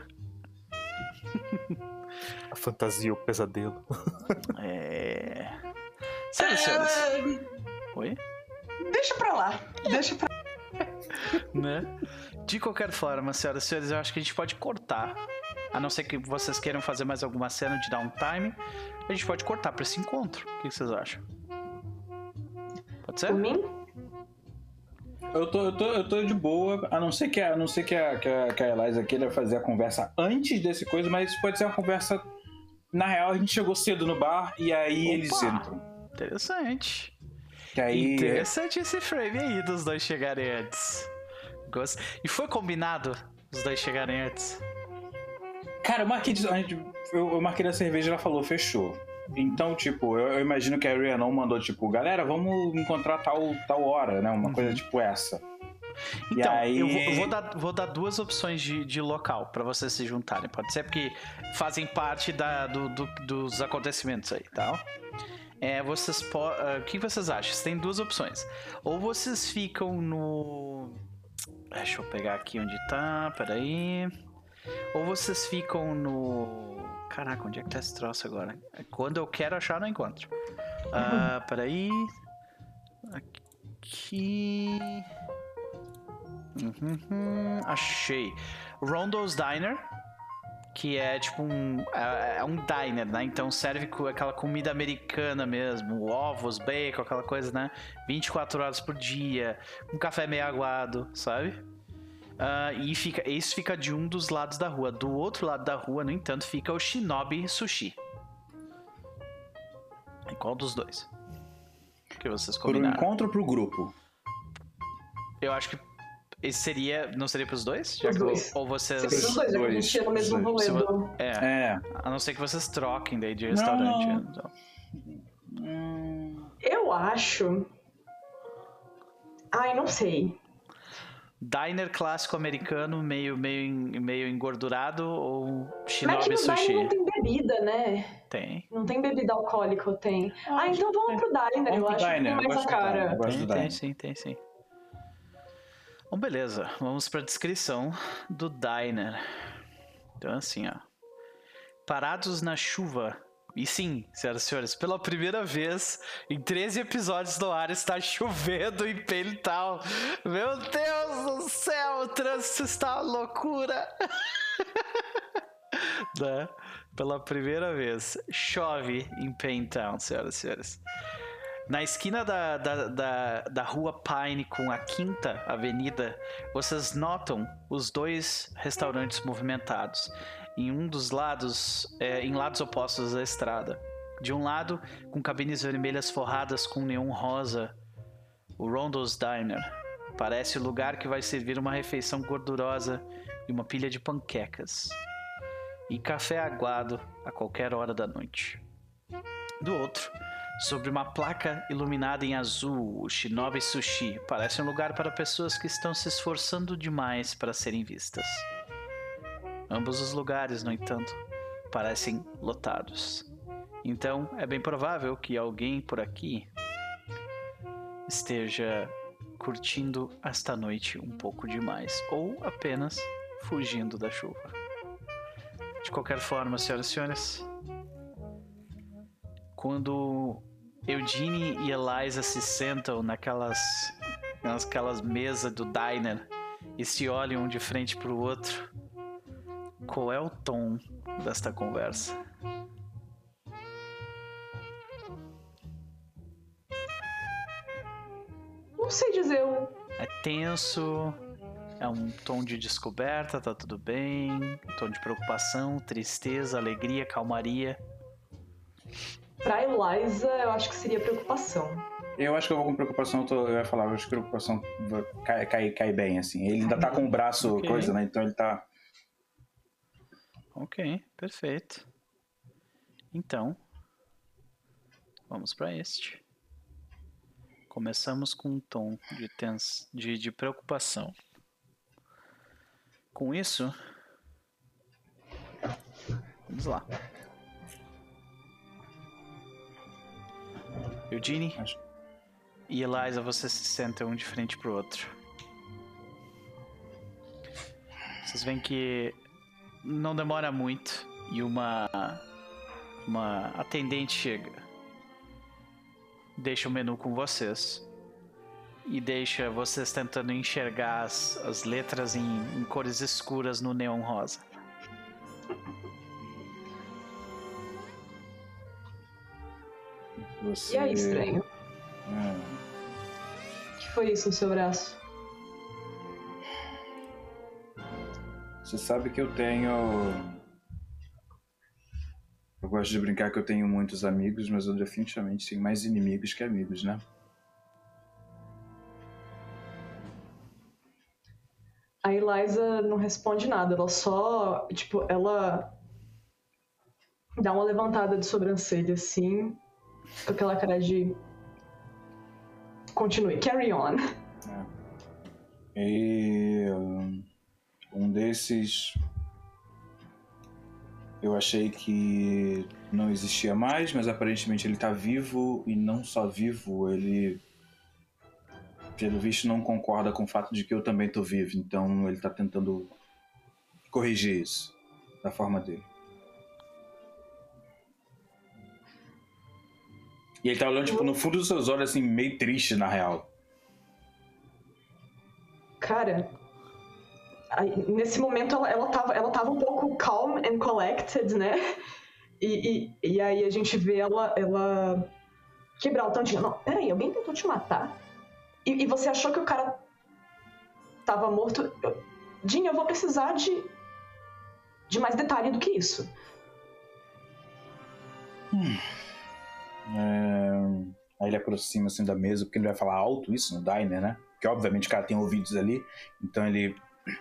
A fantasia, o pesadelo. É. Senhoras e senhores. É... Oi? Deixa pra lá. Deixa pra né? De qualquer forma, senhoras e senhores, eu acho que a gente pode cortar. A não ser que vocês queiram fazer mais alguma cena de downtime, a gente pode cortar pra esse encontro. O que vocês acham? Pode ser? Por mim? Eu tô, eu, tô, eu tô de boa, a não ser que a, a, não ser que a, que a, que a Eliza queira fazer a conversa antes desse coisa, mas pode ser uma conversa... Na real, a gente chegou cedo no bar e aí Opa, eles entram. Interessante. Que aí... Interessante esse frame aí dos dois chegarem antes. Gosto. E foi combinado os dois chegarem antes? Cara, eu marquei, de, a gente, eu, eu marquei da cerveja e ela falou, fechou. Então, tipo, eu, eu imagino que a Rihanna mandou, tipo, galera, vamos encontrar tal, tal hora, né? Uma uhum. coisa tipo essa. Então, aí... eu, vou, eu vou, dar, vou dar duas opções de, de local pra vocês se juntarem. Pode ser porque fazem parte da, do, do, dos acontecimentos aí, tá? É, vocês po... uh, o que vocês acham? Vocês têm duas opções. Ou vocês ficam no... Deixa eu pegar aqui onde tá, peraí... Ou vocês ficam no... Caraca, onde é que tá esse troço agora? Quando eu quero achar, não encontro. Ah, uh, peraí... Aqui... Uhum, achei. Rondo's Diner, que é tipo um... É, é um diner, né? Então serve com aquela comida americana mesmo. Ovos, bacon, aquela coisa, né? vinte e quatro horas por dia. Um café meio aguado, sabe? Uh, e fica, esse fica de um dos lados da rua. Do outro lado da rua, no entanto, fica o Shinobi Sushi. E qual dos dois? Que vocês combinaram? Pro encontro ou pro grupo? Eu acho que esse seria... Não seria pros dois? Já Os que, dois. Ou vocês... Se pros dois, já que a gente ia no mesmo rolê do... É, É. a não ser que vocês troquem daí de restaurante. Não. Então. Hum... Eu acho... Ai, não sei. Diner clássico americano, meio, meio, meio engordurado ou Mas Shinobi que no Sushi? diner não tem bebida, né? Tem. Não tem bebida alcoólica, ou tem? Ah, Ah, então vamos pro diner, Vamos eu pro acho diner, que tem eu mais gosto a do diner, cara. eu gosto Tem, do tem diner. sim, tem sim. Bom, beleza. Vamos pra descrição do diner. Então, assim, ó. Parados na chuva. E sim, senhoras e senhores, pela primeira vez em treze episódios no ar está chovendo em Pelital. Meu Deus do céu, o trânsito está uma loucura. Né? Pela primeira vez, chove em Paintown, senhoras e senhores. Na esquina da, da, da, da rua Pine com a Quinta Avenida, vocês notam os dois restaurantes movimentados. Em um dos lados, é, em lados opostos da estrada. De um lado, com cabines vermelhas forradas com neon rosa, o Rondo's Diner. Parece o lugar que vai servir uma refeição gordurosa e uma pilha de panquecas. E café aguado a qualquer hora da noite. Do outro, sobre uma placa iluminada em azul, o Shinobi Sushi. Parece um lugar para pessoas que estão se esforçando demais para serem vistas. Ambos os lugares, no entanto, parecem lotados. Então, é bem provável que alguém por aqui esteja curtindo esta noite um pouco demais, ou apenas fugindo da chuva. De qualquer forma, senhoras e senhores, quando Eugene e Eliza se sentam naquelas, naquelas mesas do diner e se olham um de frente para o outro, qual é o tom desta conversa? Não sei dizer. É tenso? É um tom de descoberta? Tá tudo bem? Um tom de preocupação, tristeza, alegria, calmaria? Pra Eliza, eu acho que seria preocupação. Eu acho que eu vou com preocupação, eu, tô, eu ia falar, eu acho que preocupação cai, cai, cai bem, assim. Ele ainda tá com o braço, Okay. coisa, né? Então ele tá... Ok, perfeito. Então, vamos para este. Começamos com um tom de, tens... de, de preocupação. Com isso, vamos lá. Eugene Acho... e Eliza, vocês se sentam um de frente pro outro. Vocês veem que não demora muito e uma uma atendente chega, deixa o menu com vocês e deixa vocês tentando enxergar as, as letras em, em cores escuras no neon rosa. Você... E aí, estranho? Hum. O que foi isso no seu braço? Você sabe que eu tenho... Eu gosto de brincar que eu tenho muitos amigos, mas eu definitivamente tenho mais inimigos que amigos, né? A Eliza não responde nada, ela só, tipo, ela dá uma levantada de sobrancelha, assim, com aquela cara de... Continue, carry on. É. E um desses eu achei que não existia mais, mas aparentemente ele tá vivo, e não só vivo, ele pelo visto não concorda com o fato de que eu também tô vivo, então ele tá tentando corrigir isso da forma dele. E ele tá olhando tipo no fundo dos seus olhos assim, meio triste na real. Cara, aí, nesse momento ela, ela, tava, ela tava um pouco calm and collected, né? E, e, e aí a gente vê ela, ela quebrar o tantinho. Não, peraí, alguém tentou te matar? E, e você achou que o cara tava morto? Jean, eu vou precisar de, de mais detalhe do que isso. Hum. É... Aí ele aproxima assim da mesa, porque ele vai falar alto isso no diner, né? Porque obviamente o cara tem ouvidos ali, então ele...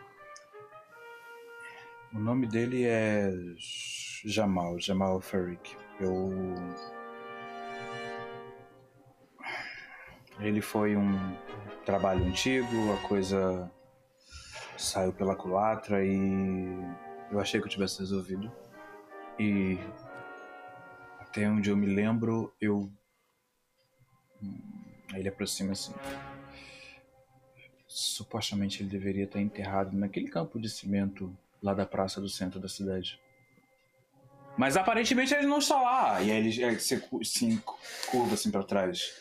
O nome dele é Jamal, Jamal Farik. Eu... Ele foi um trabalho antigo, a coisa saiu pela culatra e eu achei que eu tivesse resolvido. E até onde eu me lembro, eu... Aí ele aproxima assim. Supostamente ele deveria estar enterrado naquele campo de cimento lá da praça do centro da cidade. Mas aparentemente ele não está lá. E aí ele se, se curva assim para trás.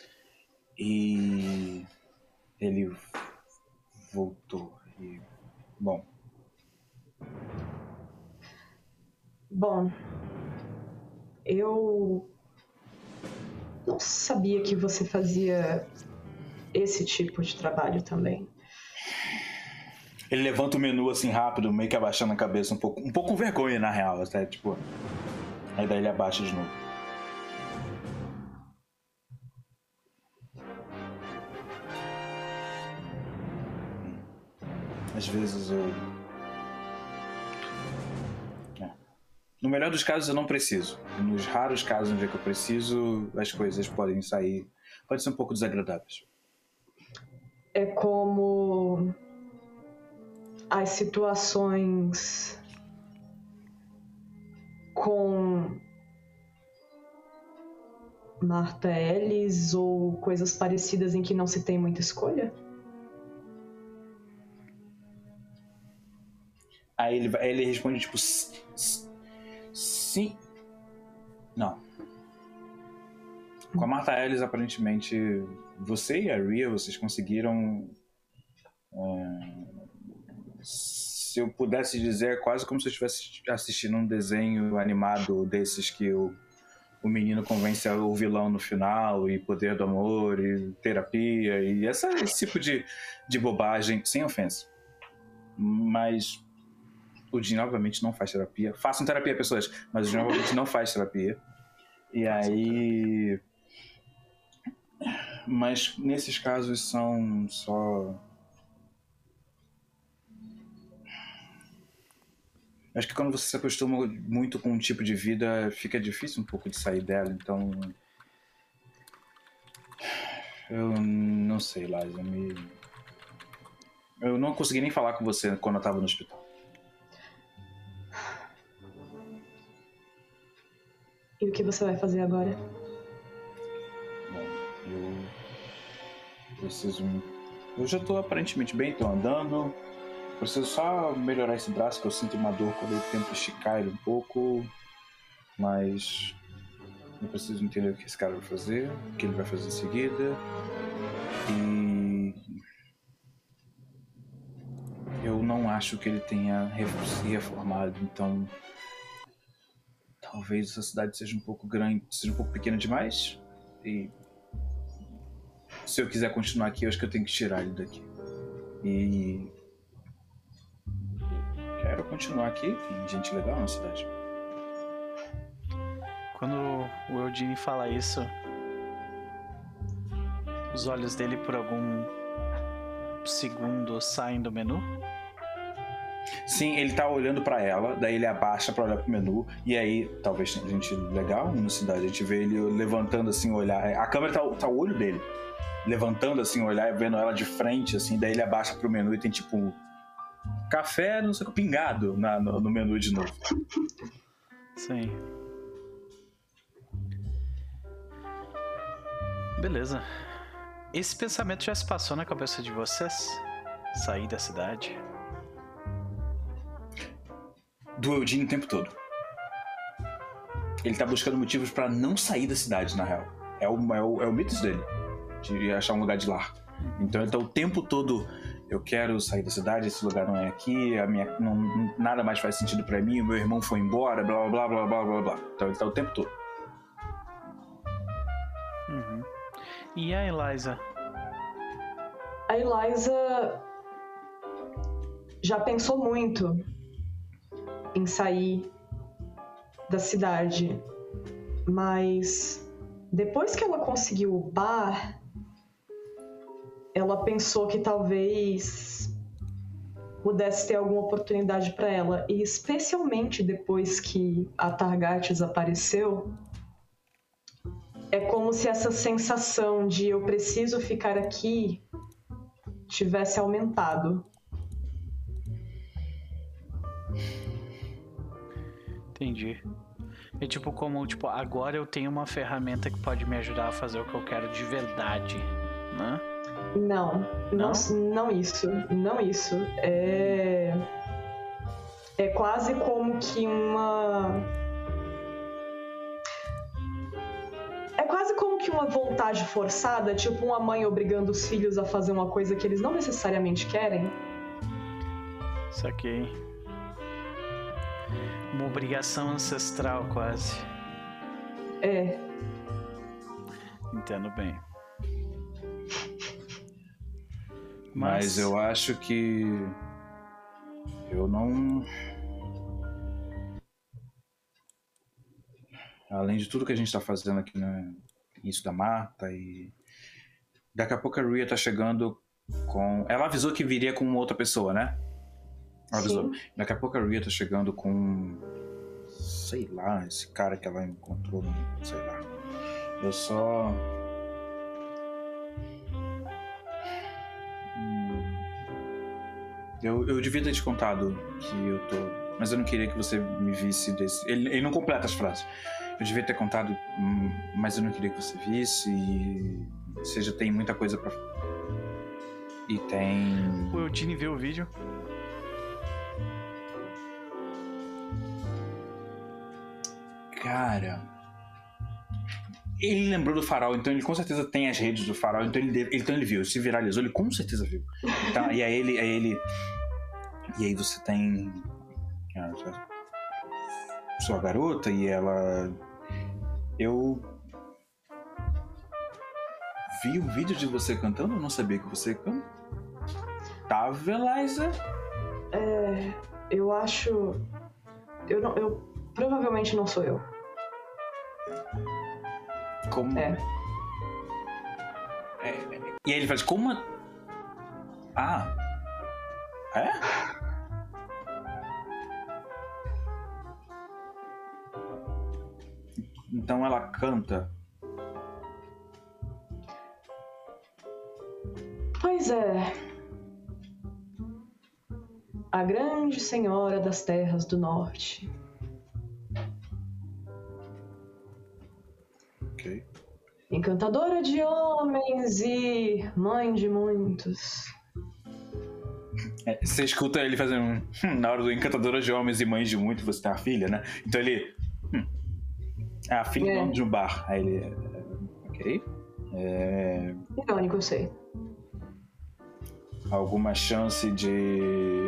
E ele voltou. E... Bom. Bom, eu não sabia que você fazia esse tipo de trabalho também. Ele levanta o menu assim rápido, meio que abaixando a cabeça, um pouco, um pouco com vergonha na real, até, tipo. Aí daí ele abaixa de novo. Às vezes eu... É. No melhor dos casos eu não preciso. Nos raros casos onde é que eu preciso, as coisas podem sair... Podem ser um pouco desagradáveis. É como... as situações com Martha Ellis ou coisas parecidas em que não se tem muita escolha? Aí ele, aí ele responde tipo... Sim. Não. Com a Martha Ellis, aparentemente, você e a Rhea, vocês conseguiram... Hum, se eu pudesse dizer, é quase como se eu estivesse assistindo um desenho animado desses que o, o menino convence o vilão no final, e poder do amor, e terapia, e essa, esse tipo de, de bobagem, sem ofensa. Mas o Jean, obviamente, não faz terapia. Façam terapia, pessoas, mas o Jean, obviamente, não faz terapia. E aí... Mas nesses casos são só... Acho que quando você se acostuma muito com um tipo de vida, fica difícil um pouco de sair dela, então... Eu não sei, Liza, eu me... Eu não consegui nem falar com você quando eu tava no hospital. E o que você vai fazer agora? Bom, eu... Preciso... Eu já tô aparentemente bem, tô andando... Preciso só melhorar esse braço, que eu sinto uma dor quando eu tento esticar ele um pouco. Mas eu preciso entender o que esse cara vai fazer, o que ele vai fazer em seguida. E eu não acho que ele tenha se reformado, então talvez essa cidade seja um pouco grande, seja um pouco pequena demais. E se eu quiser continuar aqui, eu acho que eu tenho que tirar ele daqui. E quero continuar aqui, tem gente legal na cidade. Quando o Eugene fala isso, os olhos dele por algum segundo saem do menu? Sim, ele tá olhando pra ela, daí ele abaixa pra olhar pro menu, e aí, talvez tenha gente legal na cidade, a gente vê ele levantando assim, olhar, a câmera tá, tá o olho dele, levantando assim, olhar, vendo ela de frente, assim, daí ele abaixa pro menu e tem tipo café, não sei o que, pingado na, no, no menu de novo. Sim. Beleza. Esse pensamento já se passou na cabeça de vocês? Sair da cidade? Do Eugene o tempo todo. Ele tá buscando motivos pra não sair da cidade, na real. É o, é o, é o mitos dele, de achar um lugar de lar. Então ele tá o tempo todo eu quero sair da cidade, esse lugar não é aqui, a minha, não, nada mais faz sentido pra mim, o meu irmão foi embora, blá blá blá blá blá blá. Então ele tá o tempo todo. Uhum. E a Eliza? A Eliza já pensou muito em sair da cidade, mas depois que ela conseguiu o bar, ela pensou que talvez pudesse ter alguma oportunidade para ela, e especialmente depois que a Targates apareceu, é como se essa sensação de eu preciso ficar aqui tivesse aumentado. Entendi. É tipo como, tipo, agora eu tenho uma ferramenta que pode me ajudar a fazer o que eu quero de verdade, né? Não, não, não, não isso, não isso. É, é quase como que uma... É quase como que uma vontade forçada, tipo uma mãe obrigando os filhos a fazer uma coisa que eles não necessariamente querem. Saquei. Uma obrigação ancestral, quase. É. Entendo bem. Mas... Mas eu acho que eu não... Além de tudo que a gente tá fazendo aqui no início da mata e... Daqui a pouco a Rhea tá chegando com... Ela avisou que viria com outra pessoa, né? Ela avisou. Sim. Daqui a pouco a Rhea tá chegando com... Sei lá, esse cara que ela encontrou, sei lá. Eu só... Eu, eu devia ter te contado que eu tô... Mas eu não queria que você me visse desse... Ele, ele não completa as frases. Eu devia ter contado, mas eu não queria que você visse e... Ou seja, tem muita coisa pra... E tem... O Eugene viu o vídeo? Cara... Ele lembrou do Farol, então ele com certeza tem as redes do Farol, então ele, então ele viu, se viralizou, ele com certeza viu. Então, e aí ele, aí ele... E aí você tem... Sua garota e ela... Eu... Vi um vídeo de você cantando, eu não sabia que você cantava, Eliza. É... Eu acho... Eu não... Eu... Provavelmente não sou eu. Como? É. É. E aí ele faz, como... Ah. É? Então ela canta. Pois é. A grande senhora das terras do norte. Ok. Encantadora de homens e mãe de muitos. É, você escuta ele fazendo um, hum, na hora do Encantadora de Homens e Mães de Muito, você tem uma filha, né? Então ele... Hum, é a filha É. do dono de um bar. Aí ele... é, ok. É, Irônico, eu sei. alguma chance de...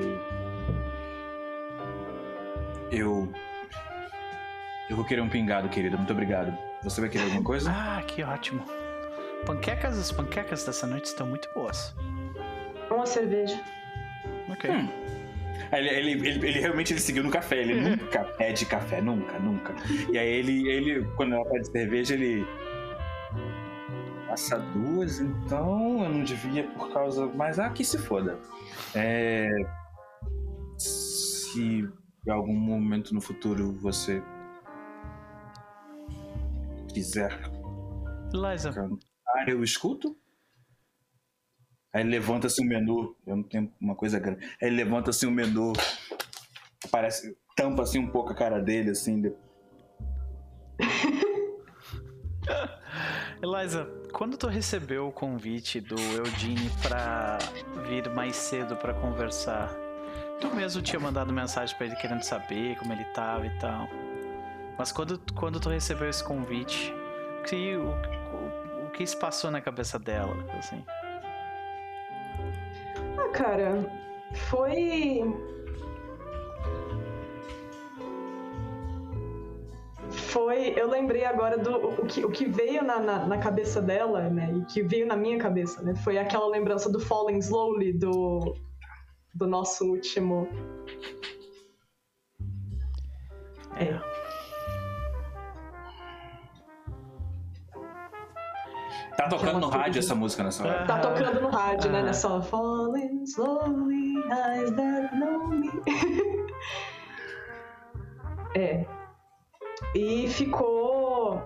Eu... Eu vou querer um pingado, querida. Muito obrigado. Você vai querer alguma coisa? Ah, que ótimo. Panquecas, as panquecas dessa noite estão muito boas. Uma cerveja. Ok. Hum. Ele, ele, ele, ele realmente ele seguiu no café, ele nunca pede café, nunca, nunca. E aí ele, ele quando ela pede cerveja, ele passa duas, então eu não devia por causa... Mas ah, que se foda. É... Se em algum momento no futuro você quiser Eliza, cantar, eu escuto. Aí levanta-se um menu, eu não tenho uma coisa grande. Aí levanta-se um menu, parece, tampa assim um pouco a cara dele, assim. De... Eliza, quando tu recebeu o convite do Eugene pra vir mais cedo pra conversar, tu mesmo tinha mandado mensagem pra ele querendo saber como ele tava e tal. Mas quando, quando tu recebeu esse convite, que, o, o, o que se passou na cabeça dela, assim? Ah, cara, foi... Foi... Eu lembrei agora do o que, o que veio na, na, na cabeça dela, né? E que veio na minha cabeça, né? Foi aquela lembrança do Falling Slowly, do, do nosso último... É. Tá tocando no rádio essa música nessa hora. Tá tocando no rádio, né? Nessa Falling Slowly, eyes that know me. É. E ficou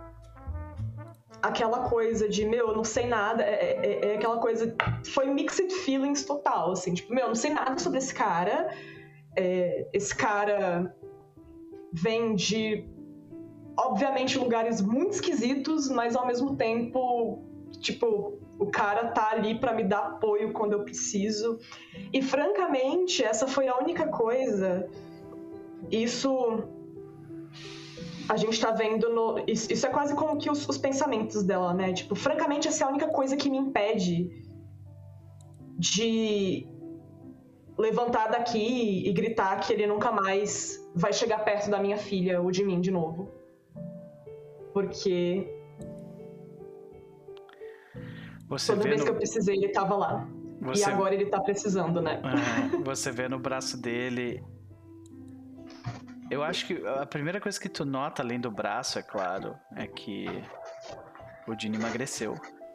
aquela coisa de, meu, eu não sei nada. É, é, é aquela coisa. Foi mixed feelings total, assim. Tipo, meu, eu não sei nada sobre esse cara. É, esse cara vem de, obviamente, lugares muito esquisitos, mas ao mesmo tempo, tipo, o cara tá ali pra me dar apoio quando eu preciso. E, francamente, essa foi a única coisa. Isso a gente tá vendo no... Isso, isso é quase como que os, os pensamentos dela, né? Tipo, francamente, essa é a única coisa que me impede de levantar daqui e gritar que ele nunca mais vai chegar perto da minha filha ou de mim de novo. Porque você toda vez no... que eu precisei, ele tava lá. Você... E agora ele tá precisando, né? Ah, você vê no braço dele... Eu acho que a primeira coisa que tu nota, além do braço, é claro, é que o Dini emagreceu.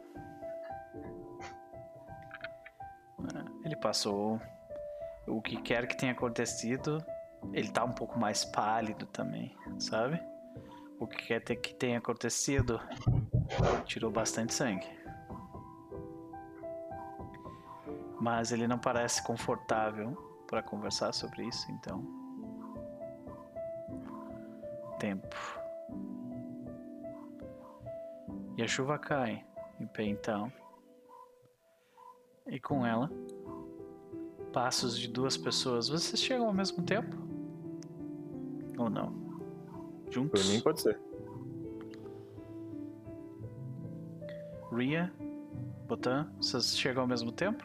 Ele passou o que quer que tenha acontecido, ele tá um pouco mais pálido também, sabe? O que quer que tenha acontecido, tirou bastante sangue. Mas ele não parece confortável para conversar sobre isso, então... Tempo. E a chuva cai em pé então. E com ela, passos de duas pessoas. Vocês chegam ao mesmo tempo? Ou não? Juntos? Por mim pode ser. Ria, Botan, vocês chegam ao mesmo tempo?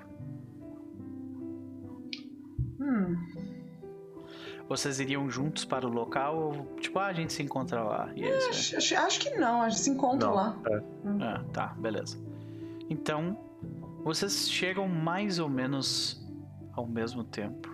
Hum... Vocês iriam juntos para o local ou, tipo, ah, a gente se encontra lá? E é isso, acho, acho, acho que não, a gente se encontra não, lá. É. Hum. Ah, tá, beleza. Então, vocês chegam mais ou menos ao mesmo tempo.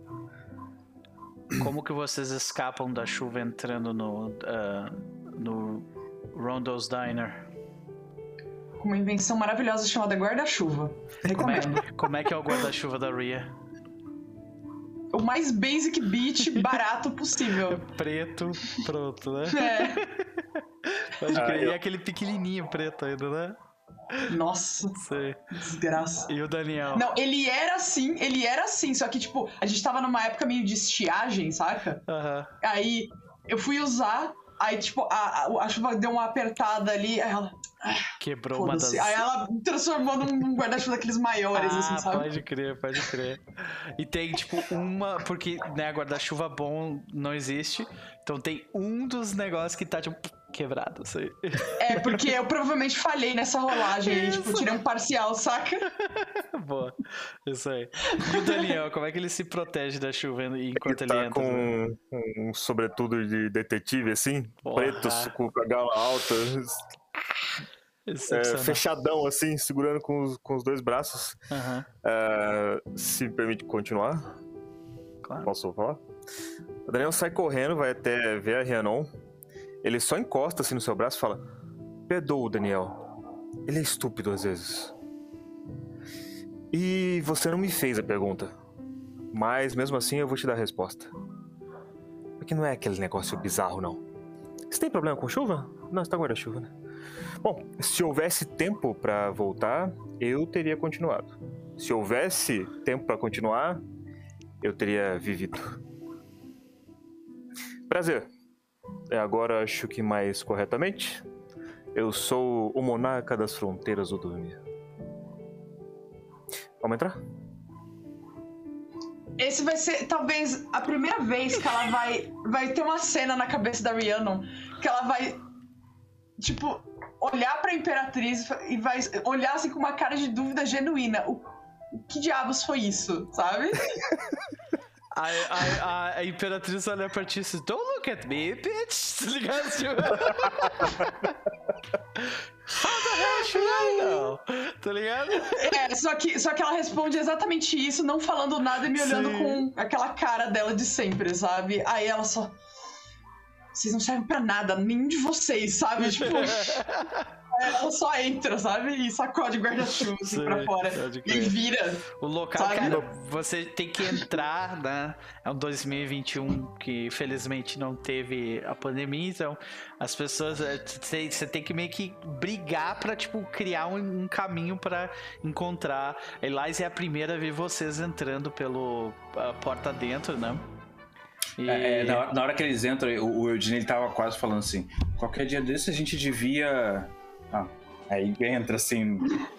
Como que vocês escapam da chuva entrando no, uh, no Rondo's Diner? Com uma invenção maravilhosa chamada guarda-chuva. Como Recomendo. é, como é que é o guarda-chuva da Ria? O mais basic beat barato possível. Preto, pronto, né? É. Pode Ah, crer. eu- E aquele pequenininho preto ainda, né? Nossa, Sei. desgraça. E o Daniel? Não, ele era assim, ele era assim, só que, tipo, a gente tava numa época meio de estiagem, saca? Aham. Aí eu fui usar, aí, tipo, a, a, a chuva deu uma apertada ali, aí ela... Quebrou uma das... Foda-se. Aí ela transformou num num guarda-chuva daqueles maiores, Ah, assim, sabe? pode crer, pode crer. E tem, tipo, uma... Porque, né, guarda-chuva bom não existe. Então tem um dos negócios que tá, tipo, quebrado, assim. É, porque eu provavelmente falhei nessa rolagem aí, tipo, Isso. tirei um parcial, saca? Boa. Isso aí. E o Daniel, como é que ele se protege da chuva enquanto Ele ele tá entra? com um, um sobretudo de detetive, assim, Porra. preto, com a gala alta, é, Excepcional. fechadão, assim, segurando com os, com os dois braços. Aham, É, se me permite continuar? claro. Posso falar? O Daniel sai correndo, vai até ver a Rhiannon. Ele só encosta assim no seu braço e fala: perdoa o Daniel. Ele é estúpido às vezes. E você não me fez a pergunta. Mas mesmo assim eu vou te dar a resposta. Porque não é aquele negócio bizarro, não. Você tem problema com chuva? Não, você tá guarda-chuva, né? Bom, se houvesse tempo pra voltar, eu teria continuado. Se houvesse tempo pra continuar, eu teria vivido. Prazer. É, agora acho que mais corretamente, eu sou o monarca das fronteiras do dormir. Vamos entrar? Esse vai ser, talvez, a primeira vez que ela vai... Vai ter uma cena na cabeça da Rhiannon que ela vai, tipo, olhar pra Imperatriz e vai olhar assim com uma cara de dúvida genuína. O, o que diabos foi isso, sabe? A, a, a, a Imperatriz olha pra ti e diz, don't look at me, bitch, tá ligado? Tipo... How the hell should I know? Tá ligado? É, só que, só que ela responde exatamente isso, não falando nada e me olhando Sim. com aquela cara dela de sempre, sabe? Aí ela só... Vocês não servem pra nada, nenhum de vocês, sabe? Tipo... Ela só entra, sabe? E sacode guarda-chuva assim Sim, pra fora. E vira. O local, sabe? Cara, você tem que entrar, né? É um dois mil e vinte e um que felizmente não teve a pandemia, então as pessoas. Você tem que meio que brigar pra, tipo, criar um, um caminho pra encontrar. A Eliza é a primeira a ver vocês entrando pelo a porta dentro, né? E... É, é, na, hora, na hora que eles entram, o, o Eugene ele tava quase falando assim: qualquer dia desse a gente devia. Ah, aí entra assim.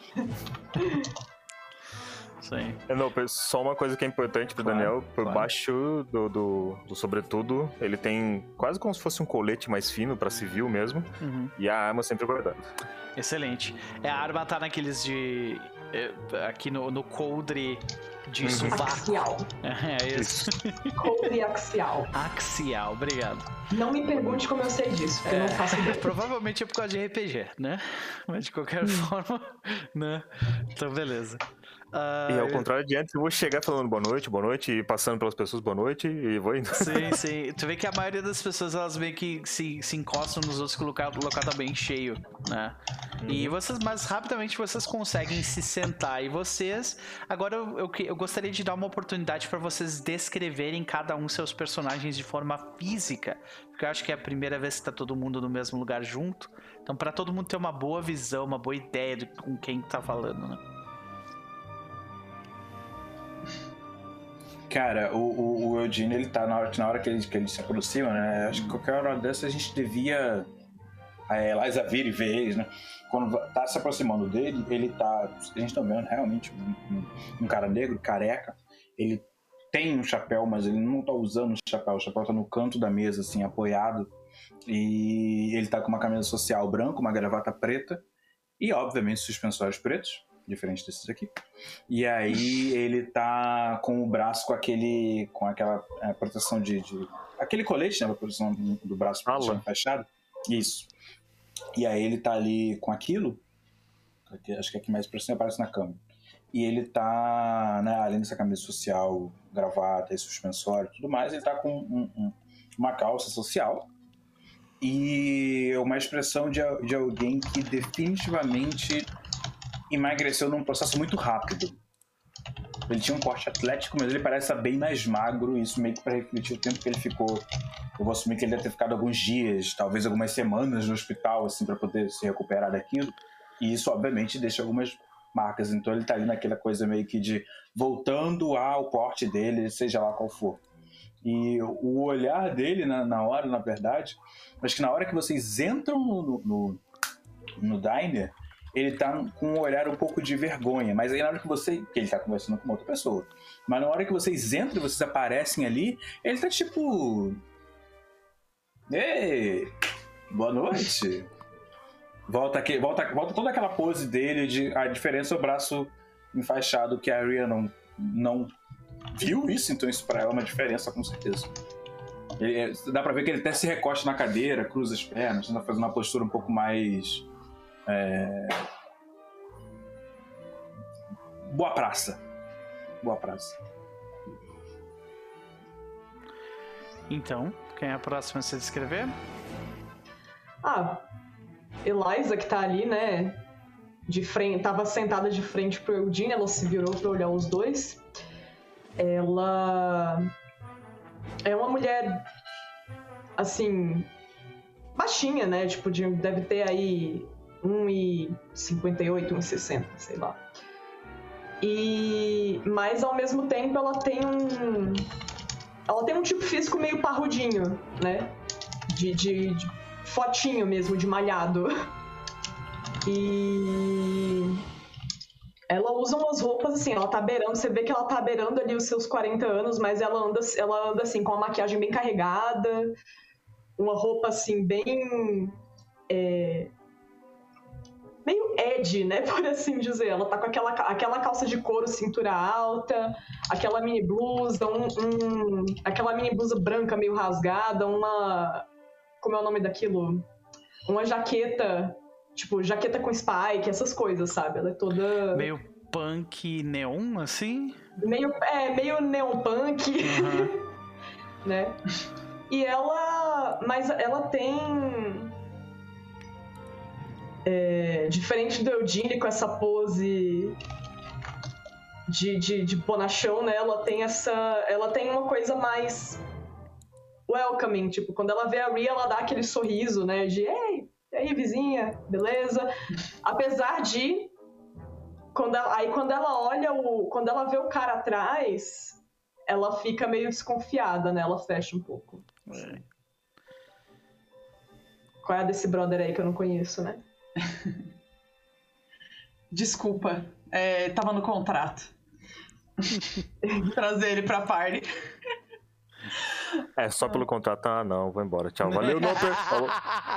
Sim. Não, só uma coisa que é importante pro claro, Daniel: por claro. baixo do, do, do sobretudo, ele tem quase como se fosse um colete mais fino pra civil mesmo. Uhum. E a arma sempre guardada. Excelente. É, a arma tá naqueles de. Aqui no, no coldre de uhum. sovaco. Axial. É isso. Coldre axial. Axial, obrigado. Não me pergunte como eu sei disso, porque é, eu não faço ideia. Provavelmente é por causa de R P G, né? Mas de qualquer hum. forma, né? Então, beleza. Uh, e ao contrário de antes, eu vou chegar falando boa noite, boa noite, e passando pelas pessoas boa noite, e vou indo. Sim, sim. Tu vê que a maioria das pessoas, elas meio que se, se encostam nos outros que o local, o local tá bem cheio, né? Uhum. E vocês, mas rapidamente vocês conseguem se sentar. E vocês, agora eu, eu, eu gostaria de dar uma oportunidade para vocês descreverem cada um seus personagens de forma física, porque eu acho que é a primeira vez que tá todo mundo no mesmo lugar junto. Então, para todo mundo ter uma boa visão, uma boa ideia de com quem tá falando, né? Cara, o, o, o Eugene, ele tá na hora, na hora que, ele, que ele se aproxima, né? Acho que qualquer hora dessa a gente devia a Eliza vir e ver eles, né? Quando tá se aproximando dele, ele tá... A gente tá vendo realmente um, um, um cara negro, careca. Ele tem um chapéu, mas ele não tá usando o chapéu. O chapéu tá no canto da mesa, assim, apoiado. E ele tá com uma camisa social branca, uma gravata preta. E, obviamente, suspensórios pretos. Diferente desses aqui. E aí ele tá com o braço com aquele com aquela é, proteção de, de aquele colete, né, a proteção do braço fechado. Isso. E aí ele tá ali com aquilo, aqui, acho que aqui mais pra cima aparece na câmera. E ele tá, né, além dessa camisa social, gravata e suspensório e tudo mais, ele tá com um, um, uma calça social e uma expressão de, de alguém que definitivamente emagreceu num processo muito rápido. Ele tinha um corte atlético, mas ele parece estar bem mais magro, e isso meio que para refletir o tempo que ele ficou. Eu vou assumir que ele deve ter ficado alguns dias, talvez algumas semanas no hospital, assim, para poder se recuperar daquilo. E isso, obviamente, deixa algumas marcas. Então ele tá ali naquela coisa meio que de voltando ao porte dele, seja lá qual for. E o olhar dele na, na hora, na verdade, acho que na hora que vocês entram no, no, no diner, ele tá com um olhar um pouco de vergonha, mas aí na hora que você... que ele tá conversando com outra pessoa, mas na hora que vocês entram e vocês aparecem ali, ele tá tipo... Ei, boa noite. Volta, aqui, volta, volta toda aquela pose dele, de, a diferença é o braço enfaixado, que a Aria não, não viu isso, então isso pra ela é uma diferença, com certeza. Ele, dá pra ver que ele até se recosta na cadeira, cruza as pernas, tenta fazer uma postura um pouco mais... É... Boa praça. Boa praça. Então, quem é a próxima a se descrever? Ah, Eliza, que tá ali, né? De frente, tava sentada de frente pro Eugene, ela se virou pra olhar os dois. Ela é uma mulher, assim, baixinha, né? Tipo, de, deve ter aí um e cinquenta e oito, um e sessenta, sei lá. E... Mas, ao mesmo tempo, ela tem um... Ela tem um tipo físico meio parrudinho, né? De, de, de fotinho mesmo, de malhado. E... Ela usa umas roupas, assim, ela tá beirando... Você vê que ela tá beirando ali os seus quarenta anos, mas ela anda, ela anda assim, com uma maquiagem bem carregada. Uma roupa, assim, bem... É... meio Ed, né, por assim dizer. Ela tá com aquela, aquela calça de couro, cintura alta, aquela mini blusa, um, um, aquela mini blusa branca meio rasgada, uma... Como é o nome daquilo? Uma jaqueta, tipo, jaqueta com spike, essas coisas, sabe? Ela é toda... Meio punk neon, assim? Meio, é, meio neon punk, Uhum. né? E ela... Mas ela tem... É, diferente do Eugene com essa pose de, de, de bonachão, né? Ela tem essa... Ela tem uma coisa mais welcoming, tipo, quando ela vê a Rhea, ela dá aquele sorriso, né? De, ei, e aí, vizinha, beleza? Apesar de... Quando ela, aí quando ela olha o... Quando ela vê o cara atrás, ela fica meio desconfiada, né? Ela fecha um pouco. É. Qual é a desse brother aí que eu não conheço, né? Desculpa, é, tava no contrato. Trazer ele pra party. É, só pelo contrato. Ah, não, vou embora. Tchau. Valeu, Noper. Falou.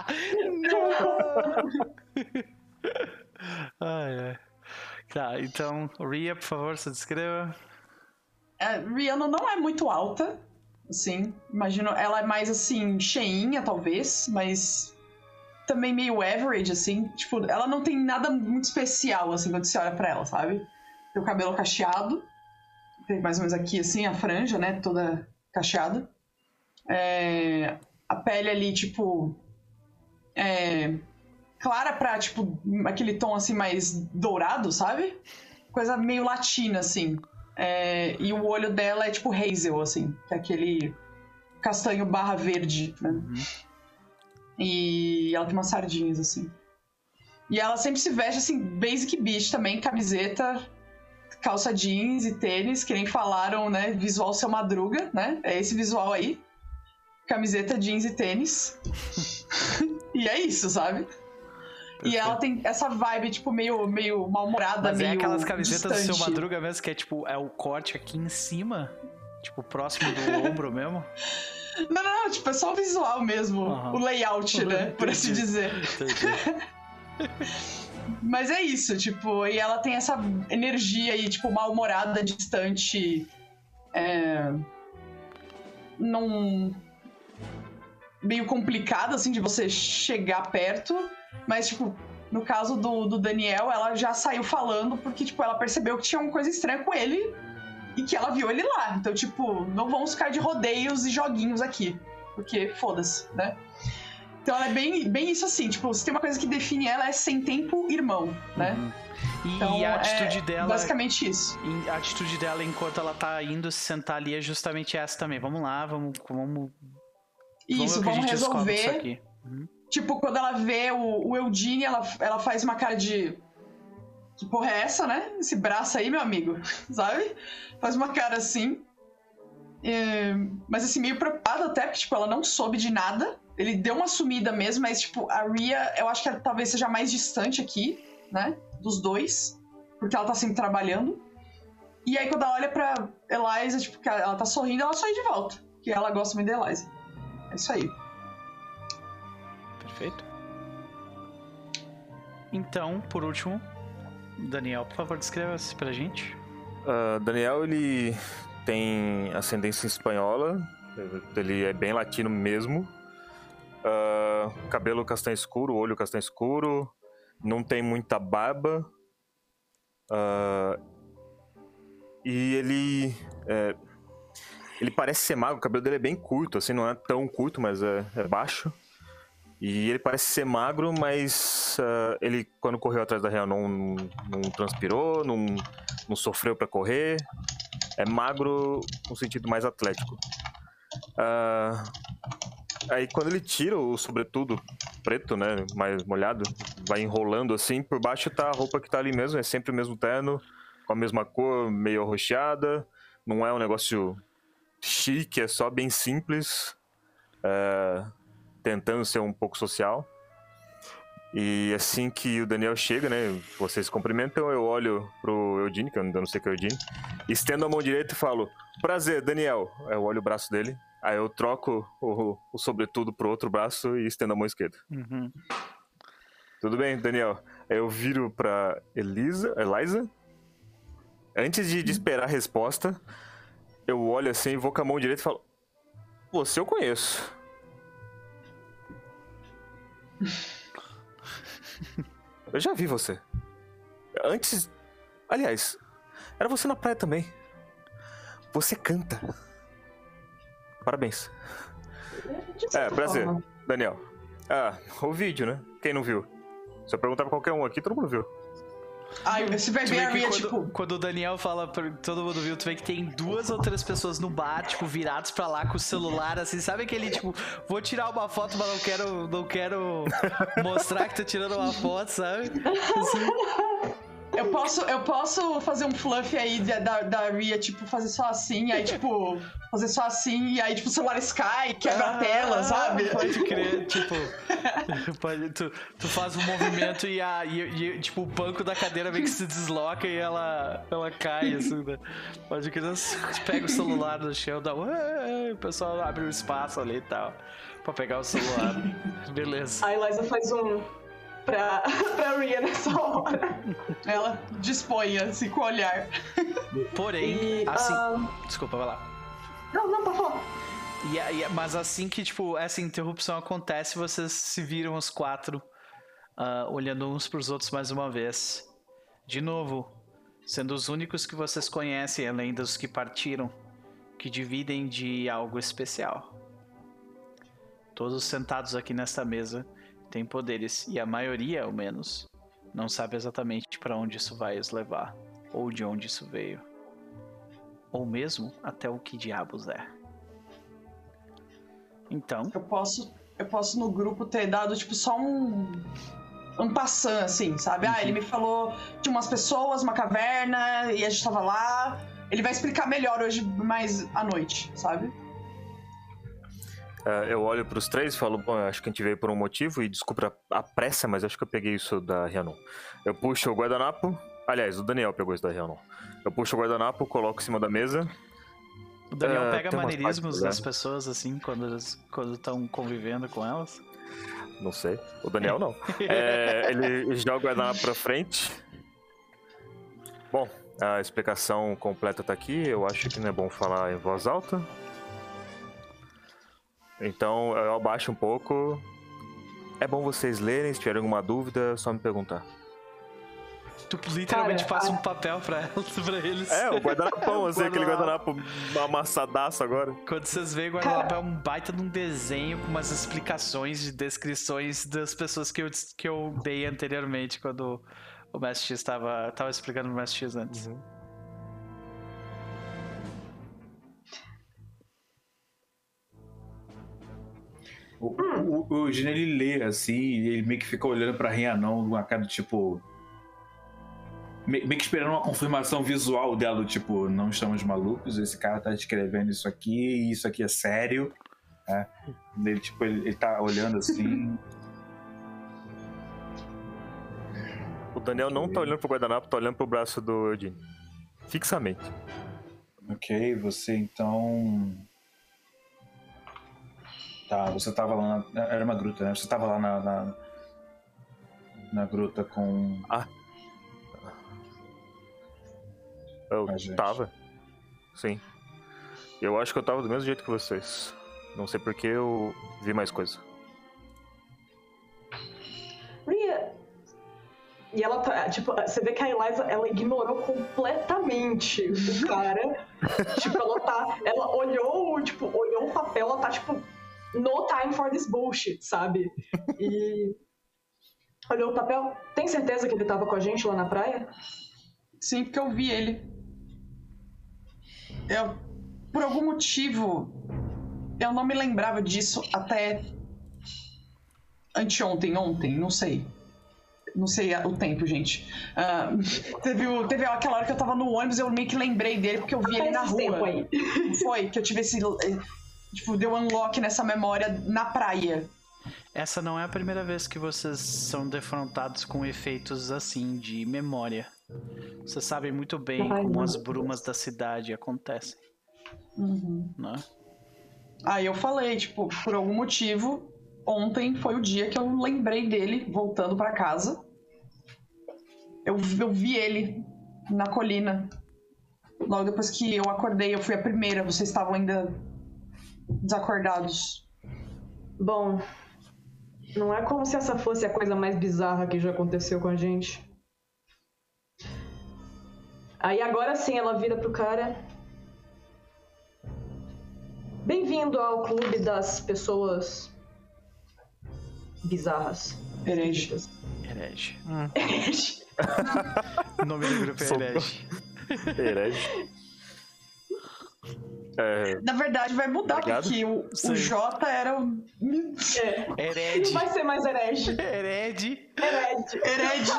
Ai, ai. Tá, então, Rhea, por favor, se descreva. A Rihanna não é muito alta, assim. Imagino, ela é mais, assim, cheinha, talvez, mas também meio average, assim. Tipo, ela não tem nada muito especial, assim, quando você olha pra ela, sabe? Tem o cabelo cacheado, tem mais ou menos aqui, assim, a franja, né, toda cacheada. É, a pele ali, tipo... É, clara pra, tipo, aquele tom, assim, mais dourado, sabe? Coisa meio latina, assim. É, e o olho dela é, tipo, hazel, assim. Que é aquele castanho barra verde, né? Uhum. E ela tem umas sardinhas, assim. E ela sempre se veste, assim, basic bitch também. Camiseta, calça jeans e tênis. Que nem falaram, né? Visual Seu Madruga, né? É esse visual aí. Camiseta, jeans e tênis. E é isso, sabe? Perfeito. E ela tem essa vibe, tipo, meio, meio mal-humorada, meio é aquelas camisetas distante. do Seu Madruga mesmo, que é, tipo, é o corte aqui em cima, tipo, próximo do ombro mesmo? Não, não, não, tipo, é só o visual mesmo, uhum. O layout, né, por assim dizer. Mas é isso, tipo, e ela tem essa energia aí, tipo, mal-humorada, distante, é... Num... meio complicado, assim, de você chegar perto, mas, tipo, no caso do, do Daniel, ela já saiu falando porque, tipo, ela percebeu que tinha uma coisa estranha com ele e que ela viu ele lá. Então, tipo, não vamos ficar de rodeios e joguinhos aqui, porque foda-se, né? Então ela é bem, bem isso assim, tipo, se tem uma coisa que define ela é sem tempo, irmão, né? Uhum. E, então, e a atitude é dela... basicamente isso. A atitude dela enquanto ela tá indo se sentar ali é justamente essa também. Vamos lá, vamos... vamos... Isso, vamos, vamos resolver. Isso aqui. Uhum. Tipo, quando ela vê o, o Eugene, ela, ela faz uma cara de... Que porra é essa, né? Esse braço aí, meu amigo, sabe? Faz uma cara assim. É, mas assim, meio preocupada até, porque tipo, ela não soube de nada. Ele deu uma sumida mesmo, mas tipo, a Rhea, eu acho que ela talvez seja mais distante aqui, né? Dos dois. Porque ela tá sempre trabalhando. E aí quando ela olha pra Eliza, tipo, que ela tá sorrindo, ela sorri de volta. Porque ela gosta muito da Eliza. É isso aí. Perfeito. Então, por último, Daniel, por favor, descreva-se pra gente. Uh, Daniel, ele tem ascendência espanhola, ele é bem latino mesmo. Uh, cabelo castanho escuro, olho castanho escuro, não tem muita barba. Uh, e ele... É, ele parece ser magro, o cabelo dele é bem curto, assim, não é tão curto, mas é, é baixo. E ele parece ser magro, mas uh, ele, quando correu atrás da Rhea, não, não transpirou, não, não sofreu pra correr. É magro no sentido mais atlético. Uh, aí, quando ele tira o sobretudo preto, né, mais molhado, vai enrolando assim, por baixo tá a roupa que tá ali mesmo, é sempre o mesmo terno, com a mesma cor, meio arroxeada. Não é um negócio chique, é só bem simples. Uh, tentando ser um pouco social. E assim que o Daniel chega, né, vocês se cumprimentam, eu olho pro Eugene, que eu ainda não sei que é o Eugene, estendo a mão direita e falo, prazer, Daniel. Aí eu olho o braço dele, aí eu troco o, o sobretudo pro outro braço e estendo a mão esquerda. Uhum. Tudo bem, Daniel. Eu viro pra Elisa, Eliza. Antes de, de esperar a resposta, eu olho assim, vou com a mão direita e falo: você eu conheço. Eu já vi você. Antes... Aliás, era você na praia também. Você canta. Parabéns. É, prazer, forma. Daniel. Ah, o vídeo, né? Quem não viu? Se eu perguntar pra qualquer um aqui, todo mundo viu. Ai, você vai ver a Ria, quando, tipo... Quando o Daniel fala pra todo mundo viu, tu vê que tem duas ou três pessoas no bar, tipo, virados pra lá com o celular, assim, sabe aquele, tipo, vou tirar uma foto, mas não quero, não quero mostrar que tô tirando uma foto, sabe? Assim. Eu posso, eu posso fazer um fluff aí da, da, da Ria, tipo, fazer só assim, aí, tipo, fazer só assim, e aí, tipo, o celular Sky, quebra ah, a tela, sabe? Pode crer, tipo, pode, tu, tu faz um movimento e, a, e, e, tipo, o banco da cadeira meio que se desloca e ela, ela cai, assim, né? Pode crer, pega o celular no chão, dá um... O pessoal abre um espaço ali e tal, pra pegar o celular. Beleza. A Eliza faz um... Pra, pra Ria nessa hora. Ela dispõe assim com o olhar. Porém, e, assim. Uh... Desculpa, vai lá. Não, não, pode falar. E, e, mas assim que, tipo, essa interrupção acontece, vocês se viram os quatro uh, olhando uns pros outros mais uma vez. De novo, sendo os únicos que vocês conhecem, além dos que partiram, que dividem de algo especial. Todos sentados aqui nesta mesa tem poderes, e a maioria, ao menos, não sabe exatamente para onde isso vai os levar, ou de onde isso veio, ou mesmo até o que diabos é. Então... Eu posso, eu posso no grupo ter dado, tipo, só um... um passant, assim, sabe? Uhum. Ah, ele me falou de umas pessoas, uma caverna, e a gente tava lá. Ele vai explicar melhor hoje, mais à noite, sabe? Uh, eu olho pros três e falo, bom, acho que a gente veio por um motivo, e desculpa a pressa, mas acho que eu peguei isso da Rhiannon. Eu puxo o guardanapo, aliás, o Daniel pegou isso da Rhiannon. Eu puxo o guardanapo, coloco em cima da mesa. O Daniel uh, pega maneirismos das pessoas, assim, quando estão convivendo com elas? Não sei, o Daniel não. é, ele joga o guardanapo pra frente. Bom, a explicação completa tá aqui, eu acho que não é bom falar em voz alta. Então, eu abaixo um pouco. É bom vocês lerem, se tiverem alguma dúvida, é só me perguntar. Tu literalmente Cara, passa a... um papel pra, pra eles. É, o guardanapão, assim, aquele guardanapo amassadaço agora. Quando vocês veem o guardanapo, é um baita de um desenho com umas explicações de descrições das pessoas que eu, que eu dei anteriormente, quando o Mestre X estava tava explicando o Mestre X antes. Uhum. O, o, o Gino, ele lê assim, e ele meio que fica olhando pra Rhiannon com uma cara do tipo... Meio que esperando uma confirmação visual dela, do tipo, não estamos malucos, esse cara tá escrevendo isso aqui, e isso aqui é sério. É. Ele, tipo, ele, ele tá olhando assim... O Daniel não tá olhando pro guardanapo, tá olhando pro braço do Eugene. Fixamente. Ok, você então... Tá, você tava lá na... Era uma gruta, né? Você tava lá na... Na, na gruta com... Ah. Eu tava. Sim. Eu acho que eu tava do mesmo jeito que vocês. Não sei porque eu vi mais coisa. Ria... E ela tá, tipo, você vê que a Eliza, ela ignorou completamente o cara. Tipo, ela tá, ela olhou, tipo, olhou o papel, ela tá, tipo, no time for this bullshit, sabe? E olhou o papel, tem certeza que ele tava com a gente lá na praia? Sim, porque eu vi ele. Eu, por algum motivo, eu não me lembrava disso até anteontem, ontem, não sei. Não sei o tempo, gente. Uh, teve, o, teve aquela hora que eu tava no ônibus, eu meio que lembrei dele, porque eu vi ele na rua. Aí. Foi, que eu tive esse... Tipo, deu unlock nessa memória na praia. Essa não é a primeira vez que vocês são defrontados com efeitos assim, de memória. Vocês sabem muito bem Ai, como as brumas da cidade acontecem. Uhum. Né? Aí eu falei, tipo, por algum motivo... ontem foi o dia que eu lembrei dele voltando pra casa. Eu, eu vi ele na colina. Logo depois que eu acordei, eu fui a primeira. Vocês estavam ainda desacordados. Bom, não é como se essa fosse a coisa mais bizarra que já aconteceu com a gente. Aí agora sim ela vira pro cara. Bem-vindo ao clube das pessoas bizarras. Herege. Herege. Hum. Herege. O nome do grupo é Herege. Herege. É... Na verdade, vai mudar, Obrigado. porque o, o J era o. É. Herege. Não vai ser mais herege. Herege. Herege. Herege.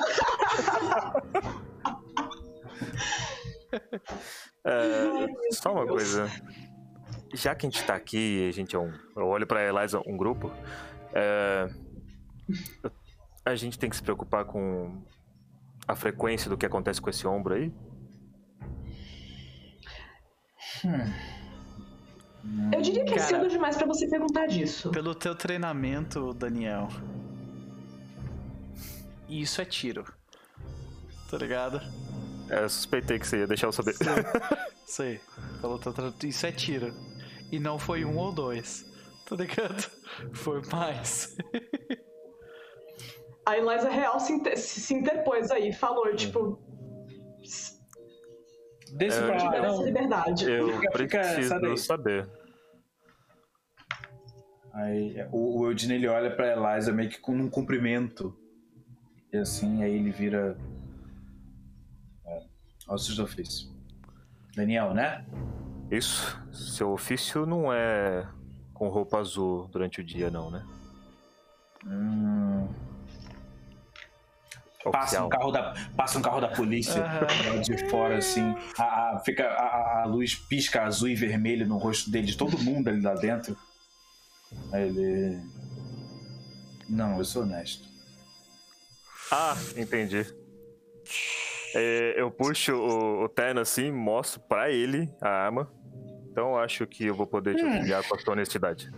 É, só uma coisa. Já que a gente tá aqui, a gente é um. Eu olho pra Eliza, um grupo. É, a gente tem que se preocupar com a frequência do que acontece com esse ombro aí? Hum. Eu diria que é Cara, cedo demais pra você perguntar disso. Pelo teu treinamento, Daniel. Isso é tiro. Tá ligado? É, eu suspeitei que você ia deixar eu saber. Sei. Pelo teu tre... Isso é tiro. E não foi um ou dois. Tá ligado? Foi mais. A Eliza Real se, inter... se interpôs aí, falou, tipo. Desse É, pra lá, Libera essa não. liberdade. Eu Fica- fica essa preciso daí. saber. Aí o, o Eudine, ele olha pra Eliza meio que com um cumprimento. E assim, aí ele vira... É, ossos do ofício. Daniel, né? Isso. Seu ofício não é com roupa azul durante o dia, não, né? Hum... Passa Oficial. um, carro da, passa um carro da polícia Aham. de fora, assim. A, a- fica, a, a luz pisca azul e vermelho no rosto dele, de todo mundo ali lá dentro. Aí ele... Não, eu sou honesto. Ah, entendi. É, eu puxo o, o terno assim, mostro pra ele a arma. Então eu acho que eu vou poder te auxiliar com a sua honestidade.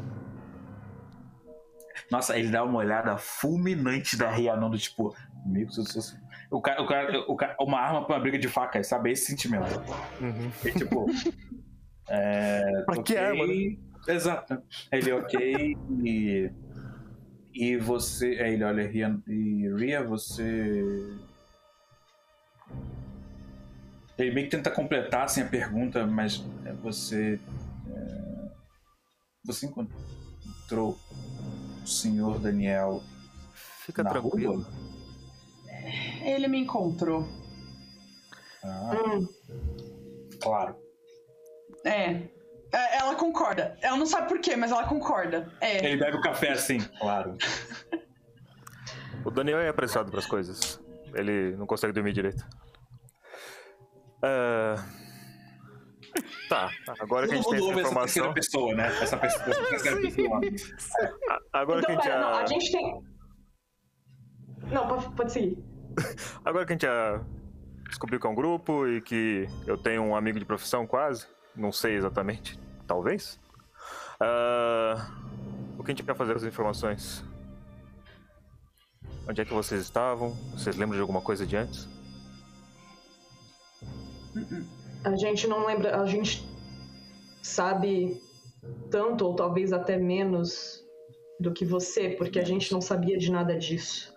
Nossa, ele dá uma olhada fulminante da Rianon do tipo... Amigos, eu sou... O cara, o cara, o cara, uma arma pra uma briga de facas, sabe? Esse sentimento. Uhum. E, tipo... É, Pra que ok. arma, né? Exato. Ele, ok, e... E você... Aí ele olha, Ria, e Ria, você... Ele meio que tenta completar assim, a pergunta, mas é, você... É, você encontrou o senhor Daniel Fica na tranquilo. rua? Ele me encontrou. Ah, Hum. claro. É. É, ela concorda. Ela não sabe por quê, mas ela concorda. É. Ele bebe o café assim, claro. O Daniel é apressado pras coisas. Ele não consegue dormir direito. É... Tá, agora que a gente Todo tem mundo essa ouve essa terceira informação. pessoa, né? Essa pessoa, essa terceira pessoa. a- Agora que a Então, gente pera, não, já. a gente tem. Não, pode, pode seguir. Agora que a gente já descobriu que é um grupo e que eu tenho um amigo de profissão quase, não sei exatamente, talvez. Ah, o que a gente quer fazer com as informações? Onde é que vocês estavam? Vocês lembram de alguma coisa de antes? A gente não lembra. A gente sabe tanto, ou talvez até menos, do que você, porque a gente não sabia de nada disso.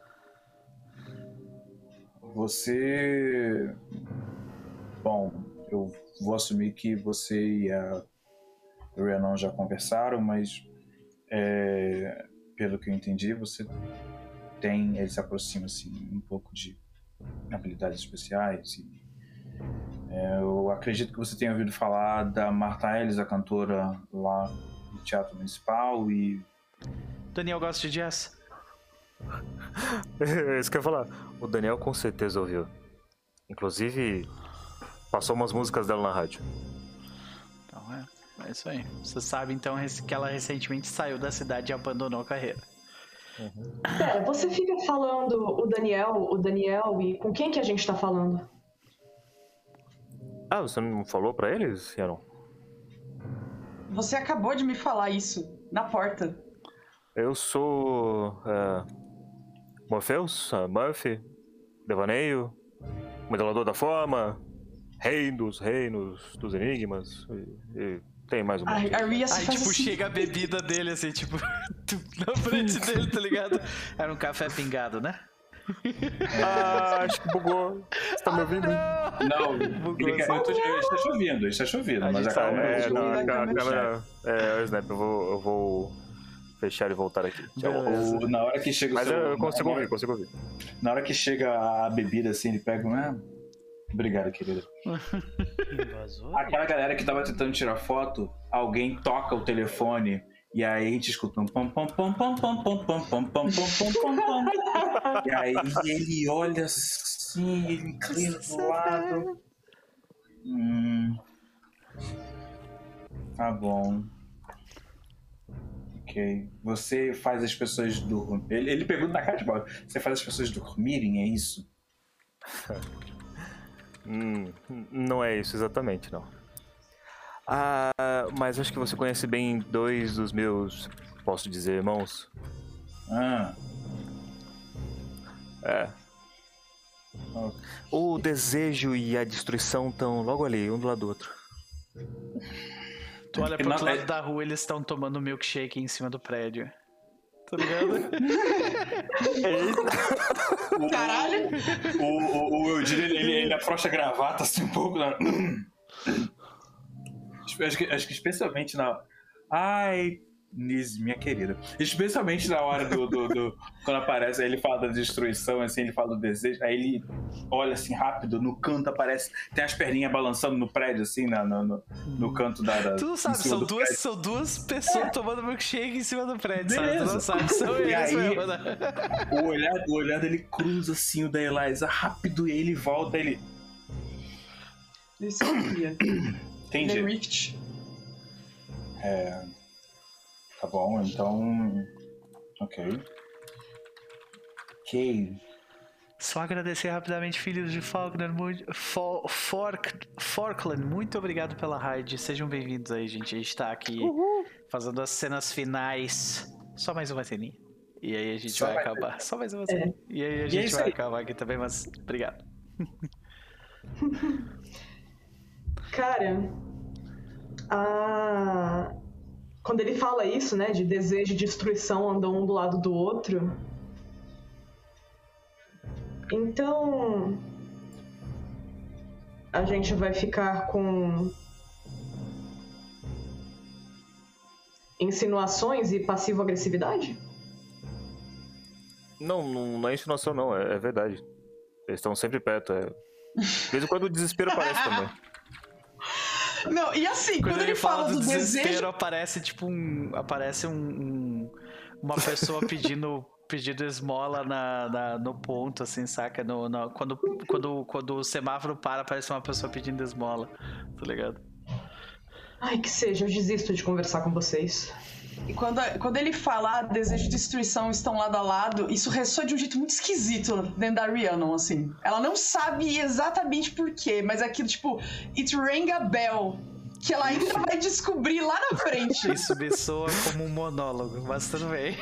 Você... Bom, eu vou assumir que você e a Rhiannon já conversaram, mas é, pelo que eu entendi, você tem... Ele se aproxima assim, um pouco de habilidades especiais e é, eu acredito que você tenha ouvido falar da Martha Ellis, a cantora lá no Teatro Municipal e... Daniel gosta de jazz? É isso que eu ia falar. O Daniel com certeza ouviu. Inclusive, passou umas músicas dela na rádio. Então é, é isso aí. Você sabe então que ela recentemente saiu da cidade e abandonou a carreira. Pera, você fica falando o Daniel, o Daniel, e com quem que a gente tá falando? Ah, você não falou pra eles, Rhiannon? Você acabou de me falar isso na porta. Eu sou... Uh, Morpheus, uh, Murphy, Devaneio, Modelador da Forma, Rei dos Reinos, dos Enigmas, e, e tem mais um monte. A, a Ria se Aí, faz tipo, assim. chega a bebida dele, assim, tipo, na frente dele, tá ligado? Era um café pingado, né? Ah, acho que bugou. Você tá me ouvindo? Não, Bugou, ele, assim. eu tô, ele está chovendo, está chovendo, A mas gente a tá- calma É, é, não, a, vai ca- a começar. câmera... É, o Snap, eu vou, eu vou fechar e voltar aqui. Tchau. Beleza. o- na hora que chega o Mas seu- eu consigo na, ouvir, consigo ouvir. na hora que chega a bebida assim, ele pega um. Ah, obrigado, querida. Invasor? Aquela galera que tava tentando tirar foto, alguém toca o telefone e aí a gente escuta um pam pam pam pam pam pam pam pam pam pam pam pam pam. E aí ele olha assim, ele inclina pro lado. Hum. Tá bom. Ok. Você faz as pessoas dormirem. Ele, ele pergunta na cara de bola. Você faz as pessoas dormirem, é isso? Hum, não é isso exatamente, não. Ah, mas acho que você conhece bem dois dos meus, posso dizer, irmãos. Ah. É. Ok. O desejo e a destruição estão logo ali, um do lado do outro. Tu olha pro Não, outro lado é- da rua, eles estão tomando milkshake em cima do prédio. Tá ligado? Caralho! O, o, o Eudine, ele, ele, ele afrouxa a gravata assim um pouco. Né? Acho, que, acho que especialmente na. Ai, Nise, minha querida. Especialmente na hora do, do, do- quando aparece, aí ele fala da destruição, assim, ele fala do desejo. Aí ele olha assim rápido, no canto aparece. Tem as perninhas balançando no prédio, assim, na, no, no, no canto da. da Tu não sabe, em cima são do duas, prédio. são duas pessoas tomando milkshake em cima do prédio, sabe? Tu Beleza. não sabe, são E eles aí- mesmo, né? O olhar, o olhar dele cruza assim o da Eliza rápido e aí ele volta. Ele. Ele sabia. Ele é Entendi. Rift. É. Tá bom, então. Ok. Ok. Só agradecer rapidamente, filhos de Faulkner, muito, Fo- Fork, Forkland, muito obrigado pela raid. Sejam bem-vindos aí, gente. A gente tá aqui fazendo as cenas finais. Só mais uma ceninha. E aí a gente Só vai mais acabar. Só mais uma ceninha. E aí a é gente isso vai aí. acabar aqui também, mas obrigado. Cara, a... quando ele fala isso, né, de desejo e destruição andam um do lado do outro, então a gente vai ficar com insinuações e passivo-agressividade? Não, não, não é insinuação, não, é, é verdade. Eles estão sempre perto. É... De vez em quando o desespero aparece também. Não, e assim, quando, ele fala, do desespero, desejo. aparece tipo um. Aparece um. um- uma pessoa pedindo. Pedindo esmola na, na- no ponto, assim, saca? No, no- quando, quando, quando o semáforo para, aparece uma pessoa pedindo esmola, tá ligado? Ai, que seja, eu desisto de conversar com vocês. E quando, quando ele fala ah, desejo e destruição estão lado a lado, isso ressoa de um jeito muito esquisito dentro da Rhiannon, assim. Ela não sabe exatamente por quê, mas é aquilo, tipo, it rang a bell, que ela ainda vai descobrir lá na frente. Isso me soa como um monólogo, mas tudo bem.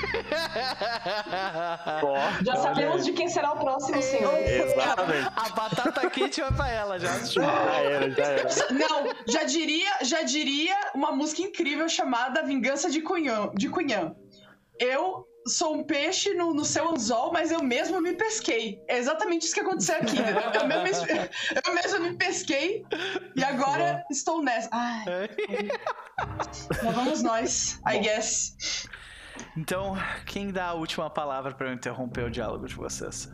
Já sabemos de quem será o próximo senhor. Exatamente. A batata quente vai pra ela já. Já era, já era. Não, já diria, já diria uma música incrível chamada Vingança de Cunhã. De Cunhã. Eu sou um peixe no, no seu anzol, mas eu mesmo me pesquei. É exatamente isso que aconteceu aqui. Entendeu? Eu, mesmo, eu mesmo me pesquei e agora estou nessa. Ai, lá vamos nós, I guess. Então, quem dá a última palavra pra eu interromper o diálogo de vocês?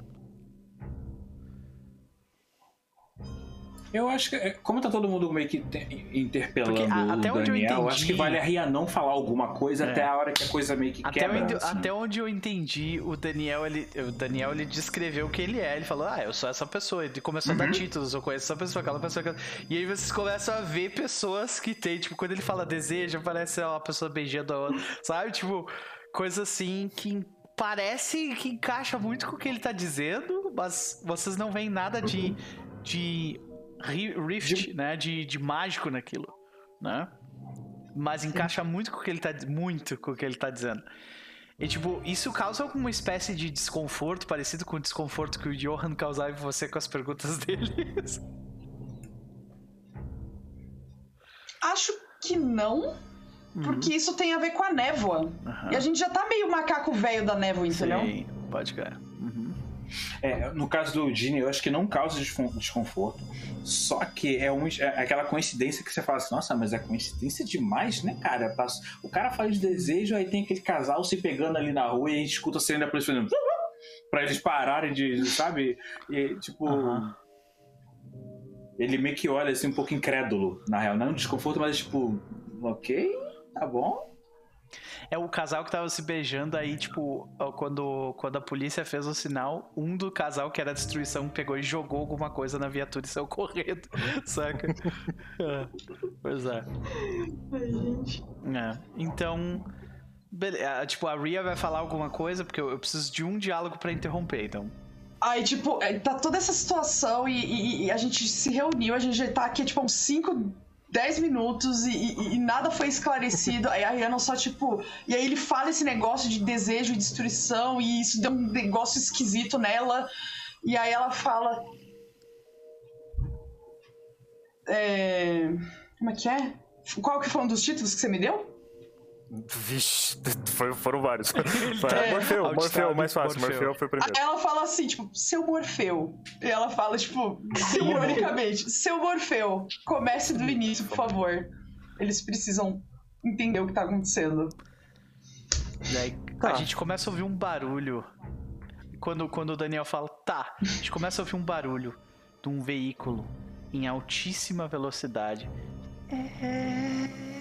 Eu acho que, é, como tá todo mundo meio que te- interpelando Porque a- até o onde eu Daniel, entendi- acho que vale a Rhiannon falar alguma coisa É. até a hora que a coisa meio que Até, quebra. onde, assim. até onde eu entendi, o Daniel, ele, o Daniel, ele descreveu o que ele é. Ele falou, ah, eu sou essa pessoa. Ele começou a dar títulos, eu conheço essa pessoa, aquela pessoa, aquela... E aí vocês começam a ver pessoas que tem, tipo, quando ele fala desejo, parece uma pessoa beijando a outra, sabe? Tipo, coisa assim que parece que encaixa muito com o que ele tá dizendo, mas vocês não veem nada de... de ri- rift, né? De, de mágico naquilo, né? mas encaixa muito com o que ele tá, muito com o que ele tá dizendo. E, tipo, isso causa alguma espécie de desconforto, parecido com o desconforto que o Johan causava em você com as perguntas dele? Acho que não, porque uhum. isso tem a ver com a névoa. Uhum. E a gente já tá meio macaco velho da névoa, entendeu? Sim, pode cara. Uhum. É, no caso do Gene, eu acho que não causa desconforto. Só que é, um, é aquela coincidência que você fala assim, nossa, mas é coincidência demais, né, cara? O cara fala de desejo, aí tem aquele casal se pegando ali na rua e a gente escuta a cena da polícia fazendo pra eles pararem de, sabe? E, tipo... Uhum. Ele meio que olha assim um pouco incrédulo, na real. Não é um desconforto, mas tipo, ok, tá bom. É o casal que tava se beijando aí, tipo, quando, quando a polícia fez o sinal, um do casal, que era a destruição, pegou e jogou alguma coisa na viatura e saiu correndo, saca? É, pois é. Ai, gente. É. Então, beleza. Tipo, a Rhea vai falar alguma coisa, porque eu, eu preciso de um diálogo pra interromper, então. Aí, tipo, tá toda essa situação e, e, e a gente se reuniu, a gente já tá aqui, tipo, uns cinco, dez minutos e, e, e nada foi esclarecido. Aí a Rhiannon só, tipo... E aí ele fala esse negócio de desejo e destruição e isso deu um negócio esquisito nela. E aí ela fala... É... Como é que é? Qual que foi um dos títulos que você me deu? Vixe, foi, foram vários. Foi é, Morfeu, Morfeu, mais fácil. Morfeu. Morfeu foi o primeiro. Aí ela fala assim, tipo, seu Morfeu. E ela fala, tipo, ironicamente, seu Morfeu, comece do início, por favor. Eles precisam entender o que tá acontecendo. E aí, tá. A gente começa a ouvir um barulho. Quando, quando o Daniel fala, tá, a gente começa a ouvir um barulho de um veículo em altíssima velocidade. É...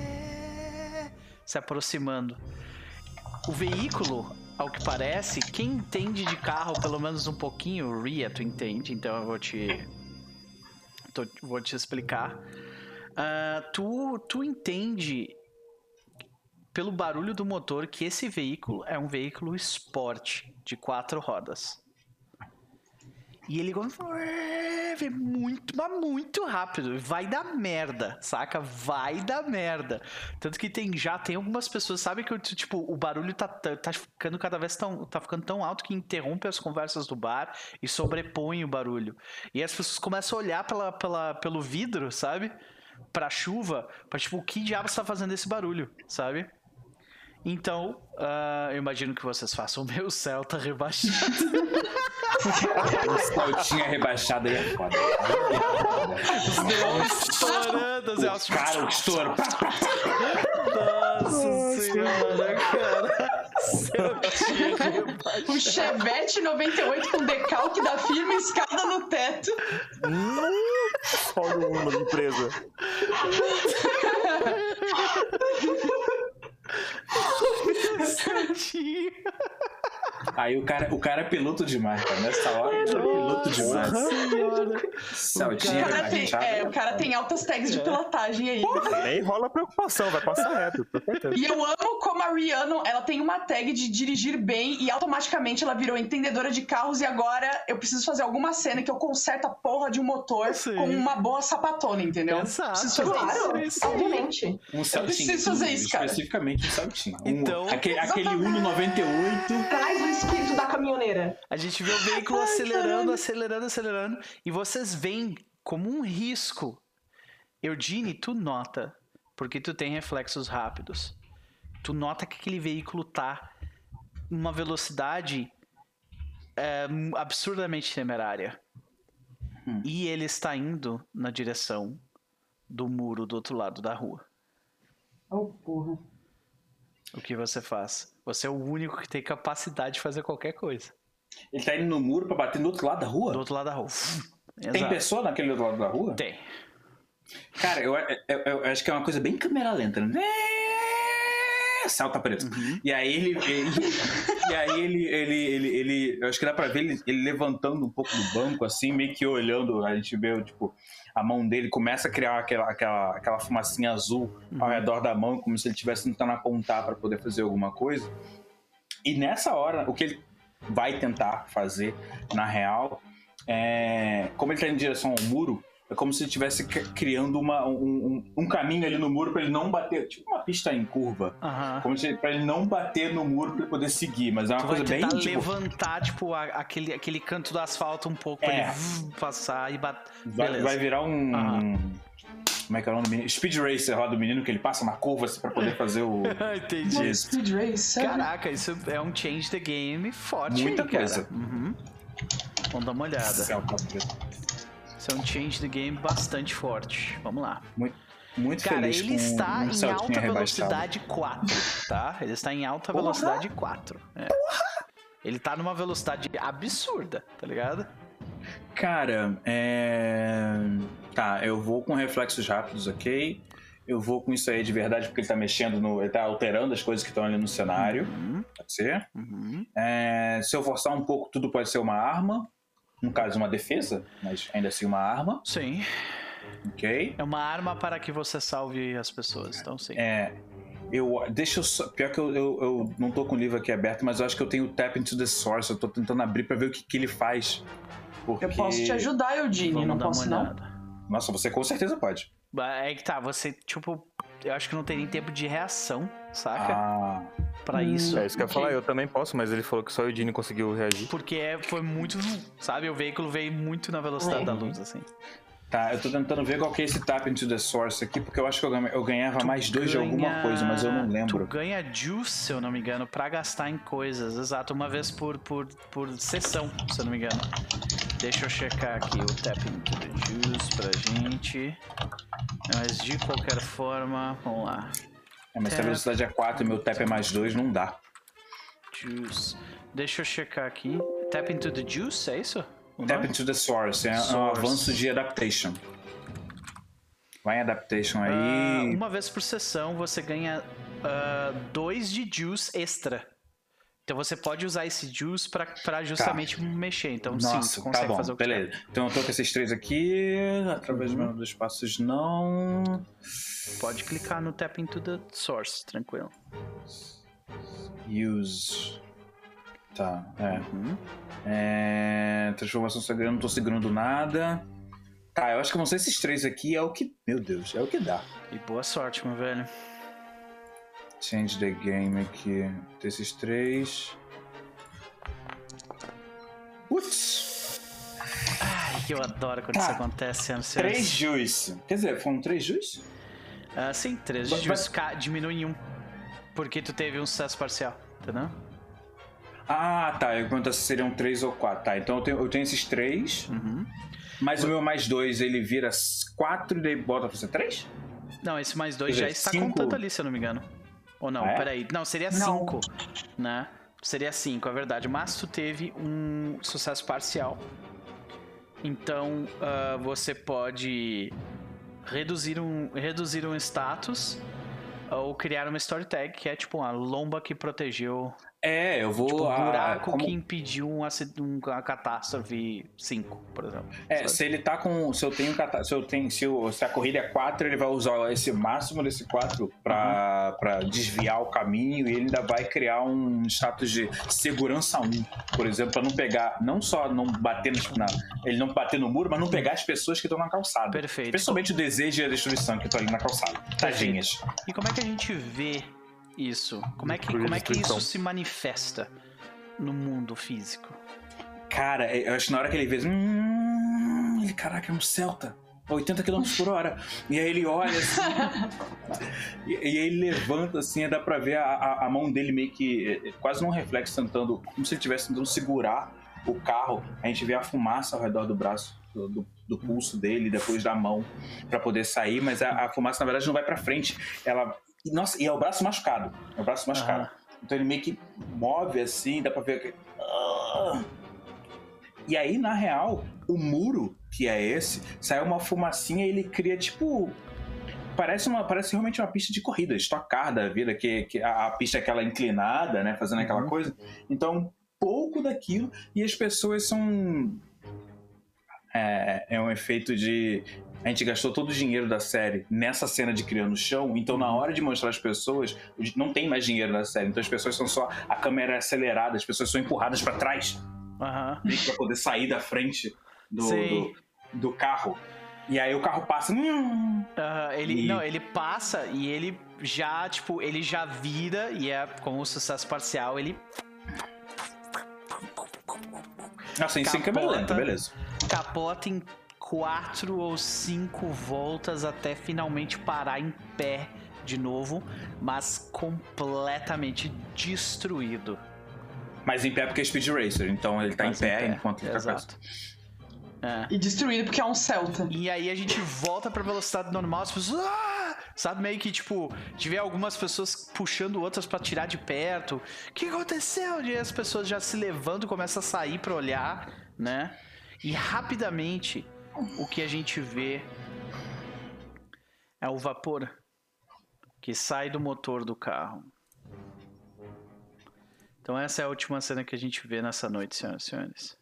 se aproximando. O veículo, ao que parece, quem entende de carro pelo menos um pouquinho, Rhea, tu entende, então eu vou te tô, vou te explicar. Uh, tu, tu entende pelo barulho do motor que esse veículo é um veículo esporte de quatro rodas. E ele vem muito, mas muito rápido. Vai dar merda, saca? Vai dar merda. Tanto que tem, já tem algumas pessoas, sabe que tipo, o barulho tá, tá, tá ficando cada vez tão, tá ficando tão alto que interrompe as conversas do bar e sobrepõe o barulho. E as pessoas começam a olhar pela, pela, pelo vidro, sabe? Pra chuva, pra tipo, o que diabos tá fazendo esse barulho, sabe? Então, uh, eu imagino que vocês façam o meu Celta rebaixado. O Celtinha rebaixado aí é foda. Os neons estourando, os neons. Cara, o estouro. Nossa senhora, cara. Celtinha rebaixado. Um Chevette noventa e oito com decalque da firma e escada no teto. Olha o uma da empresa. Aí o cara, o cara é piloto demais, cara. Nessa hora, ele é piloto demais. Celtinha, o cara tem, é, o cara tem altas tags de pilotagem aí. Nem rola preocupação, vai passar reto. E eu amo como a Rhiannon, ela tem uma tag de dirigir bem e automaticamente ela virou entendedora de carros e agora eu preciso fazer alguma cena que eu conserto a porra de um motor Sim. com uma boa sapatona, entendeu? Exato. Preciso fazer claro, isso. Obviamente. Um Celtinha. Eu preciso fazer isso, cara. Especificamente um Celtinha. Um, então, aquele, aquele Uno noventa e oito. Traz o espírito da caminhoneira. A gente vê o veículo Ai, acelerando, caralho. acelerando, acelerando. E vocês veem como um risco. Eugene, tu nota, porque tu tem reflexos rápidos. Tu nota que aquele veículo tá numa velocidade é, absurdamente temerária. Hum. E ele está indo na direção do muro do outro lado da rua. Oh, porra. O que você faz? Você é o único que tem capacidade de fazer qualquer coisa. Ele tá indo no muro pra bater do outro lado da rua? Do outro lado da rua. Tem Exato. pessoa naquele outro lado da rua? Tem. Cara, eu, eu, eu, eu acho que é uma coisa bem câmera lenta, né? Salta preto. Uhum. E aí ele. ele e aí ele, ele, ele, ele. Eu acho que dá pra ver ele, ele levantando um pouco do banco, assim, meio que olhando. A gente vê, tipo, a mão dele começa a criar aquela, aquela, aquela fumacinha azul uhum. ao redor da mão, como se ele estivesse tentando apontar pra poder fazer alguma coisa. E nessa hora, o que ele vai tentar fazer, na real, é. Como ele tá em direção ao muro, é como se ele estivesse criando uma, um, um, um caminho ali no muro pra ele não bater, tipo uma pista em curva. Aham. Como se pra ele não bater no muro pra ele poder seguir, mas é uma Tu coisa vai bem, tentar tipo... levantar, tipo, a- aquele, aquele canto do asfalto um pouco É. pra ele vum, passar e bater. Vai, Beleza. vai virar um... Aham. Como é que é o nome do menino? Speed Racer lá do menino, que ele passa uma curva assim, pra poder fazer o... Entendi. Isso. Speed Race, sério? Caraca, isso é um change the game forte Muita aí, cara. coisa. Uhum. Vamos dar uma olhada. Céu, tá preto. Isso é um change the game bastante forte. Vamos lá. Muito, muito Cara, feliz ele com está um em Celtinha alta rebaixado. velocidade quatro, tá? Ele está em alta Porra! velocidade quatro. É. Ele tá numa velocidade absurda, tá ligado? Cara, é... Tá, eu vou com reflexos rápidos, ok? Eu vou com isso aí de verdade, porque ele tá mexendo no... Ele tá alterando as coisas que estão ali no cenário. Uhum, Pode ser. uhum. É, se eu forçar um pouco, tudo pode ser uma arma. No caso, uma defesa, mas ainda assim uma arma. Sim. Ok? É uma arma para que você salve as pessoas, então sim. É... Eu, deixa eu só... Pior que eu, eu, eu não tô com o livro aqui aberto, mas eu acho que eu tenho o Tap into the Source. Eu tô tentando abrir pra ver o que, que ele faz. Porque... Eu posso te ajudar, Eudine, Vamos não dar posso uma não? olhada. Nossa, você com certeza pode. É que tá, você, tipo, eu acho que não tem nem tempo de reação, saca? Ah... Pra Hum. isso. É isso que eu ia Porque- falar, eu também posso, mas ele falou que só o Eudine conseguiu reagir. Porque é- foi muito, sabe? O veículo veio muito na velocidade É. da luz, assim. Tá, eu tô tentando ver qual que é esse Tap into the Source aqui, porque eu acho que eu ganha- eu ganhava mais dois de alguma Ganha- coisa, mas eu não lembro. Tu ganha juice, se eu não me engano, pra gastar em coisas. Exato, uma vez por, por, por sessão, se eu não me engano. Deixa eu checar aqui o Tap into the Juice pra gente. Mas de qualquer forma, vamos lá. É, mas se a Tap. velocidade é quatro e meu Tap é mais dois, não dá. Juice. Deixa eu checar aqui. Tap into the Juice, é isso? O Tap nome? into the Source, é, é um Source. avanço de Adaptation. Vai em Adaptation Ah, aí. uma vez por sessão você ganha ah, dois de juice extra. Então você pode usar esse juice pra, pra justamente mexer. Então sim, Nossa, você consegue tá bom, fazer o que beleza. Então eu tô com esses três aqui, através Uhum. dos passos não... quer. Pode clicar no Tap into the Source, tranquilo. Use... Tá, é. Uhum. é... Transformação segurando, não tô segurando nada. Tá, eu acho que vão ser esses três aqui, é o que... Meu Deus, é o que dá. E boa sorte, meu velho. Change the game aqui. Desses três. Putz! Ai, eu adoro quando Tá. isso acontece, M C. Três juice. Quer dizer, foram três juice? Ah, sim, três de Vai- juice. Ca- Diminui em um. Porque tu teve um sucesso parcial, entendeu? Ah, tá. Eu pergunto se seriam três ou quatro. Tá, então eu tenho, eu tenho esses três. Uhum. Mas o meu mais dois, ele vira quatro e daí bota pra ser três? Não, esse mais dois Quer já dizer, está cinco- contando ali, se eu não me engano. Ou não, Ah, é? peraí. Não, seria Não. cinco, né? Seria cinco, é verdade. Mas tu teve um sucesso parcial. Então, ah, você pode reduzir um, reduzir um status ou criar uma story tag, que é tipo uma lomba que protegeu, É, eu vou... tipo um ah, buraco como- que impediu um, acid- um- uma catástrofe cinco, por exemplo. É, sabe? se ele tá com... Se eu tenho... cata- Se, eu tenho se, o- se a corrida é quatro, ele vai usar esse máximo desse quatro pra, Uhum. pra desviar o caminho e ele ainda vai criar um status de segurança um, por exemplo, pra não pegar... Não só não bater no, na, ele não bater no muro, mas não pegar as pessoas que estão na calçada. Perfeito. Especialmente o desejo e a destruição que estão ali na calçada. Tadinhas. E como é que a gente vê isso? Como é que, Destruir como é que destruição. isso se manifesta no mundo físico? Cara, eu acho que na hora que ele vê... Hum, ele, caraca, é um Celta. oitenta quilômetros por hora. E aí ele olha assim... e, e aí ele levanta assim, dá pra ver a, a, a mão dele meio que... é, quase num reflexo, tentando... Como se ele estivesse tentando segurar o carro. A gente vê a fumaça ao redor do braço, do, do, do pulso dele, depois da mão, pra poder sair. Mas a, a fumaça, na verdade, não vai pra frente. Ela... E, nossa, e é o braço machucado. É o braço machucado. Aham. Então ele meio que move assim, dá pra ver que... Ah! E aí, na real, o muro, que é esse, sai uma fumacinha e ele cria, tipo... Parece, uma, parece realmente uma pista de corrida, Stock Car da vida, que, que a, a pista é aquela inclinada, né, fazendo aquela Uhum. coisa. Então, um pouco daquilo, e as pessoas são... É, é um efeito de... A gente gastou todo o dinheiro da série nessa cena de criando o chão, então na hora de mostrar as pessoas, não tem mais dinheiro na série, então as pessoas são só... A câmera é acelerada, as pessoas são empurradas pra trás, Aham. meio que pra poder sair da frente do, Sim. do, do carro. E aí o carro passa. Hum, Uh, ele, E- Não, ele passa e ele já, tipo, ele já vira e é com o sucesso parcial, ele assim, sem câmera lenta, beleza. capota em quatro ou cinco voltas até finalmente parar em pé de novo, mas completamente destruído. Mas em pé porque é Speed Racer, então ele tá Mas em pé, enquanto ele tá Exato. É. E destruído porque é um Celta. E aí a gente volta pra velocidade normal, as pessoas... "Ah!" Sabe, meio que, tipo, tiver algumas pessoas puxando outras pra tirar de perto. O que aconteceu? E as pessoas já se levantam, começam a sair pra olhar, né? E rapidamente, o que a gente vê é o vapor que sai do motor do carro. Então essa é a última cena que a gente vê nessa noite, senhoras e senhores.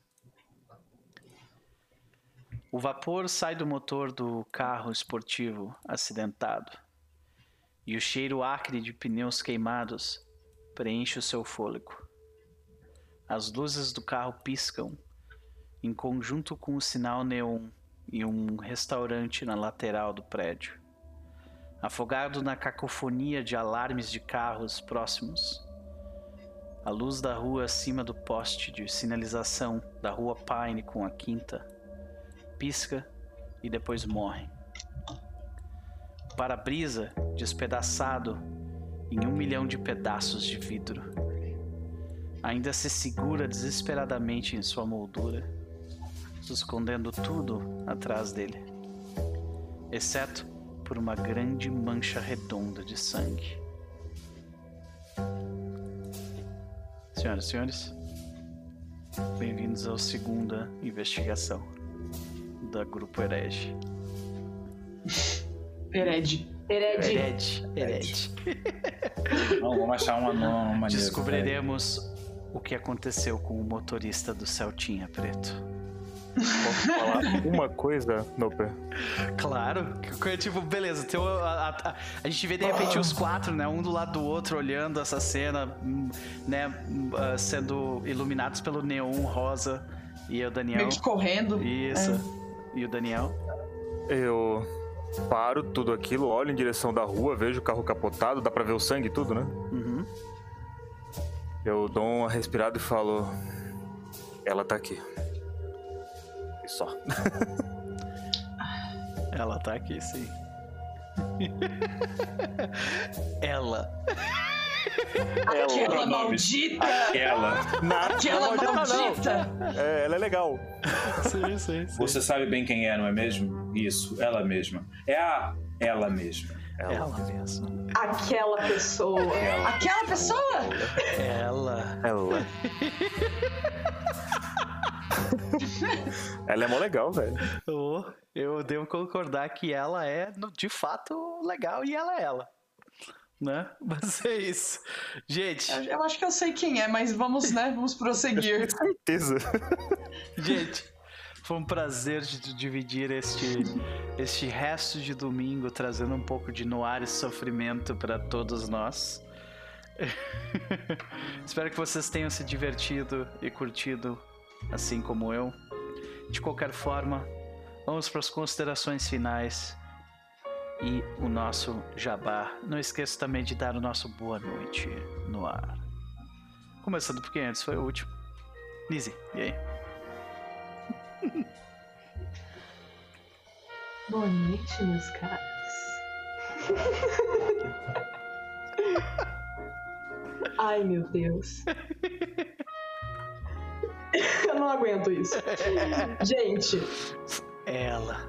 O vapor sai do motor do carro esportivo acidentado e o cheiro acre de pneus queimados preenche o seu fôlego. As luzes do carro piscam em conjunto com o sinal neon e um restaurante na lateral do prédio. Afogado na cacofonia de alarmes de carros próximos, a luz da rua acima do poste de sinalização da rua Pine com a quinta pisca e depois morre. O para-brisa despedaçado em um milhão de pedaços de vidro ainda se segura desesperadamente em sua moldura, escondendo tudo atrás dele, exceto por uma grande mancha redonda de sangue. Senhoras e senhores, bem-vindos à segunda investigação da Grupo Herege. Hered. Hered. Herege, Herege. Não, vamos achar uma nova maneira. Descobriremos o que aconteceu com o motorista do Celtinha Preto. Posso falar uma coisa, Noper? Claro, que- tipo, beleza, tem o- a, a- a gente vê de repente os quatro, né, um do lado do outro, olhando essa cena, hum, né, hum, ah, sendo iluminados pelo neon rosa, e o Daniel. Meio que correndo. Isso. E o Daniel. Eu paro tudo aquilo, olho em direção da rua, vejo o carro capotado, dá pra ver o sangue e tudo, né? Uhum. Eu dou uma respirada e falo... Ela tá aqui. E só. Ela tá aqui, sim. Ela. Aquela Ela. maldita! Ela. Aquela Não, maldita! É, ela é legal. Sim, sim, sim. Você sabe bem quem é, não é mesmo? Isso, ela mesma. É a ela mesma. Ela mesmo. Aquela pessoa. Ela. Aquela pessoa! Ela. Ela. Ela é mó legal, velho. Oh, eu devo concordar que ela é, no- de fato, legal e ela é ela. Né? Mas é isso. Gente, Eu, eu acho que eu sei quem é, mas vamos, né? Vamos prosseguir. Certeza. gente, foi um prazer de dividir este, este resto de domingo, trazendo um pouco de noir e sofrimento para todos nós. Espero que vocês tenham se divertido e curtido, assim como eu. De qualquer forma, vamos para as considerações finais e o nosso jabá. Não esqueça também de dar o nosso boa noite no ar. Começando porque antes foi o último. Nise, e aí? Boa noite, meus caros. Ai, meu Deus. Eu não aguento isso. Gente, Ela.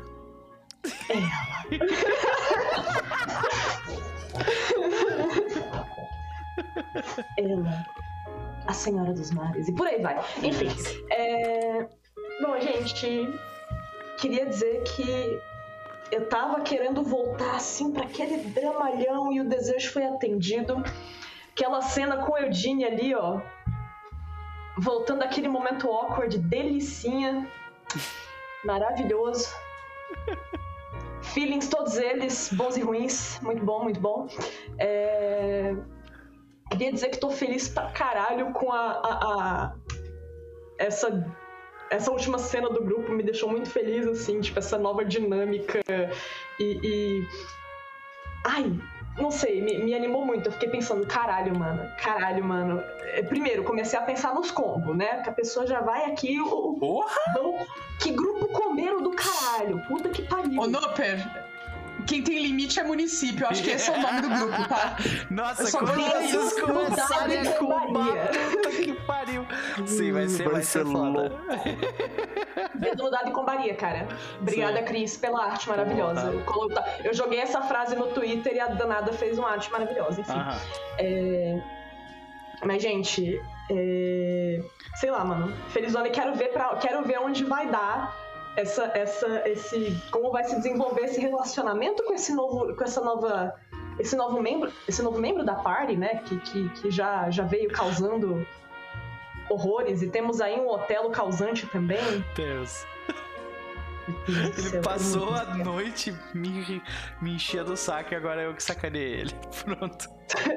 ela, a Senhora dos Mares, e por aí vai. Enfim, é... bom, gente, queria dizer que eu tava querendo voltar assim pra aquele dramalhão e o desejo foi atendido. Aquela cena com Eugene ali, ó, voltando àquele momento awkward, delicinha, maravilhoso. Feelings, todos eles, bons e ruins, muito bom, muito bom. É... Queria dizer que tô feliz pra caralho com a, a, a- essa essa última cena do grupo me deixou muito feliz, assim, tipo, essa nova dinâmica e... e... Ai, não sei, me, me animou muito. Eu fiquei pensando, caralho, mano, caralho, mano. Primeiro, comecei a pensar nos combos, né? Que a pessoa já vai aqui... O, Porra! Vão, que grupo comeiro do caralho, puta que pariu. Ô, Noper, quem tem limite é município. Eu acho que esse é o nome do grupo, tá? Nossa, quando vocês começarem a combar, puta que pariu. Sim, vai ser, vai ser foda. Dedo no dado e combaria, cara. Obrigada, Sim. Cris, pela arte maravilhosa. Eu, eu joguei essa frase no Twitter e a danada fez uma arte maravilhosa, enfim. É... Mas, gente, é... sei lá, mano. Felizone, quero ver, pra... quero ver onde vai dar essa, essa, esse... como vai se desenvolver esse relacionamento com esse novo, com essa nova... Esse novo membro, esse novo membro da party, né? Que, que, que já, já veio causando horrores. E temos aí um Otelo causante também. Deus. Ele passou a noite me, me enchendo o saco e agora eu que sacanei ele. Pronto.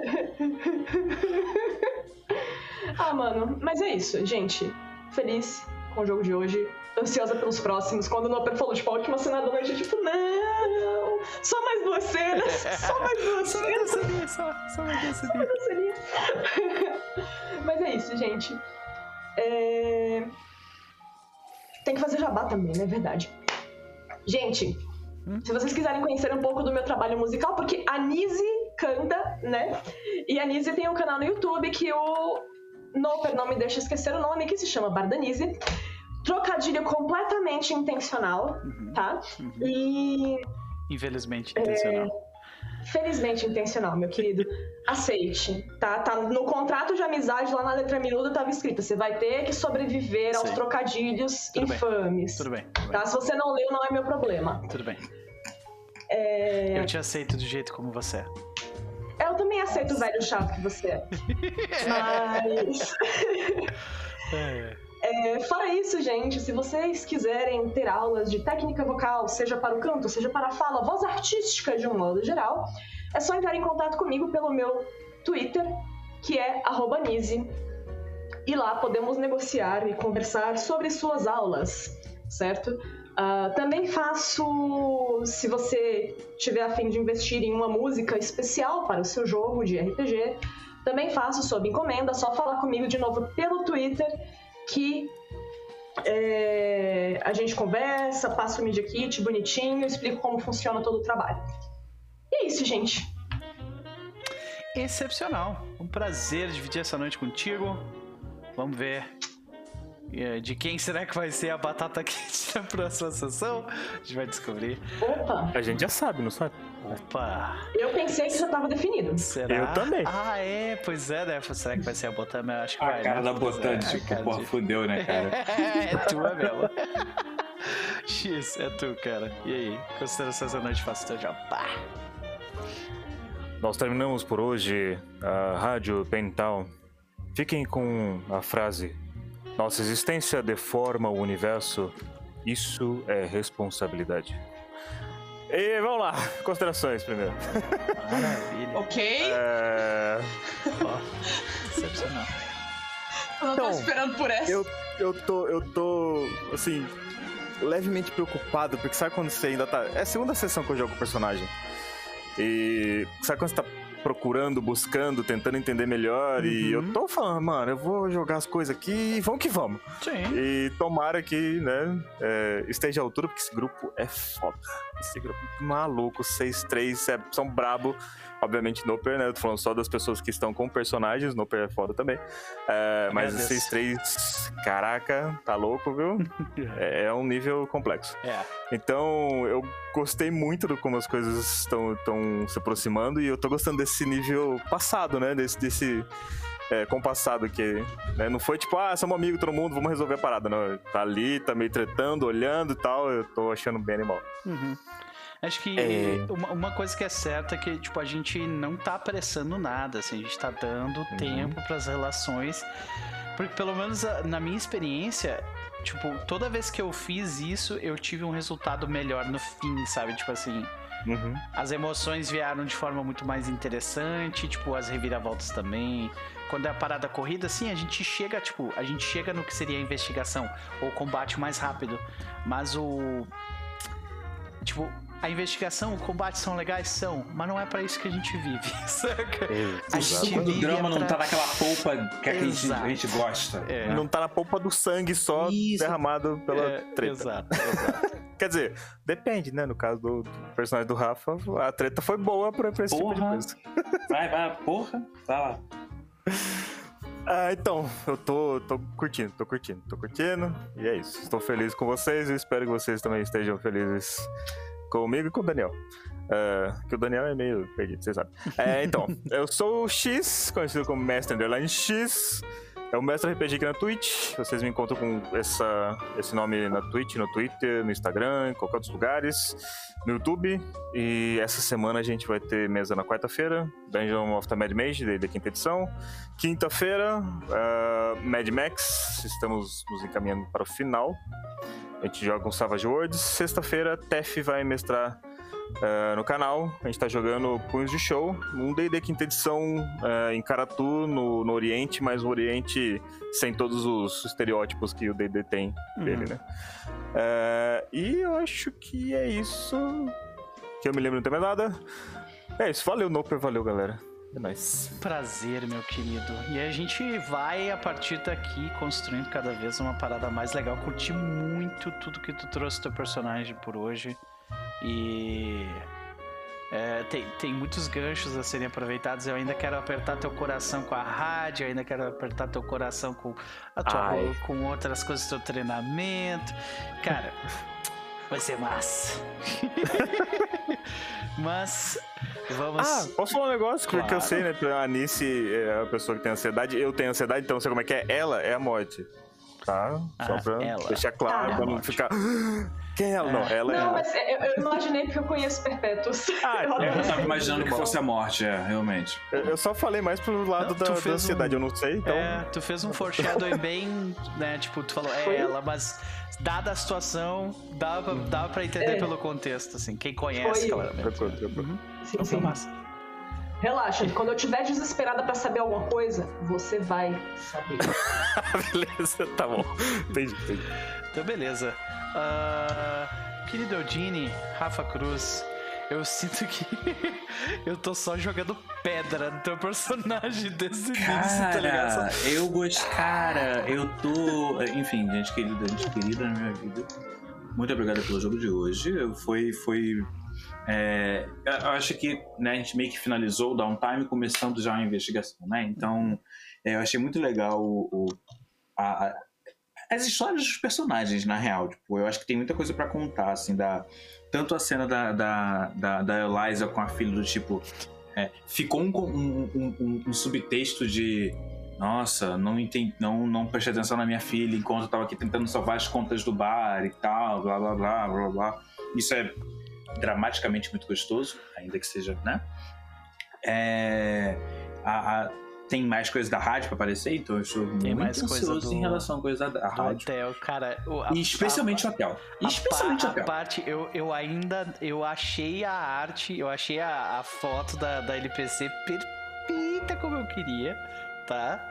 Ah, mano, mas é isso, gente. Feliz com o jogo de hoje. Ansiosa pelos próximos. Quando o Noper falou, tipo, a última cena da noite, tipo, não, só mais duas cenas, só mais duas só cenas. Só, só, só mais duas cenas. Só mais duas cenas. Mas é isso, gente. É... Tem que fazer jabá também, não é verdade? Gente, hum? se vocês quiserem conhecer um pouco do meu trabalho musical, porque a Nise canta, né? E a Nise tem um canal no YouTube que o Noper não me deixa esquecer o nome, que se chama Bardanise. Trocadilho completamente intencional, uhum, tá? Uhum. E... Infelizmente intencional. É... Felizmente intencional, meu querido. Aceite, tá? Tá no contrato de amizade, lá na letra miúda, tava escrito: você vai ter que sobreviver Sei. aos trocadilhos tudo infames. Bem. Tudo bem. Tudo tá? bem. Se você não leu, não é meu problema. Tudo bem. É... Eu te aceito do jeito como você é. Eu também aceito o velho chato que você é. Mas... é... É, fora isso, gente, se vocês quiserem ter aulas de técnica vocal, seja para o canto, seja para a fala, voz artística de um modo geral, é só entrar em contato comigo pelo meu Twitter, que é arroba Nise. E lá podemos negociar e conversar sobre suas aulas, certo? Uh, também faço, se você tiver a fim de investir em uma música especial para o seu jogo de R P G, também faço sob encomenda, só falar comigo de novo pelo Twitter, que é, a gente conversa, passa o Media Kit bonitinho, explico como funciona todo o trabalho. E é isso, gente. Excepcional. Um prazer dividir essa noite contigo. Vamos ver de quem será que vai ser a batata quente na próxima sessão. A gente vai descobrir. Opa! A gente já sabe, não sabe? Opa! Eu pensei que já estava definido. Será? Eu também. Ah, é? Pois é, né? Será que vai ser a Botan? Eu acho que a vai, cara né? da Botan, tipo, cara porra, de... fudeu, né, cara? É, é tua mesmo. X, é tu, cara. E aí? Considerações da noite, faço teu jabá. Nós terminamos por hoje a Rádio Pental. Fiquem com a frase: nossa existência deforma o universo, isso é responsabilidade. E vamos lá, considerações primeiro. Maravilha. Ok. É... Oh, excepcional. Eu não então, tô esperando por essa. Eu, eu, tô, eu tô, assim, levemente preocupado, porque sabe quando você ainda tá... É a segunda sessão que eu jogo o personagem. E sabe quando você tá procurando, buscando, tentando entender melhor, uhum. E eu tô falando, mano, eu vou jogar as coisas aqui e vamos que vamos. Sim. E tomara que, né, é, esteja à altura, porque esse grupo é foda. Esse grupo é maluco, seis três, é, são brabo. Obviamente, Noper, né, eu tô falando só das pessoas que estão com personagens, Noper é foda também. É, mas o seis três, caraca, tá louco, viu? é, é um nível complexo. É. Então, eu gostei muito de como as coisas estão se aproximando, e eu tô gostando desse nível passado, né, desse, desse é, compassado que, né, não foi tipo, ah, somos amigos, todo mundo, vamos resolver a parada, não, tá ali, tá meio tretando, olhando e tal, eu tô achando bem animal. Uhum. Acho que é... uma, uma coisa que é certa é que, tipo, a gente não tá apressando nada, assim, a gente tá dando uhum. tempo pras relações, porque pelo menos na minha experiência, tipo, toda vez que eu fiz isso, eu tive um resultado melhor no fim, sabe? Tipo assim, Uhum. As emoções vieram de forma muito mais interessante, tipo, as reviravoltas também. Quando é a parada corrida, sim, a gente chega, tipo, a gente chega no que seria a investigação ou combate mais rápido. Mas o... Tipo, a investigação, o combate são legais? São, mas não é pra isso que a gente vive, saca? A o suco do drama não tá naquela polpa que a gente, a gente gosta. É. Não tá na polpa do sangue só isso. derramado pela é, treta. Exato, exato. Quer dizer, depende, né? No caso do, do personagem do Rafa, a treta foi boa pra, pra esse porra. tipo de coisa. Vai, vai, porra, vai lá. Ah, então, eu tô, tô curtindo, tô curtindo, tô curtindo. E é isso. Estou feliz com vocês e espero que vocês também estejam felizes comigo e com o Daniel. Uh, que o Daniel é meio perdido, vocês sabem. É, então, eu sou o X, conhecido como Mestre Underline X. É o Mestre R P G aqui na Twitch. Vocês me encontram com essa, esse nome na Twitch, no Twitter, no Instagram, em qualquer outros lugares, no YouTube. E essa semana a gente vai ter mesa na quarta-feira, Dungeon of the Mad Mage, da quinta edição. Quinta-feira, uh, Mad Max, estamos nos encaminhando para o final. A gente joga com Savage Worlds. Sexta-feira, Tef vai mestrar uh, no canal. A gente tá jogando Punhos de Show, um D e D quinta edição uh, em Karatu, no, no Oriente, mas o Oriente sem todos os estereótipos que o D e D tem uhum. dele, né? Uh, e eu acho que é isso. Que eu me lembro, não tem mais nada. É isso, valeu, Noper, valeu, galera. É nóis. Prazer, meu querido. E a gente vai, a partir daqui, construindo cada vez uma parada mais legal. Curti muito tudo que tu trouxe do teu personagem por hoje. E... É, tem, tem muitos ganchos a serem aproveitados. Eu ainda quero apertar teu coração com a rádio. Eu ainda quero apertar teu coração com, a tua, com outras coisas do teu treinamento. Cara, vai ser massa. Mas... Vamos... Ah, posso falar um negócio? Claro. Porque eu sei, né? A Anice é a pessoa que tem ansiedade. Eu tenho ansiedade, então eu sei como é que é. Ela é a morte. Tá? Só ah, pra ela. deixar claro, ah, pra não ficar... Quem é ela? É. Não, ela não, é ela. Mas eu, eu imaginei porque eu conheço Perpétuos. Ah, eu, eu tava imaginando que fosse a morte, é, realmente. Eu, eu só falei mais pro lado não, da, da ansiedade, um... eu não sei, então... É, tu fez um foreshadowing bem, né, tipo, tu falou, é Foi? ela, mas dada a situação, dava pra, dava pra entender é. pelo contexto, assim, quem conhece, Foi. claramente. Uhum. Sim, sim. Massa. Relaxa, quando eu estiver desesperada pra saber alguma coisa, você vai saber. Beleza, tá bom. Entendi, entendi. Então, beleza. Uh... Querido Eudine, Rafa Cruz, eu sinto que eu tô só jogando pedra no teu personagem desde o início, tá ligado? Eu gosto, cara, eu tô... Enfim, gente querida, gente querida na minha vida, muito obrigado pelo jogo de hoje. Foi... foi é, eu acho que, né, a gente meio que finalizou o downtime começando já a investigação, né? Então, é, eu achei muito legal o... o a, a, as histórias dos personagens, na real. Tipo, eu acho que tem muita coisa pra contar, assim, da... Tanto a cena da, da, da, da Eliza com a filha, do tipo... É, ficou um, um, um, um subtexto de... Nossa, não, entendi, não, não prestei atenção na minha filha enquanto eu tava aqui tentando salvar as contas do bar e tal, blá, blá, blá, blá, blá. Isso é dramaticamente muito gostoso, ainda que seja, né? É... A... a Tem mais coisas da rádio pra aparecer, então eu estou Tem muito mais ansioso do... em relação a coisas da, da rádio. Hotel, cara. O, a, e especialmente a, o hotel. A, especialmente a, o hotel. A parte, eu, eu ainda, eu achei a arte, eu achei a, a foto da, da L P C perfeita como eu queria, tá?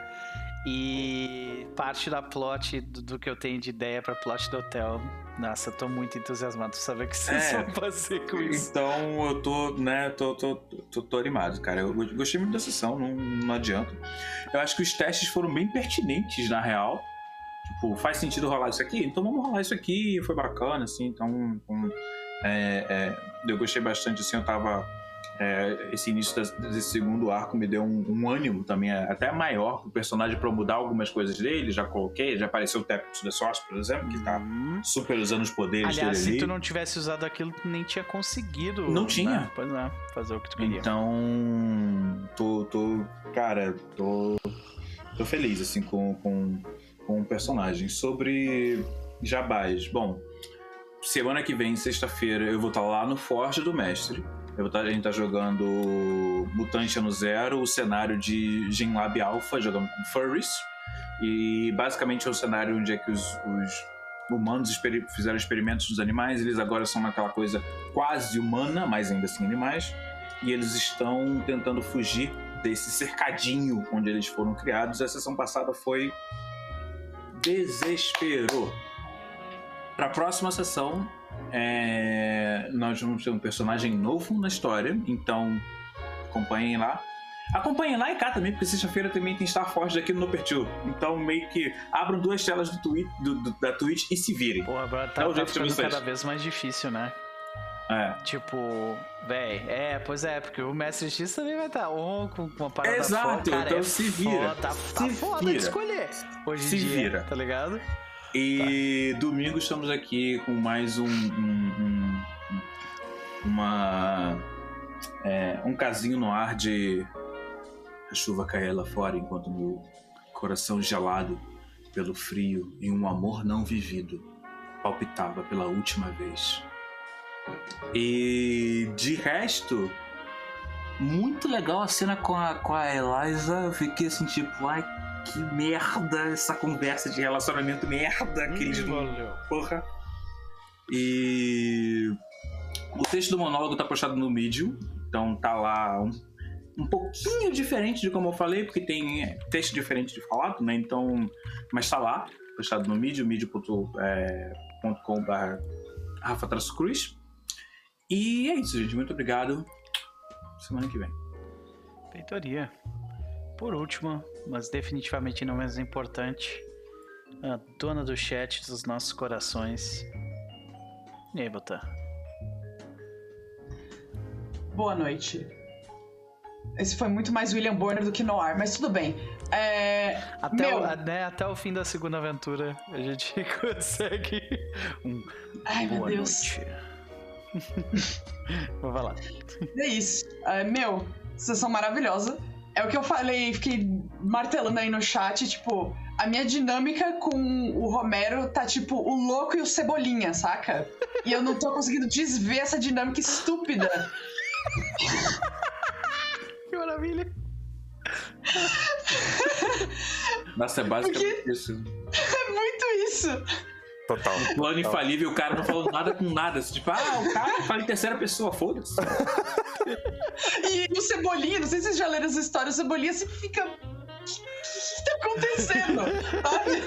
E parte da plot, do, do que eu tenho de ideia pra plot do hotel. Nossa, eu tô muito entusiasmado de saber o que vocês é, vão fazer com isso. Então eu tô, né, tô, tô, tô, tô animado, cara. Eu gostei muito da sessão, não, não adianta. Eu acho que os testes foram bem pertinentes, na real. Tipo, faz sentido rolar isso aqui? Então vamos rolar isso aqui, foi bacana, assim. Então, um, é, é, eu gostei bastante, assim, eu tava... É, esse início desse segundo arco me deu um, um ânimo também, até maior pro personagem pra eu mudar algumas coisas dele. Já coloquei, já apareceu o Teptus The Source, por exemplo, que tá super usando os poderes Aliás, dele ali. se tu não tivesse usado aquilo, tu nem tinha conseguido. Não tinha. Né? Pois é, fazer o que tu queria. Então, tô, tô cara, tô, tô feliz, assim, com, com, com o personagem. Sobre jabás, bom, semana que vem, sexta-feira, eu vou estar lá no Forge do Mestre. Eu vou estar, a gente tá jogando Mutante Ano Zero, o cenário de Genlab Alpha, jogando com Furries. E basicamente é um cenário onde é que os, os humanos experi- fizeram experimentos nos animais, eles agora são naquela coisa quase humana, mas ainda assim animais, e eles estão tentando fugir desse cercadinho onde eles foram criados. A sessão passada foi desespero. Para a próxima sessão, é... nós vamos ter um personagem novo na história, então acompanhem lá. Acompanhem lá e cá também, porque sexta-feira também tem Star Forge aqui no Nopertil. Então meio que abram duas telas do Twitch, do, do, da Twitch e se virem. Pô, agora tá, é tá ficando cada vez mais difícil, né? É. Tipo, véi, é, pois é, porque o Mestre X também vai estar on com uma parada Exato, foda, cara, então é se vira. Foda, tá se foda vira. de escolher hoje em se dia, vira. tá ligado? E tá. Domingo estamos aqui com mais um, um, um uma é, um casinho no ar de a chuva caía lá fora enquanto meu coração gelado pelo frio e um amor não vivido palpitava pela última vez. E de resto, muito legal a cena com a, com a Eliza. Fiquei assim, tipo, ai, que merda essa conversa de relacionamento merda que eles não... Porra. E o texto do monólogo tá postado no Medium, então tá lá um, um pouquinho diferente de como eu falei, porque tem texto diferente de falado, né? Então, mas tá lá, postado no Medium, medium ponto com barra Rafa Traço Cruz. E é isso, gente. Muito obrigado. Semana que vem. Feitoria. Por último, mas definitivamente não menos importante, a dona do chat dos nossos corações. E aí, Botan? Boa noite. Esse foi muito mais William Bonner do que Noir, mas tudo bem. É... Até, Meu... o, né, até o fim da segunda aventura, a gente consegue um Ai, meu boa Deus. noite. Vamos lá. É isso. É, meu, sessão maravilhosa. É o que eu falei, fiquei martelando aí no chat, tipo, a minha dinâmica com o Romero tá tipo o louco e o Cebolinha, saca? E eu não tô conseguindo desver essa dinâmica estúpida. Que maravilha. Nossa, é basicamente Porque... isso. É muito isso. Total. Plano total. infalível, o cara não falou nada com nada. Tipo, ah, o cara fala em terceira pessoa, foda-se. E o Cebolinha, não sei se vocês já leram essa história, o Cebolinha sempre fica... O que, que tá acontecendo? Sabe?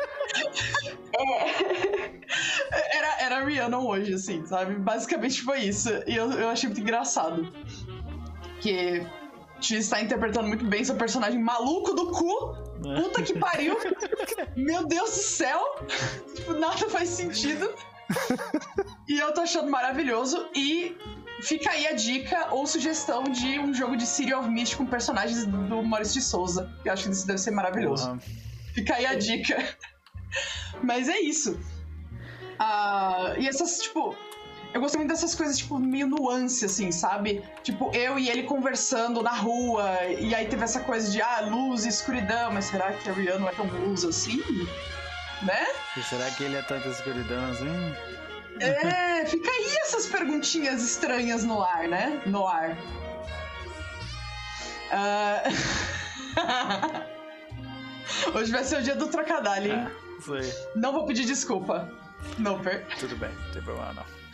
É... Era, era a Rihanna hoje, assim, sabe? Basicamente foi isso. E eu, eu achei muito engraçado. Que X está interpretando muito bem seu personagem maluco do cu. Puta que pariu. Meu Deus do céu. Tipo, nada faz sentido. E eu tô achando maravilhoso. E fica aí a dica ou sugestão de um jogo de City of Mist com personagens do Maurício de Souza. Eu acho que isso deve ser maravilhoso. Uhum. Fica aí a dica. Mas é isso. Uh, e essas, tipo... Eu gostei muito dessas coisas, tipo, meio nuance, assim, sabe? Tipo, eu e ele conversando na rua, e aí teve essa coisa de, ah, luz e escuridão, mas será que a Rihanna não é tão luz assim? Né? E será que ele é tanta escuridão assim? É, fica aí essas perguntinhas estranhas no ar, né? No ar. Uh... Hoje vai ser o dia do trocadilho, hein? É, sei. Não vou pedir desculpa. Noper. Tudo bem, não tem problema não.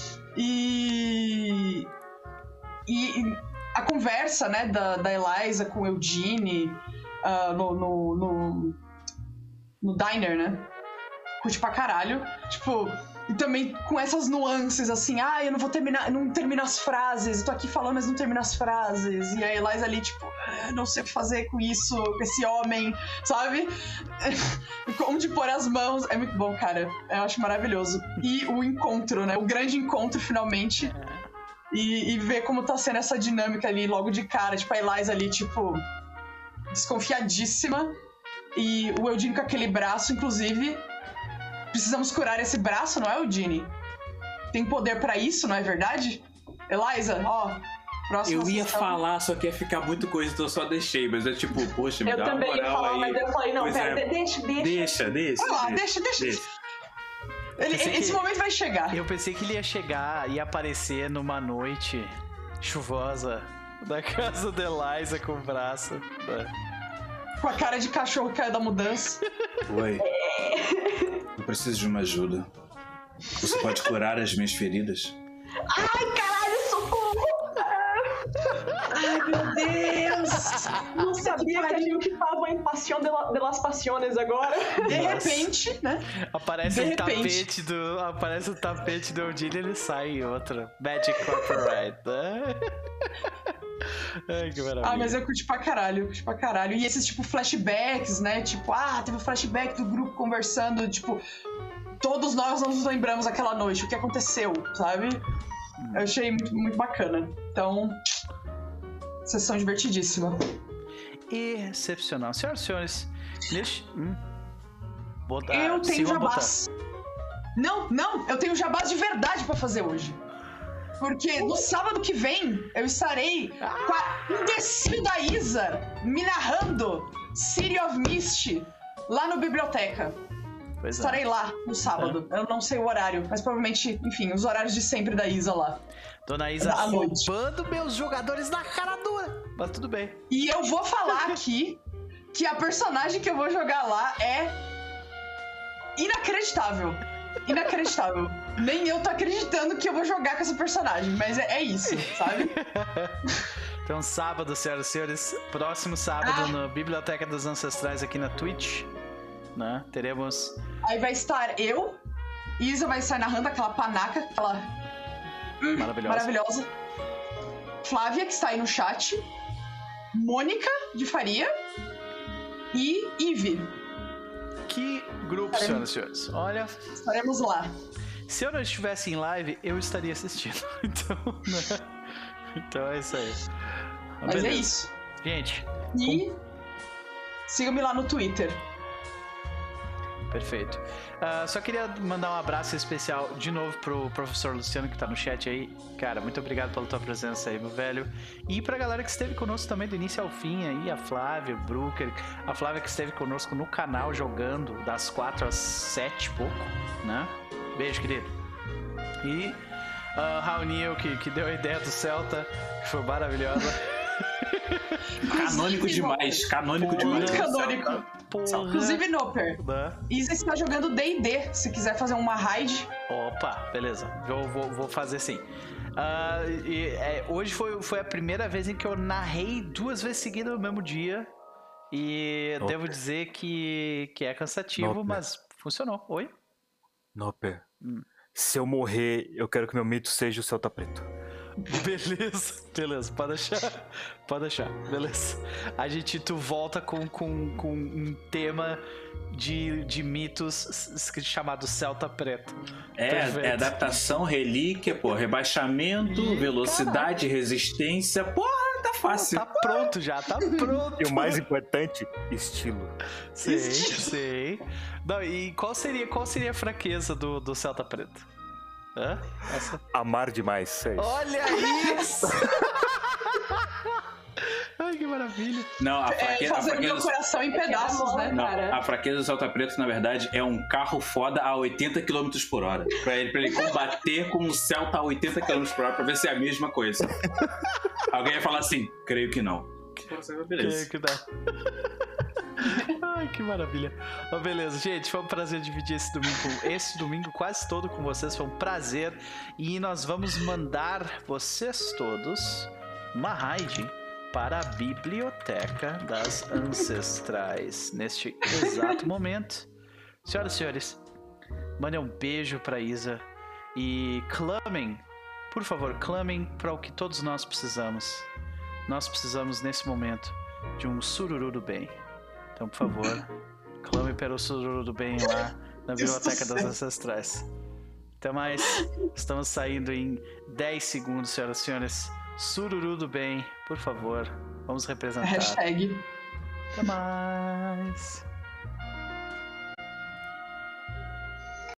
E... e a conversa, né, da, da Eliza com o Eugene uh, no, no, no, no diner, né? Curte pra caralho. Tipo, e também com essas nuances, assim, ah, eu não vou terminar, não termino as frases, eu tô aqui falando, mas não termino as frases. E a Eliza ali, tipo, ah, não sei o que fazer com isso, com esse homem, sabe? Onde pôr as mãos. É muito bom, cara. Eu acho maravilhoso. E o encontro, né? O grande encontro, finalmente. E, e ver como tá sendo essa dinâmica ali logo de cara. Tipo, a Eliza ali, tipo, desconfiadíssima. E o Eugene com aquele braço, inclusive. Precisamos curar esse braço, não é, Eugene? Tem poder pra isso, não é verdade? Eliza, ó, próxima Eu ia sessão. falar, só que ia ficar muito coisa, então eu só deixei. Mas é tipo, poxa, me eu dá uma moral aí. Eu também ia falar, mas eu falei, não, Pois pera, é. deixa, deixa. Deixa, deixa. Vai lá, deixa, deixa, deixa. deixa. Ele, esse que... momento vai chegar. Eu pensei que ele ia chegar e aparecer numa noite chuvosa da casa da Eliza com o braço. Com a cara de cachorro que caiu da mudança. Oi. Eu preciso de uma ajuda. Você pode curar as minhas feridas? Ai, caralho, socorro! Ai, meu Deus! Não sabia que a gente tava em Passion de, la, de las Passiones agora. De Nossa. repente, né? Aparece De um repente. tapete do. Aparece um tapete do Odile e ele sai em outro. Magic Copyright. Né? Ai, que maravilha. Ah, mas eu curti pra caralho, eu curti pra caralho. E esses, tipo, flashbacks, né? Tipo, ah, teve um flashback do grupo conversando, tipo... Todos nós nos lembramos aquela noite, o que aconteceu, sabe? Eu achei muito, muito bacana. Então, sessão divertidíssima. Excepcional. Senhoras e senhores, neste. Hum. Botar, Eu tenho Sigam jabás. Não, não, eu tenho jabás de verdade pra fazer hoje. Porque no sábado que vem eu estarei com a imbecil da Isa me narrando City of Mist lá no Biblioteca. Pois é. Estarei lá no sábado. Eu não sei o horário, mas provavelmente, enfim, os horários de sempre da Isa lá. Dona Isa À noite. roubando meus jogadores na cara dura. Mas tudo bem. E eu vou falar aqui que a personagem que eu vou jogar lá é inacreditável. Inacreditável. Nem eu tô acreditando que eu vou jogar com essa personagem, mas é, é isso, sabe? Então, sábado, senhoras e senhores, próximo sábado Ah. na Biblioteca dos Ancestrais aqui na Twitch, né? Teremos. Aí vai estar eu, Isa vai estar narrando aquela panaca, aquela hum, Maravilhosa. maravilhosa. Flávia, que está aí no chat. Mônica, de Faria. E Ive. Que grupo, senhoras e senhores. Olha, Estaremos lá. se eu não estivesse em live, eu estaria assistindo. Então, né? Então é isso aí. Mas Beleza. é isso. Gente, E sigam-me lá no Twitter. perfeito. Ah, só queria mandar um abraço especial de novo pro professor Luciano que tá no chat aí. Cara, muito obrigado pela tua presença aí, meu velho. E pra galera que esteve conosco também do início ao fim aí, a Flávia, o Brooker, a Flávia que esteve conosco no canal jogando das quatro às sete e pouco, né? Beijo, querido. E a Raul que, que deu a ideia do Celta, que foi maravilhosa. Canônico demais, canônico Porra. demais. Muito canônico. Porra. Inclusive, Noper, Né? Isa está jogando D e D. Se quiser fazer uma raid, Opa, beleza. Eu vou, vou fazer sim. Ah, e, é, hoje foi, foi a primeira vez em que eu narrei duas vezes seguidas no mesmo dia. E Nope. devo dizer que, que é cansativo, Nope. mas funcionou. Oi? Noper, Hum. se eu morrer, eu quero que meu mito seja o Celta Preto. Beleza, beleza, pode deixar. Pode deixar, beleza. A gente tu volta com, com, com um tema de, de mitos s- chamado Celta Preto. É, Perfeito. é adaptação, relíquia, pô, rebaixamento, velocidade, resistência. Porra, tá fácil. Tá pronto já, tá pronto. E o mais importante, estilo. Sei, sei. Não, e qual seria, qual seria a fraqueza do, do Celta Preto? Hã? Essa? Amar demais, é isso. Olha isso! Ai, que maravilha. Não, a é, fraqueza, a fazer o meu fraqueza, coração em pedaços, né? não, cara. a fraqueza do Salta Preto, na verdade, é um carro foda a oitenta quilômetros por hora. Pra ele, pra ele combater com um Celta a oitenta quilômetros por hora pra ver se é a mesma coisa. Alguém ia falar assim, creio que não. Beleza. Que, que dá. Ai, que maravilha. Ó, beleza, gente, foi um prazer dividir esse domingo, esse domingo quase todo com vocês, foi um prazer. E nós vamos mandar vocês todos uma raid para a Biblioteca das Ancestrais neste exato momento. Senhoras e senhores, mandem um beijo para Isa e clamem, por favor, clamem para o que todos nós precisamos. Nós precisamos nesse momento de um sururu do bem. Então, por favor, clame pelo sururu do bem lá na Biblioteca das Ancestrais. Até mais. Estamos saindo em dez segundos, senhoras e senhores. Sururu do bem, por favor, vamos representar. Hashtag. Até mais.